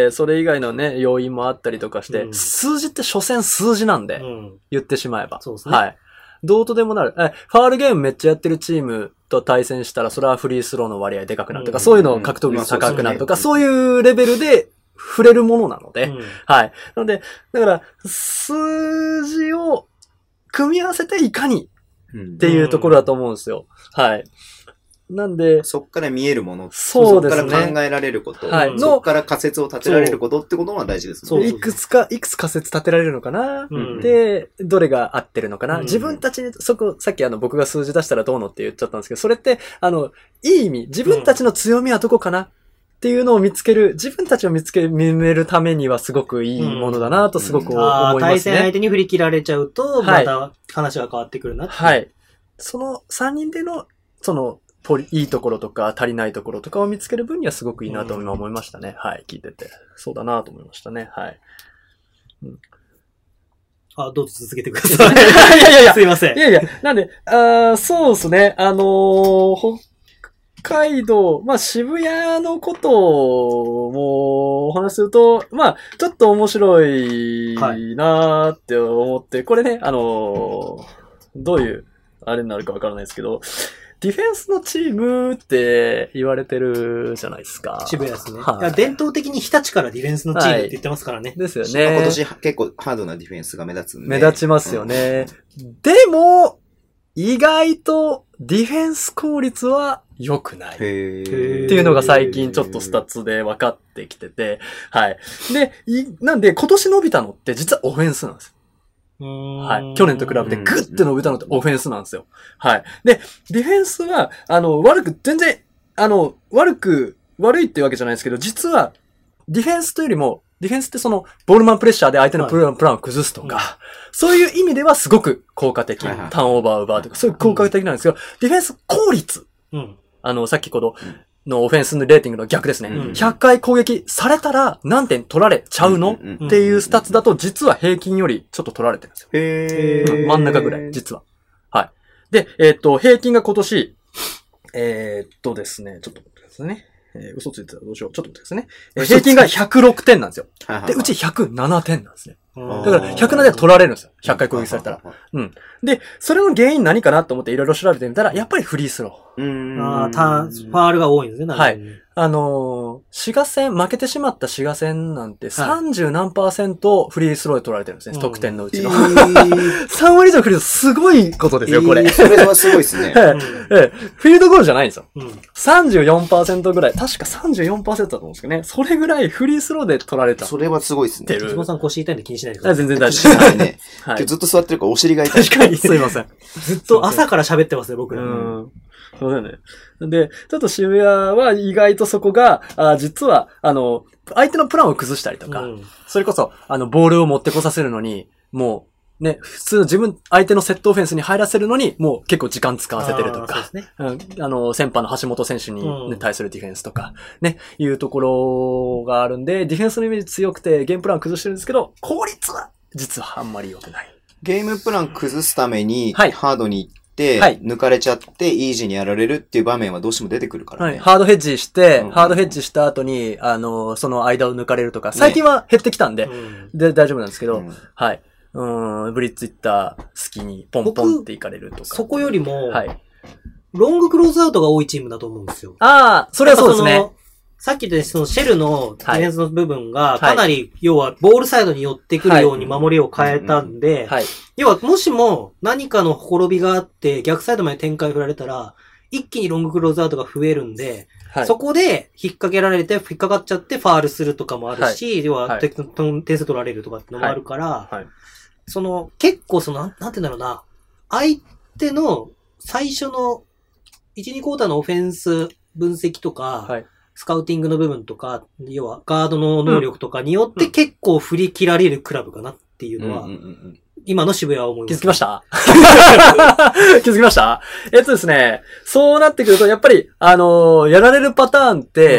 それ以外のね、要因もあったりとかして、うん、数字って所詮数字なんで、うん、言ってしまえば。 そうですね。 はい。どうとでもなる。え、ファールゲームめっちゃやってるチームと対戦したら、それはフリースローの割合でかくなるとか、うん、そういうのを獲得率高くなるとか、うん、そういうレベルで触れるものなので、うん、はい。なので、だから、数字を組み合わせていかにっていうところだと思うんですよ。うん、はい。なんで、 そっから見えるもの、 そうですね。 そっから考えられること、はい、そっから仮説を立てられることってことは大事ですね。 そう。いくつか、いくつ仮説立てられるのかな、うん、で、どれが合ってるのかな、うん、自分たちに、そこ、さっきあの僕が数字出したらどうのって言っちゃったんですけど、それって、あの、いい意味、自分たちの強みはどこかな、うんっていうのを見つける、自分たちを見つけ、見めるためにはすごくいいものだなとすごく思いますね。うん、 対戦相手に振り切られちゃうと、また話が変わってくるなって。 はい。そのさんにんでの、その、いいところとか足りないところとかを見つける分にはすごくいいなと今思いましたね。うん、はい。聞いてて。そうだなと思いましたね。はい。 うん、あ、どうぞ続けてください。 いやいやいや。 すいません。 いやいや、なんで、あそうですね。あのー、北海道、まあ、渋谷のことをお話しすると、まあ、ちょっと面白いなーって思って、はい、これね、あのー、どういう、あれになるかわからないですけど、ディフェンスのチームって言われてるじゃないですか。 渋谷ですね。はい、いや伝統的に日立からディフェンスのチームって言ってますからね。はい、 ですよね。 今年結構ハードなディフェンスが目立つんで。 目立ちますよね。うん、でも、意外とディフェンス効率は良くない。っていうのが最近ちょっとスタッツで分かってきてて。はい。で、い、なんで今年伸びたのって実はオフェンスなんですよ。はい。去年と比べてグッて伸びたのってオフェンスなんですよ。はい。で、ディフェンスは、あの、悪く、全然、あの、悪く、悪いってわけじゃないですけど、実は、ディフェンスというよりも、ディフェンスってその、ボールマンプレッシャーで相手のプラン、はい、プランを崩すとか、うん、そういう意味ではすごく効果的。はいはい、ターンオーバー奪うとか、そういう効果的なんですけど、うん、ディフェンス効率。うん、あの、さっきこの、のオフェンスのレーティングの逆ですね。うん、ひゃっかい攻撃されたら何点取られちゃうの、うん、っていうスタッツだと実は平均よりちょっと取られてるんですよ。へー、うん、真ん中ぐらい、実は。はい。で、えっと、平均が今年、えー、っとですね、ちょっと待ってくださいね。えー、嘘ついてたらどうしよう。ちょっと待ってくださいね。えー、平均がひゃくろくてんなんですよ。で、うちひゃくななてんなんですね。だからひゃくななてん取られるんですよ。ひゃっかい攻撃されたら。うん。で、それの原因何かなと思っていろいろ調べてみたら、やっぱりフリースロー。 うん。ああ、た、ファールが多いんですね。 はい。あのー、滋賀戦、負けてしまった滋賀戦なんてさんじゅうなんパーセントフリースローで取られてるんですね、はい、得点のうちの。えー、さんわり以上フリースロー、すごいことですよ、これ。えー、 それはすごいですね。 はい、うん、フィールドゴールじゃないんですよ。うん、さんじゅうよんパーセントぐらい、確か さんじゅうよんパーセント だと思うんですけどね。それぐらいフリースローで取られた。 それはすごいですね。 松本さん腰痛いんで気にしないでください。 全然大丈夫です。 ね。はい、今日ずっと座ってるからお尻が痛い。 確かに。すいません。 ずっと朝から喋ってますね、僕ら。 うんそうだよね。で、ちょっと渋谷は意外とそこが、あ実は、あの、相手のプランを崩したりとか、うん、それこそ、あの、ボールを持ってこさせるのに、もう、ね、普通自分、相手のセットオフェンスに入らせるのに、もう結構時間使わせてるとか、あ、ね、うん、あの、先輩の橋本選手に、ねうん、対するディフェンスとか、ね、いうところがあるんで、ディフェンスのイメージ強くて、ゲームプランを崩してるんですけど、効率は、実はあんまり良くない。 ゲームプラン崩すために、はい、ハードに行って、はい、抜かれちゃって、イージーにやられるっていう場面はどうしても出てくるからね。はい。 ハードヘッジして、うん、ハードヘッジした後に、あの、その間を抜かれるとか、最近は減ってきたんで、ね、で、大丈夫なんですけど、うん、はい。うん、ブリッツいった隙にポンポンっていかれるとか。 そこよりも、はい。ロングクローズアウトが多いチームだと思うんですよ。 ああ、それはそうですね。 さっきでそのシェルのディフェンスの部分がかなり、要はボールサイドに寄ってくるように守りを変えたんで、要はもしも何かのほころびがあって逆サイドまで展開振られたら、一気にロングクローズアウトが増えるんで、はい、そこで引っ掛けられて引っかかっちゃってファールするとかもあるし、はい、要は点数取られるとかってのもあるから、はいはい、その結構その、なんて言うんだろうな、相手の最初のいち、にクォーターのオフェンス分析とか、はいスカウティングの部分とか、要はガードの能力とかによって結構振り切られるクラブかなっていうのは、うんうんうん、今の渋谷は思います。 気づきました気づきましたえっとですね、そうなってくると、やっぱり、あのー、やられるパターンって、うん、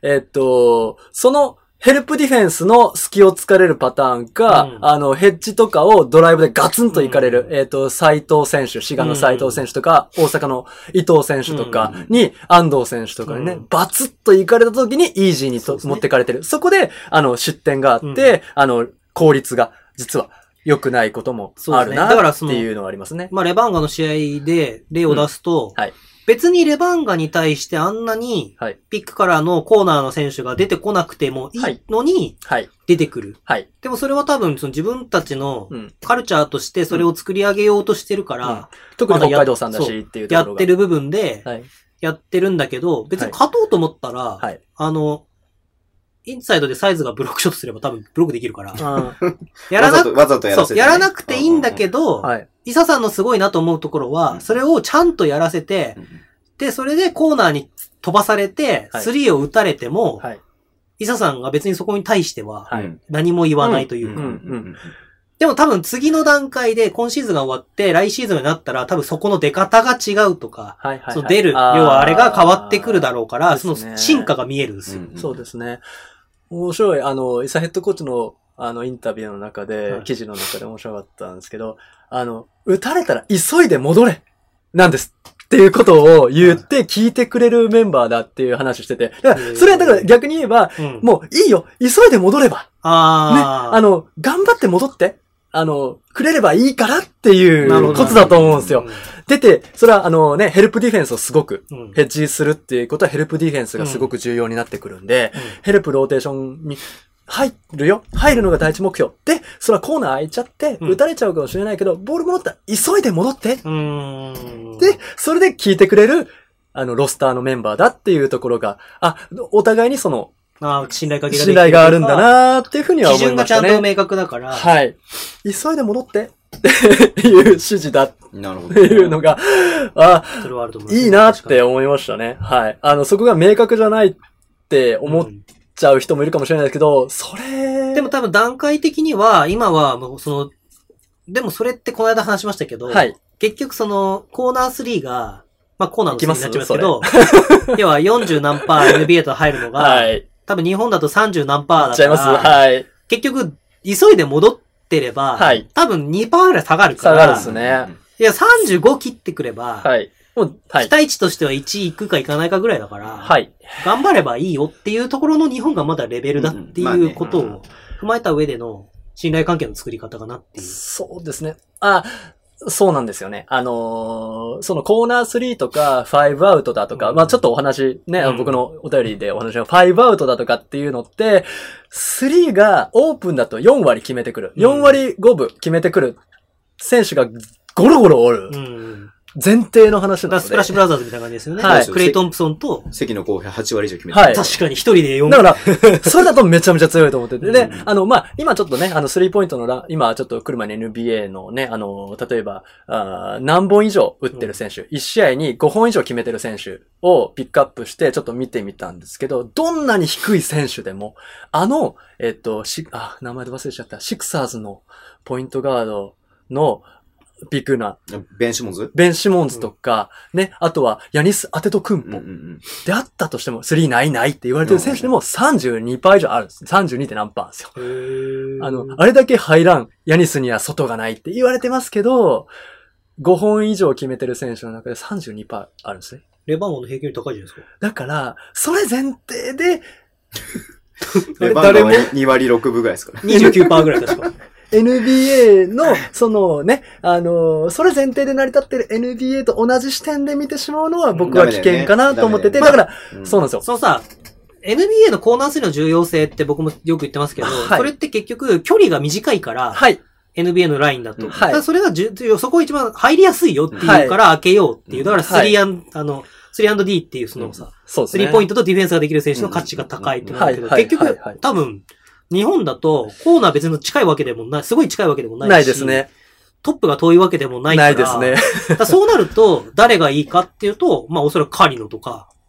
えっと、その、ヘルプディフェンスの隙を突かれるパターンか、うん、あの、ヘッジとかをドライブでガツンといかれる、うん、えっと、斉藤選手、滋賀の斉藤選手とか、うん、大阪の伊藤選手とかに、安藤選手とかにね、うん、バツッといかれた時にイージーにと、ね、持ってかれてる。そこで、あの、失点があって、うん、あの、効率が、実は、良くないこともあるな、ね、っていうのはありますね。 まあ、レバンガの試合で例を出すと、うん、はい。別にレバンガに対してあんなに、ピックからのコーナーの選手が出てこなくてもいいのに、出てくる。はい。でもそれは多分その自分たちのカルチャーとしてそれを作り上げようとしてるから、うんうん、 特に北海道さんだしっていうところが。 やってる部分で、やってるんだけど、別に勝とうと思ったら、はい、あの、インサイドでサイズがブロックショットすれば多分ブロックできるから。 やらなく、わざとやらせて、 ね。やらなくていいんだけど、はい、イサさんのすごいなと思うところは、それをちゃんとやらせて、で、それでコーナーに飛ばされて、スリーを打たれても、はい、イサさんが別にそこに対しては、何も言わないというか。でも多分次の段階で今シーズンが終わって、来シーズンになったら多分そこの出方が違うとか、はいはいはい、その出る、要はあれが変わってくるだろうから、その進化が見えるんですよ。 うん、そうですね。面白い。あの、イサヘッドコーチの、あの、インタビューの中で、はい、記事の中で面白かったんですけど、あの、撃たれたら急いで戻れなんですっていうことを言って聞いてくれるメンバーだっていう話してて、だからそれはだから逆に言えば、うん、もういいよ急いで戻ればあね、あの、頑張って戻って、あの、くれればいいからっていうことだと思うんですよ。出て、それはあのね、ヘルプディフェンスをすごくヘッジするっていうことはヘルプディフェンスがすごく重要になってくるんで、うん、ヘルプローテーションに入るよ入るのが第一目標。で、それはコーナー空いちゃって、打たれちゃうかもしれないけど、うん、ボール戻ったら急いで戻って。うーんで、それで聞いてくれる、あの、ロスターのメンバーだっていうところが、あ、お互いにその、 あ信頼関係が信頼があるんだなーっていうふうには思いましたね。 基準がちゃんと明確だから。 はい。急いで戻って。っていう指示だっていうのが、あ、いいなって思いましたね。はい。あの、そこが明確じゃないって思っちゃう人もいるかもしれないですけど、それ。 でも多分段階的には、今はもうその、でもそれってこの間話しましたけど、はい、結局その、コーナースリーが、まあコーナーのスリーになっちゃいますけど、要はよんじゅう何パー エヌビーエー と入るのが、はい、多分日本だとさんじゅう何パーだから、はい、結局、急いで戻って、てれば、はい、多分 にパーセント ぐらい下がるから。 下がるですね。 いや、さんじゅうご切ってくれば、はい。もう、はい。期待値としてはいち行くか行かないかぐらいだから、はい。頑張ればいいよっていうところの日本がまだレベルだっていうことを踏まえた上での信頼関係の作り方かなっていう。 そうですね。あ、そうなんですよね。あのー、そのコーナースリーとか、ファイブアウトだとか、うん、まあちょっとお話、ね、うん、僕のお便りでお話がファイブアウトだとかっていうのって、スリーがオープンだとよん割決めてくる。よん割ごぶ決めてくる選手がゴロゴロおる。うん前提の話なので。 スプラッシュブラザーズみたいな感じですよね。はい。クレイ・トンプソンと。 関の後輩はち割以上決めてる。 はい。確かに一人でよん。 だから、それだとめちゃめちゃ強いと思ってて。で、うん、あの、まあ、今ちょっとね、あの、スリーポイントのラ、今ちょっと来る前に エヌビーエー のね、あの、例えば、あ何本以上打ってる選手、うん、いち試合にごほん以上決めてる選手をピックアップしてちょっと見てみたんですけど、どんなに低い選手でも、あの、えっと、し、あ、名前で忘れちゃった、シクサーズのポイントガードの、ビッグな。 ベンシモンズベンシモンズとか、うん、ね、あとは、ヤニス・アテトクンポ。であったとしても、スリーないないって言われてる選手でも さんじゅうにパーセント 以上あるんです。さんじゅうに. 点何パーですよ。あの、あれだけ入らん、ヤニスには外がないって言われてますけど、ごほん以上決めてる選手の中で さんじゅうにパーセント あるんですね。 レバーモンの平均より高いじゃないですか。 だから、それ前提で、 レバーモンはに割ろくぶぐらいですかにじゅうきゅうパーセント ぐらい確か。 エヌビーエー の、そのね、あのー、それ前提で成り立ってる エヌビーエー と同じ視点で見てしまうのは僕は危険かなと思ってて、だから、そうなんですよ。 そのさ、エヌビーエー のコーナースリーの重要性って僕もよく言ってますけど、はい、それって結局距離が短いから、はい、エヌビーエー のラインだと。はい、だそれがじゅ、そこ一番入りやすいよっていうから開けようっていう。だからスリーアン、あの、スリーアンドディー っていうそのさ、そうですね、スリーポイントとディフェンスができる選手の価値が高いってなるけど、結局、多分、日本だと、コーナー別に近いわけでもない、すごい近いわけでもないし。 ないですね。 トップが遠いわけでもないから。 ないですね。 だそうなると、誰がいいかっていうと、まあおそらくカリノとか、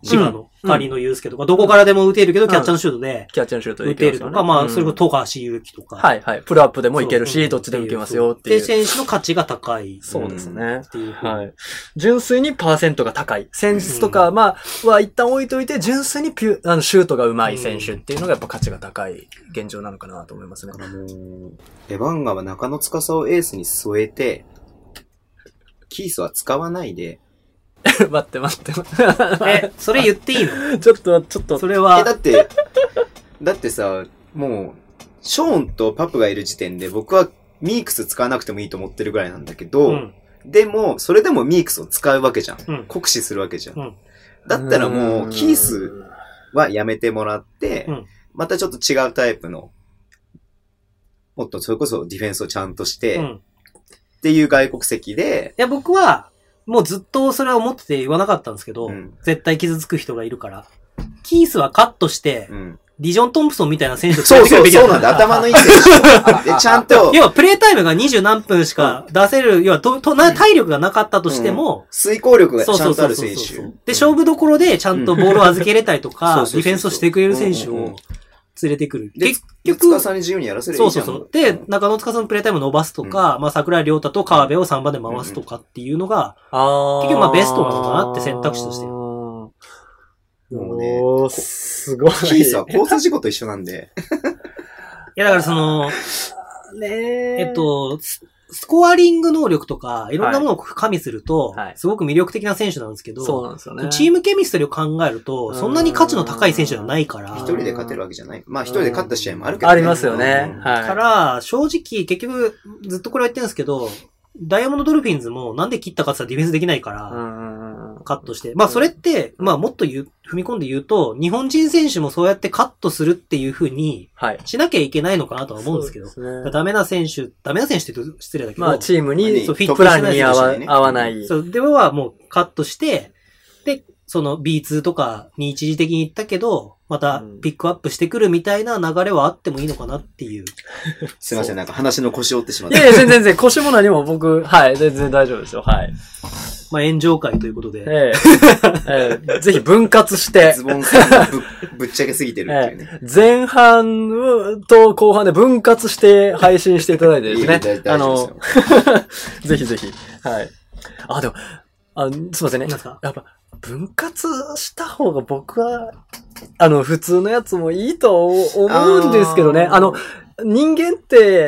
滋賀の仮のユースケとか、どこからでも打てるけど、キャッチャーシュートで。 キャッチャーシュートで打てるとか、まあ、それこそ富樫勇樹とか。 はいはい。プルアップでもいけるし、どっちでもいけますよっていう。 で、選手の価値が高い。 そうですね。はい。純粋にパーセントが高い。戦術とか、まあ、は一旦置いといて、純粋にピュ、あの、シュートが上手い選手っていうのがやっぱ価値が高い現状なのかなと思いますね。 だからもう、レバンガは中野司をエースに据えて、キースは使わないで、 待って待って待って。え、それ言っていいの？ ちょっと、ちょっと。 それは。 え、だって、だってさ、もう、ショーンとパプがいる時点で僕はミークス使わなくてもいいと思ってるぐらいなんだけど、うん、でも、それでもミークスを使うわけじゃん。うん、酷使するわけじゃん。うん、だったらもう、キースはやめてもらって、うん、またちょっと違うタイプの、もっとそれこそディフェンスをちゃんとして、うん、っていう外国籍で。 いや、僕は、もうずっとそれは思ってて言わなかったんですけど、うん、絶対傷つく人がいるから。キースはカットして、うん、ディジョン・トンプソンみたいな選手を連れてくるべきだ。そうそう、そうなんだ。頭のいい選手。で、ちゃんと。 要は、プレイタイムが二十何分しか出せる、要はと、と、体力がなかったとしても、うん、 遂行力がちゃんとある選手。 で、勝負どころでちゃんとボールを預けれたりとか、ディフェンスをしてくれる選手を連れてくる。 結局、司に自由にやらせるそうそうそう。で、中野司のプレイタイム伸ばすとか、うん、まあ、桜井亮太と川辺をさんばんで回すとかっていうのが、うん、結局まあベストなのかなって選択肢として。 もうね、 おー、すごい。 キースは交通事故と一緒なんで。 いや、だからその、ねえっと、スコアリング能力とか、いろんなものを加味すると、はい、すごく魅力的な選手なんですけど、 そうなんですよね。 チームケミストリーを考えると、そんなに価値の高い選手ではないから。 一人で勝てるわけじゃない。まあ一人で勝った試合もあるけどね。ありますよね。 はい。から、正直、結局、ずっとこれは言ってるんですけど、ダイヤモンドドルフィンズもなんで切ったかって言ったらディフェンスできないから、カットして。まあそれって、まあもっと言う、踏み込んで言うと、日本人選手もそうやってカットするっていう風に、しなきゃいけないのかなとは思うんですけど、はいね、ダメな選手、ダメな選手って言うと失礼だけど、 まあチームに、そう、フィットプランに合わ、合わない。 そう、ではもうカットして、で、その ビーツー とかに一時的に行ったけど、またピックアップしてくるみたいな流れはあってもいいのかなっていう。 すいません、なんか話の腰を折ってしまった。 いやいや、全然全然、腰も何も僕、はい、全然大丈夫ですよ、はい。 まあ炎上会ということで。 ええええ、ぜひ分割して。 ズボンさんが ぶ, ぶっちゃけすぎてるっていうね。 ええ、前半と後半で分割して配信していただいてですね。 あの、 ぜひぜひ。はい。あ、でも、あ、すいませんね。 なんですか？ やっぱ、分割した方が僕は、あの、普通のやつもいいと思うんですけどね。あ, あの、人間って、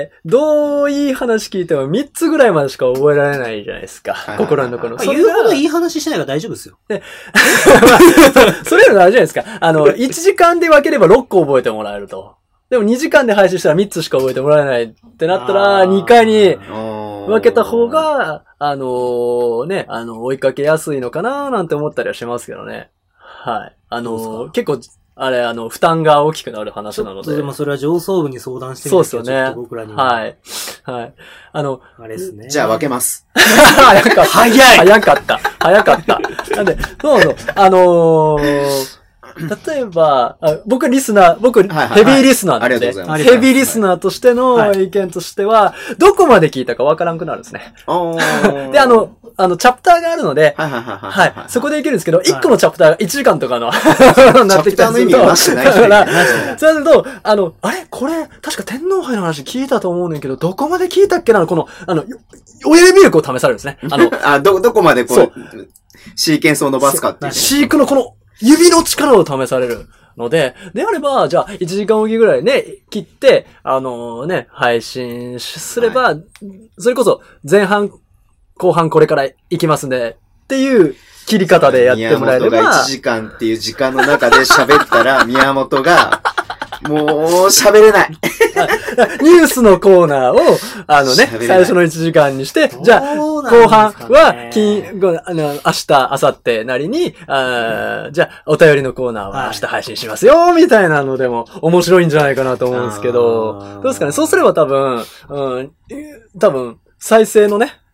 どういい話聞いてもみっつぐらいまでしか覚えられないじゃないですか。心の中の。 言うほどいい話しないから大丈夫ですよ。 でそれよりもあれじゃないですか。あの、いちじかんで分ければろっこ覚えてもらえると。でもにじかんで配信したらみっつしか覚えてもらえないってなったら、にかいに分けた方が、あのー、ね、あの、追いかけやすいのかなーなんて思ったりはしますけどね。はい。あのー、結構、あれ、あの、負担が大きくなる話なので。 でもそれは上層部に相談してみて。 そうですよね。 僕らにはい。はい。あの、 あれですね。 じゃあ分けます。 早かった。 早い早かった。早かった。なんで、そうそう。あのー、例えば、僕リスナー、僕、はいはいはい、ヘビーリスナーなんで、ヘビーリスナーとしての意見としては、はい、どこまで聞いたかわからんくなるんですね。で、あの、あの、チャプターがあるので、はいはいはいはい、はい。そこでいけるんですけど、いっこのチャプターがいちじかんとかの、なってきたりすると、だから、そうすると、あの、あれこれ、確か天皇杯の話聞いたと思うねんけど、どこまで聞いたっけなのこの、あの、親指力を試されるんですね。あの、 あ、ど、どこまでこう、シーケンスを伸ばすかっていう。 シークのこの、指の力を試されるので、であれば、じゃあ、いちじかんおきぐらいね、切って、あのー、ね、配信すれば、はい、それこそ、前半、後半これから行きますんで、っていう切り方でやってもらえれば。 宮本がいちじかんっていう時間の中で喋ったら、宮本が、もう喋れない。 ニュースのコーナーを、あのね、最初のいちじかんにして、じゃあ、後半は、金、あの、明日、明後日なりに、あじゃあ、お便りのコーナーは明日配信しますよ、みたいなのでも面白いんじゃないかなと思うんですけど、どうですかね。そうすれば多分、うん、多分、再生のね、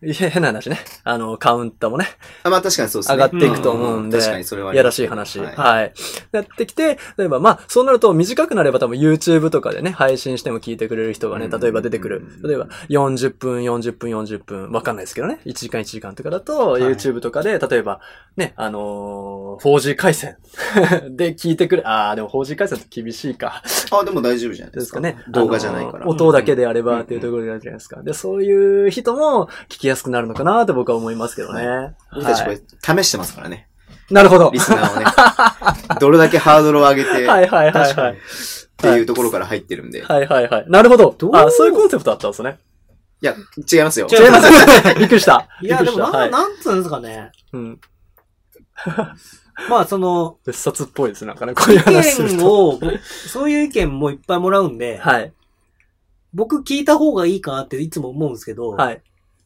変な話ね。あの、カウンターもね。 あ、まあ確かにそうですね。 上がっていくと思うんで。 確かにそれは。 やらしい話。はい。はい。やってきて、例えばまあ、そうなると短くなれば多分 YouTube とかでね、配信しても聞いてくれる人がね、例えば出てくる。例えばよんじゅっぷん、よんじゅっぷん、よんじゅっぷん、わかんないですけどね。いちじかんいちじかんとかだと、YouTube とかで、例えば、ね、あのー、フォージー 回線で聞いてくれ、あー、でも フォージー 回線って厳しいか。 あ、でも大丈夫じゃないですか。 ですかね。 動画じゃないから。 音だけであればっていうところになるじゃないですか。で、そういう人も聞きやすくなるのかなと僕は思いますけどね。 僕たちこれ試してますからね。 なるほど。 リスナーをね。どれだけハードルを上げて。 はいはいはいはい。 っていうところから入ってるんで。 はいはいはい。なるほど。あ、そういうコンセプトあったんですね。 いや、違いますよ。 違います。びっくりした。 いや、でもな、なんつうんですかね。うん。まあ、その、 別冊っぽいですなんかね、こういう話すると。 意見を、そういう意見もいっぱいもらうんで、 はい。 僕聞いた方がいいかなっていつも思うんですけど、 はい。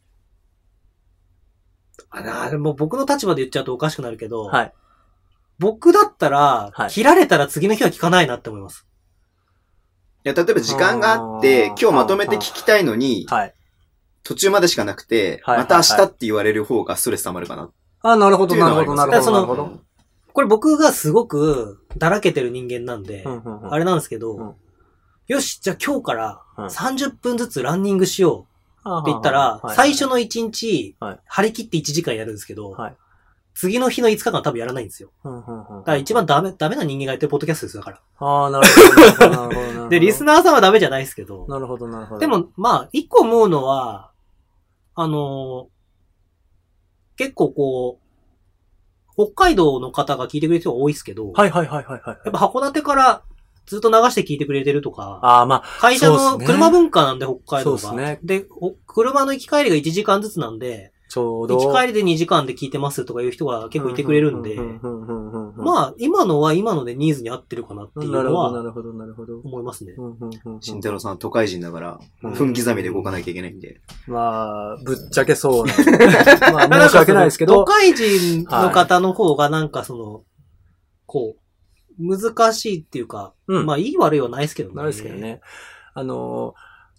あな、でも僕の立場で言っちゃうとおかしくなるけど、 はい。 僕だったら、はい、切られたら次の日は聞かないなって思います。 いや、例えば時間があって、今日まとめて聞きたいのに、はい。途中までしかなくて、はい、また明日って言われる方がストレス溜まるかな。 あ、なるほど、なるほど、なるほど。なるほど。 これ僕がすごくだらけてる人間なんで、うんうんうん、あれなんですけど、うん、よし、じゃあ今日からさんじゅっぷんずつランニングしようって言ったら、うん、最初のいちにち、はい、張り切っていちじかんやるんですけど、はい、次の日のいつかかん多分やらないんですよ。うんうんうん、だから一番ダメ、ダメな人間がやってるポッドキャストですよ、だから。 ああ、なるほど。なるほど。 で、リスナーさんはダメじゃないですけど。 なるほど、なるほど。 でも、まあ、一個思うのは、あのー、結構こう、北海道の方が聞いてくれる人が多いですけど、 はいはいはいはい、はい。 やっぱ函館からずっと流して聞いてくれてるとか、 ああまあ、 会社の車文化なんで、北海道が。 そうですね。 で、車の行き帰りがいちじかんずつなんで、 ちょうど。 行き帰りでにじかんで聞いてますとかいう人が結構いてくれるんで、まあ、今のは今のでニーズに合ってるかなっていうのは、 なるほど、なるほど、 思いますね。 慎太郎さん、都会人だから、分刻みで動かなきゃいけないんで。 まあ、ぶっちゃけそうなんで。まあ、申し訳ないですけど。 都会人の方の方がなんかその、こう、難しいっていうか、まあ、いい悪いはないですけどね。 ないですけどね。あの、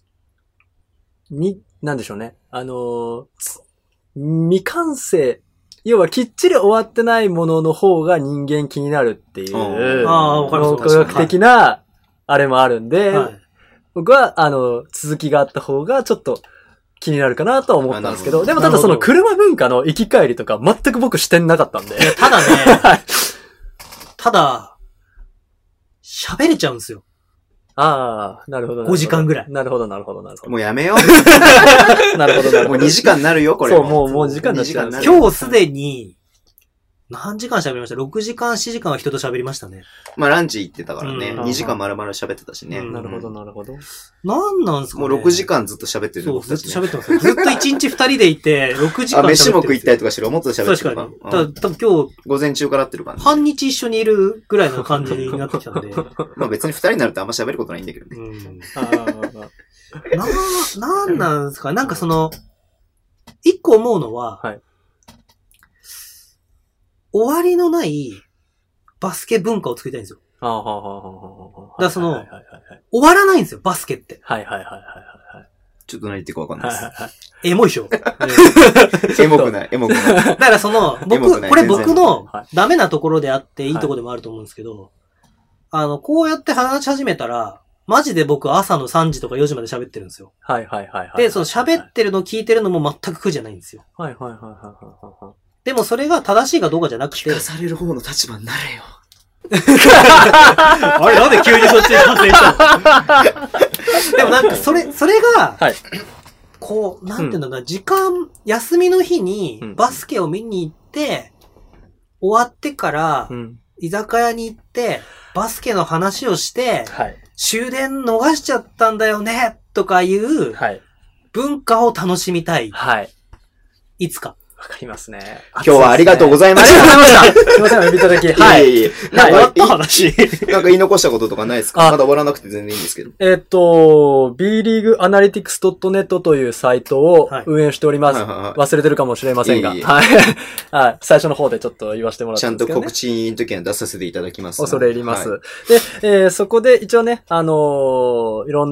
み、なんでしょうね。あの、未完成。要はきっちり終わってないものの方が人間気になるっていう、脳科学的なあれもあるんで、はい、僕は、あの、続きがあった方がちょっと気になるかなとは思ったんですけど、でもただその車文化の行き帰りとか全く僕視点なかったんで。 いや、ただね、ただ、喋れちゃうんですよ。 ああ、なるほど。 ごじかんぐらい。 なるほど、なるほど、なるほど。 もうやめよう。 なるほど、なるほど。 もうにじかんになるよ、これ。 そう、もう、もう時間になっちゃう。 今日すでに、何時間喋りました ?ろくじかん、しちじかんは人と喋りましたね。 まあランチ行ってたからね。うん、にじかん丸々喋ってたしね。 うん、なるほど、なるほど。 何なんですかね。 もうろくじかんずっと喋ってる、ね。 そう、ずっと喋ってます。ずっといちにちふたりでいて、ろくじかん喋ってる。あ、 飯も食いったりとかしろ、もっと喋ってるか。 確かに。ただ、多分今日、 午前中から会ってるからね。 半日一緒にいるぐらいの感じになってきたんで。 まあ別にふたりになるとあんま喋ることないんだけどね。うん。 な、なんなんですかなんかその、一個思うのは、はい、終わりのないバスケ文化を作りたいんですよ。ああ、はあ、はあ、はあ。だからその、終わらないんですよ、バスケって。 はいはいはいはいはい。 ちょっと何言ってるかわかんないです。はいはいはい、 エモいでしょエモくない、エモくない。 だからその、僕、これ僕のダメなところであっていいところでもあると思うんですけど、はい、あの、こうやって話し始めたら、マジで僕朝のさんじとかよじまで喋ってるんですよ。 はいはいはいはい。 で、その喋ってるのを聞いてるのも全く苦じゃないんですよ。 はいはいはいはいはい。 でもそれが正しいかどうかじゃなくて。 聞かされる方の立場になれよ。 あれなんで急にそっちに発生したのでもなんかそれ、それが、はい、こう、なんていうんだろうな、うん、時間、休みの日にバスケを見に行って、終わってから、うん、居酒屋に行って、バスケの話をして、はい、終電逃しちゃったんだよね、とかいう、はい、文化を楽しみたい。はい。いつか。 わかりますね。 今日はありがとうございました。 ありがとうございました。すいません、お呼びいただき。はい。 なんか終わった話。なんか言い残したこととかないですか？まだ終わらなくて全然いいんですけど。 えっと、B リーグアナリティクス ドットネット というサイトを運営しております。忘れてるかもしれませんが。はい。はい。最初の方でちょっと言わせてもらって、 ちゃんと告知の時には出させていただきます。 恐れ入ります。で、えそこで一応ね、あのいろんな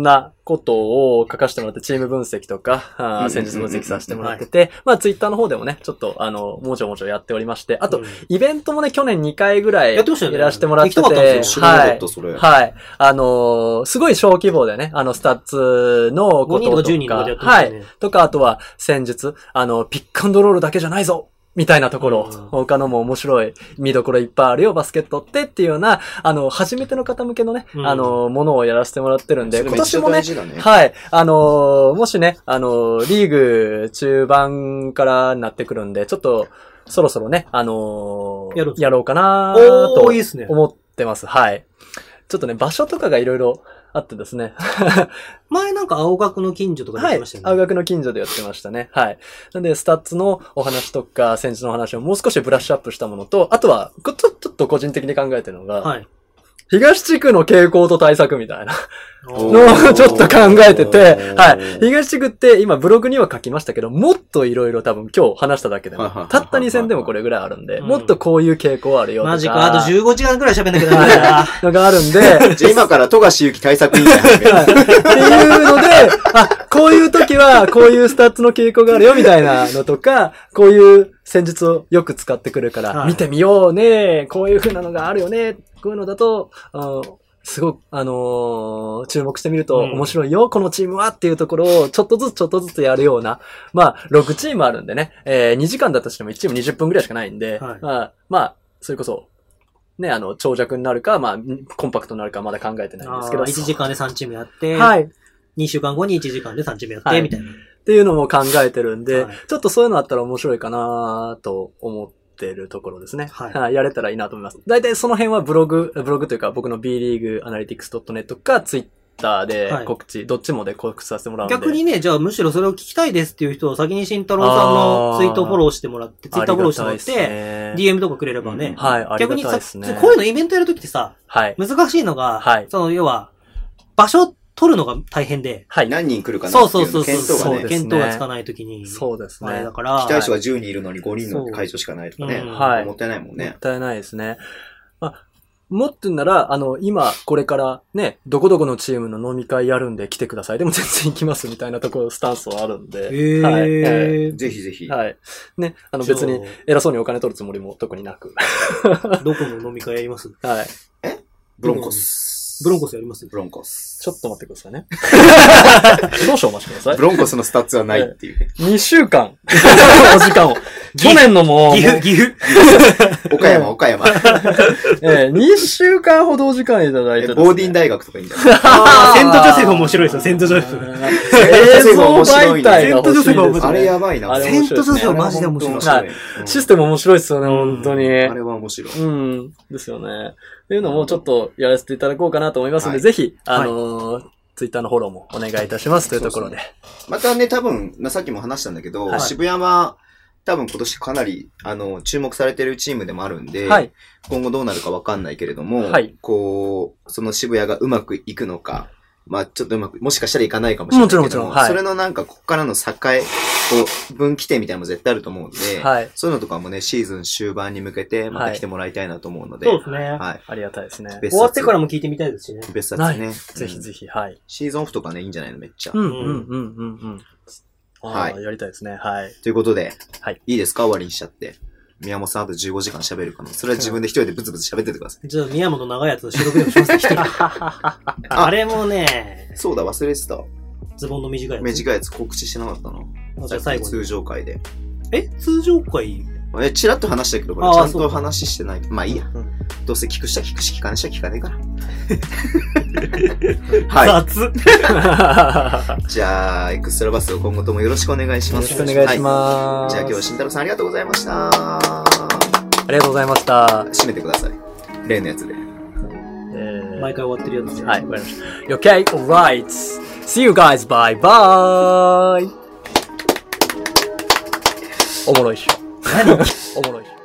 ことを書かせてもらって、チーム分析とか、あ戦術分析させてもらってて、まあツイッターの方でもね、ちょっとあの、もちょもちょやっておりまして、あと、うん、イベントもね、去年にかいぐらいやらせてもらってて、はい。はい。あのー、すごい小規模でね、あの、スタッツのこととか、ごにんとかじゅうにんとかでやってますね。はい。とか、あとは戦術、あの、ピックアンドロールだけじゃないぞみたいなところ、うん、他のも面白い見どころいっぱいあるよ、バスケットってっていうような、あの、初めての方向けのね、うん、あの、ものをやらせてもらってるんで、今年もね、ねはい、あの、もしね、あの、リーグ中盤からなってくるんで、ちょっと、そろそろね、あのー、やろう、やろうかなと思ってます。はい。ちょっとね、場所とかがいろいろあってですね。 前なんか青学の近所とかでやってましたよね。 はい。青学の近所でやってましたね。はい。なんで、スタッツのお話とか、戦術の話をもう少しブラッシュアップしたものと、あとは、ちょ、ちょっと個人的に考えてるのが、はい。東地区の傾向と対策みたいなのをちょっと考えてて、はい。東地区って今ブログには書きましたけど、もっといろいろ多分今日話しただけでも、たったに戦でもこれぐらいあるんで、もっとこういう傾向あるよとか。 マジか、あとじゅうごじかんくらい喋んなきゃダメだな。 のがあるんで、 じゃあ今から富樫勇樹対策委員会っていうので、あ、こういう時はこういうスタッツの傾向があるよみたいなのとか、こういう戦術をよく使ってくるから、見てみようね、こういう風なのがあるよね、こういうのだと、あすごく、あのー、注目してみると面白いよ、うん、このチームはっていうところをちょっとずつちょっとずつやるような、まあ、ろくチームあるんでね、えー、にじかんだとしてもいちチームにじゅっぷんぐらいしかないんで、はい、まあ、まあ、それこそ、ね、あの、長尺になるか、まあ、コンパクトになるかまだ考えてないんですけど。 いちじかんでさんチームやって、はい。にしゅうかんごにいちじかんでさんチームやって、はい、みたいな。 っていうのも考えてるんで、はい、ちょっとそういうのあったら面白いかなと思って、てるところですね。はい。やれたらいいなと思います。大体その辺はブログ、ブログというか僕の B リーグアナリティクス ドットネット か Twitter で告知、はい、どっちもで告知させてもらうんで。 逆にね、じゃあむしろそれを聞きたいですっていう人を先に慎太郎さんのツイートフォローしてもらって、Twitter フォローしてもらって、ね、ディーエム とかくれればね。うん、はい、ありがたいですね。逆にさ、こういうのイベントやるときってさ、はい。難しいのが、はい。その要は、場所取るのが大変で。 はい。何人来るかなそうそうそうそう。検討がね。検討がつかないときに。 そうですね。 だから。 期待者がじゅうにんいるのにごにんの会場しかないとかね。はい。もったいないもんね。 もったいないですね。まあ、もっと言うなら、あの、今、これからね、どこどこのチームの飲み会やるんで来てください。でも全然行きますみたいなところ、スタンスはあるんで。 へはい。 えー、ぜひぜひ。 はい。ね、あの別に偉そうにお金取るつもりも特になく。 どこの飲み会やります？ はい。 えブロンコス。 ブロンコスやりますブロンコス。 ちょっと待ってくださいね。少々お待ちください。 ブロンコスのスタッツはないっていう。 にしゅうかん。お時間を。去年のもう。 岐阜、岐阜。 岡山、岡山。 えー、にしゅうかんほどお時間いただいて、ね。 ボーディン大学とかいいんだよ。 ああ、セントジョセフ面白いですよ、セントジョセフ。 映像媒体が欲しいです。 あれやばいな。 セントジョセフマジで面白い。 はい。システム面白いですよね、本当に。 あれは面白い。 うん。ですよね。っていうのもちょっとやらせていただこうかなと思いますので、はい、ぜひ、あのー、ツイッターのフォローもお願いいたしますというところで。 またね、多分、さっきも話したんだけど、はい、渋谷は多分今年かなり、あの、注目されてるチームでもあるんで、はい、今後どうなるかわかんないけれども、はい、こう、その渋谷がうまくいくのか、まあちょっとうまく、もしかしたらいかないかもしれないけども、もちろんもちろん、はい、それのなんかここからの境、こう、分岐点みたいなのも絶対あると思うんで、はい、そういうのとかもね、シーズン終盤に向けてまた来てもらいたいなと思うので、 はい、そうですね。 はい。ありがたいですね。 終わってからも聞いてみたいですしね。 別冊ね、はい。 ぜひぜひ、はい。 シーズンオフとかね、いいんじゃないのめっちゃ。 うん、うん、うん、うん、うん。 はい。 やりたいですね。はい。 ということで、はい。いいですか終わりにしちゃって。宮本さんあとじゅうごじかん喋るかな。それは自分で一人でブツブツ喋っててください。 じゃあ、宮本長いやつの収録でもしますね、一人で。あれもね、 そうだ、忘れてた。 ズボンの短いやつ。 短いやつ告知してなかったな。じゃあ最後。通常回で。 え通常回え、チラッと話したけど、これちゃんと話してない。まあいいや。うん、どうせ聞く人は聞くし、聞かない人は聞かねえから。はい。じゃあ、エクストラバスを今後ともよろしくお願いします。 よろしくお願いします。 はい、じゃあ今日は慎太郎さんありがとうございました。 ありがとうございました。 締めてください。例のやつで。 えー、毎回終わってるやつで。 はい、わかりました。Okay, alright. See you guys. Bye bye. おもろいっしょ。 何おもろいっしょ。